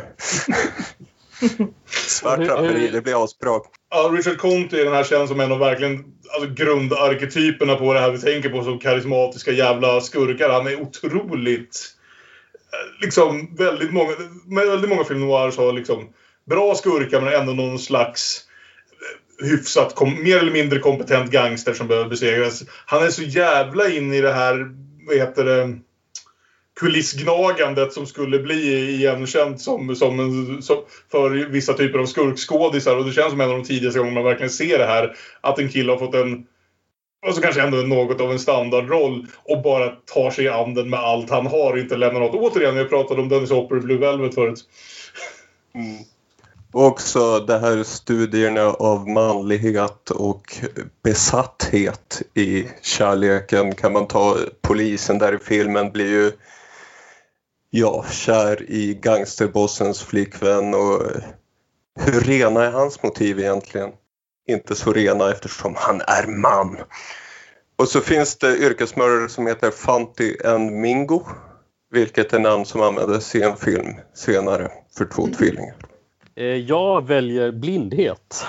Svart draperi, det blir asbra. Ja, Richard Conte i den här känns som en av verkligen alltså, grundarketyperna på det här vi tänker på som karismatiska jävla skurkar. Han är otroligt liksom väldigt många väldigt många film noirs har liksom bra skurkar men ändå någon slags hyfsat kom, mer eller mindre kompetent gangster som behöver besegras. Han är så jävla in i det här, vad heter det, kulissgnagandet som skulle bli igenkänt som, som, en, som för vissa typer av skurkskådisar. Och det känns som en av de tidigaste gångerna man verkligen ser det här. Att en kille har fått en, alltså kanske ändå något av en standardroll och bara tar sig i anden med allt han har och inte lämnar något. Återigen, jag pratade om Dennis Hopper i Blue Velvet förut. Mm. Och också det här studierna av manlighet och besatthet i kärleken. Kan man ta polisen där i filmen blir ju ja, kär i gangsterbossens flickvän. Och hur rena är hans motiv egentligen? Inte så rena eftersom han är man. Och så finns det yrkesmördare som heter Fanti and Mingo. Vilket är namn som användes i en film senare för två tvillingar. Jag väljer blindhet.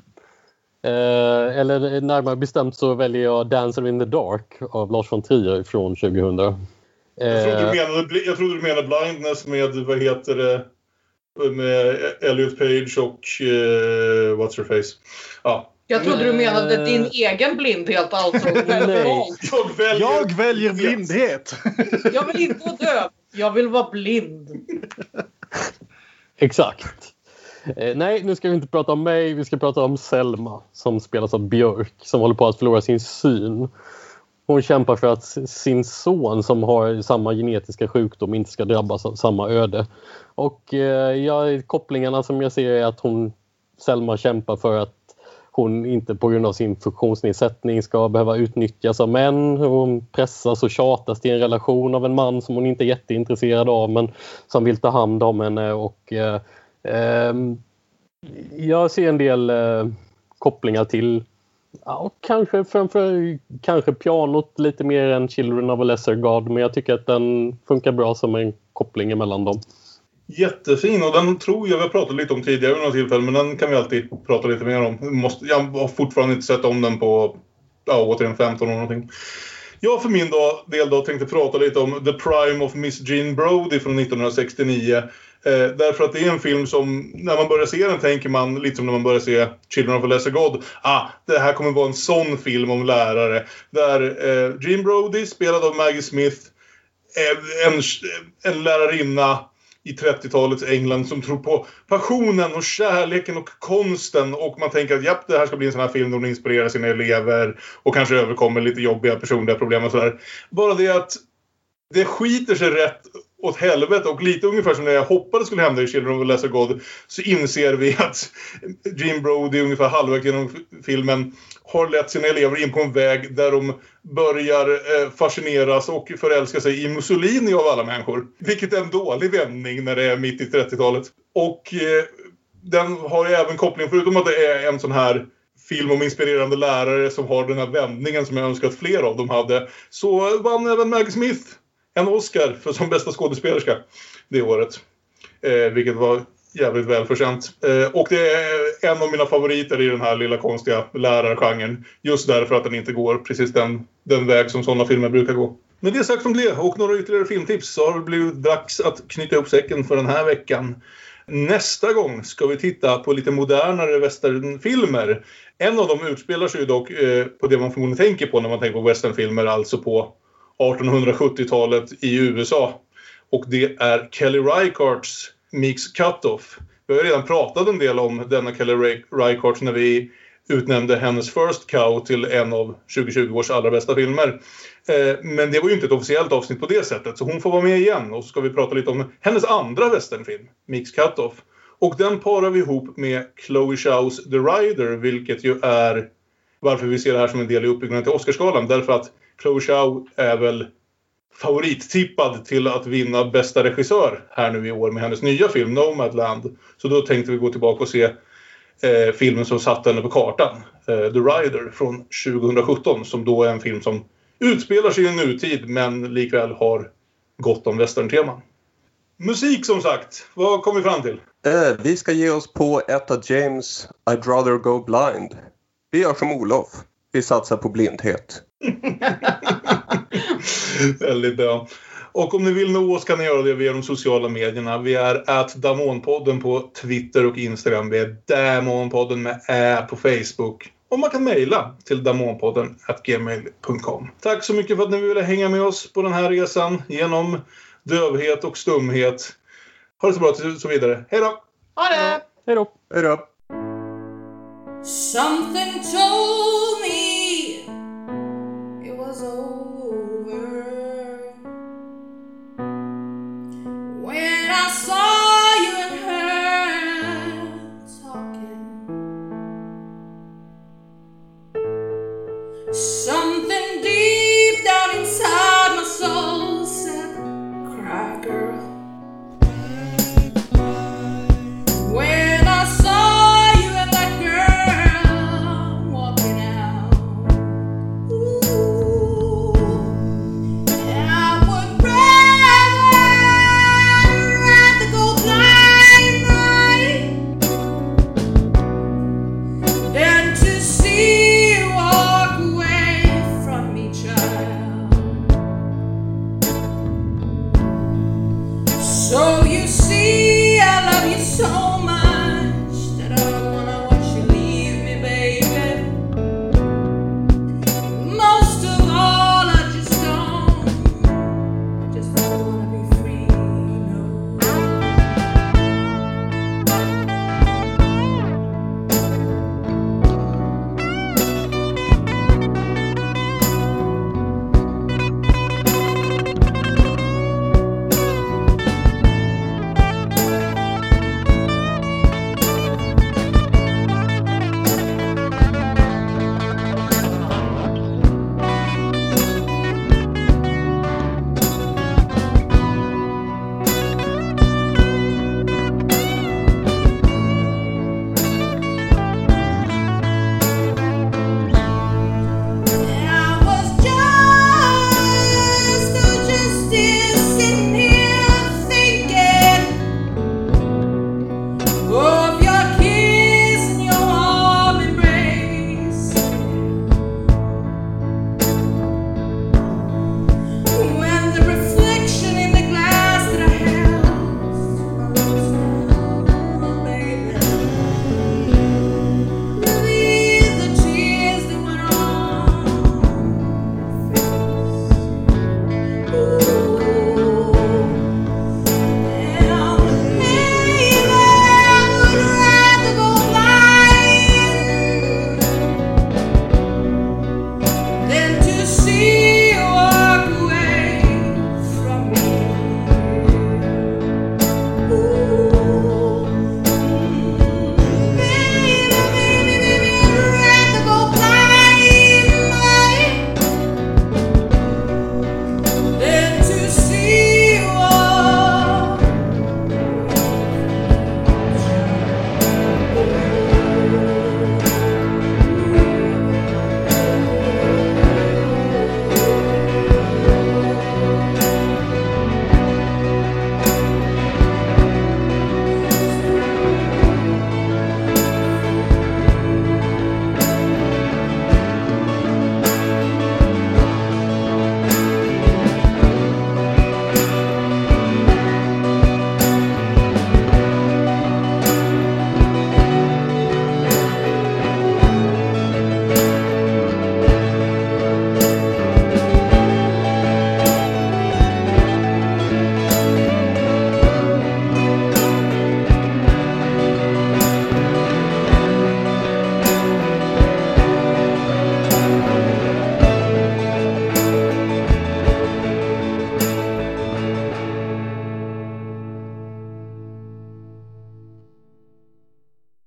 Eh, eller närmare bestämt så väljer jag Dancer in the Dark av Lars von Trier från tjugohundra. Eh, jag, trodde du menade, jag trodde du menade Blindness med, vad heter det, med Elliot Page och uh, What's Her Face. Ja. Jag trodde du menade din egen blindhet alltså. Nej. Jag väljer, jag väljer blindhet. Jag vill inte vara döv. Jag vill vara blind. Exakt. Eh, nej, nu ska vi inte prata om mig. Vi ska prata om Selma som spelas av Björk som håller på att förlora sin syn. Hon kämpar för att sin son som har samma genetiska sjukdom inte ska drabbas av samma öde. Och eh, ja, kopplingarna som jag ser är att hon, Selma kämpar för att hon inte på grund av sin funktionsnedsättning ska behöva utnyttjas av män. Hon pressas och tjatas till en relation av en man som hon inte är jätteintresserad av men som vill ta hand om henne. Och, eh, eh, jag ser en del eh, kopplingar till ja, kanske framför kanske pianot lite mer än Children of a Lesser God. Men jag tycker att den funkar bra som en koppling mellan dem. Jättefin och den tror jag vi har pratat lite om tidigare vid några tillfällen men den kan vi alltid prata lite mer om. Måste, jag har fortfarande inte sett om den på ja, återigen femton år någonting. Jag för min dag, del då tänkte prata lite om The Prime of Miss Jean Brodie från nittonhundrasextionio. Eh, därför att det är en film som när man börjar se den tänker man lite som när man börjar se Children of a Lesser God. Ah, det här kommer vara en sån film om lärare. Där eh, Jean Brodie spelad av Maggie Smith eh, en, en lärarinna i trettiotalets England som tror på passionen och kärleken och konsten och man tänker att japp, det här ska bli en sån här film där hon inspirerar sina elever och kanske överkommer lite jobbiga personliga problem och sådär. Bara det att det skiter sig rätt åt helvete och lite ungefär som det jag hoppades skulle hända i Children of a Lesser God så inser vi att Jean Brodie ungefär halvvägs genom filmen har lett sina elever in på en väg där de börjar eh, fascineras och förälska sig i Mussolini av alla människor. Vilket är en dålig vändning när det är mitt i trettiotalet. Och eh, den har ju även koppling, förutom att det är en sån här film om inspirerande lärare som har den här vändningen som jag önskar att fler av dem hade, så vann även Maggie Smith en Oscar för som bästa skådespelerska det året. Eh, vilket var jävligt välförtjänt. Eh, och det är en av mina favoriter i den här lilla konstiga lärargenren. Just därför att den inte går precis den, den väg som sådana filmer brukar gå. Med det sagt om det och några ytterligare filmtips så har det blivit dags att knyta ihop säcken för den här veckan. Nästa gång ska vi titta på lite modernare westernfilmer. En av dem utspelar sig dock eh, på det man förmodligen tänker på när man tänker på westernfilmer, alltså på artonhundrasjuttiotalet i U S A. Och det är Kelly Reichardts Meek's Cutoff. Vi har redan pratat en del om denna Kelly Reichardt när vi utnämnde hennes First Cow till en av tjugo tjugo års allra bästa filmer. Eh, men det var ju inte ett officiellt avsnitt på det sättet, så hon får vara med igen. Och så ska vi prata lite om hennes andra westernfilm, Meek's Cutoff. Och den parar vi ihop med Chloe Zhao's The Rider, vilket ju är varför vi ser det här som en del i uppbyggnaden till Oscarsgalan. Därför att Chloe Zhao är väl favorittippad till att vinna bästa regissör här nu i år med hennes nya film Nomadland. Så då tänkte vi gå tillbaka och se eh, filmen som satt henne på kartan, eh, The Rider från tjugohundrasjutton, som då är en film som utspelar sig i nutid men likväl har gott om western-teman. Musik som sagt, vad kom vi fram till? Eh, vi ska ge oss på ett av James I'd rather go blind. Vi gör som Olof. Vi satsar på blindhet. Väldigt bra. Och om ni vill nå oss kan ni göra det via de sociala medierna. Vi är at Damonpodden på Twitter och Instagram. Vi är Damonpodden med ä på Facebook. Och man kan mejla till damonpodden at gmail punkt com. Tack så mycket för att ni ville hänga med oss på den här resan genom dövhet och stumhet. Ha det så bra tills så vidare. Hej då! Ha det! Hej då! Hej då! Something told me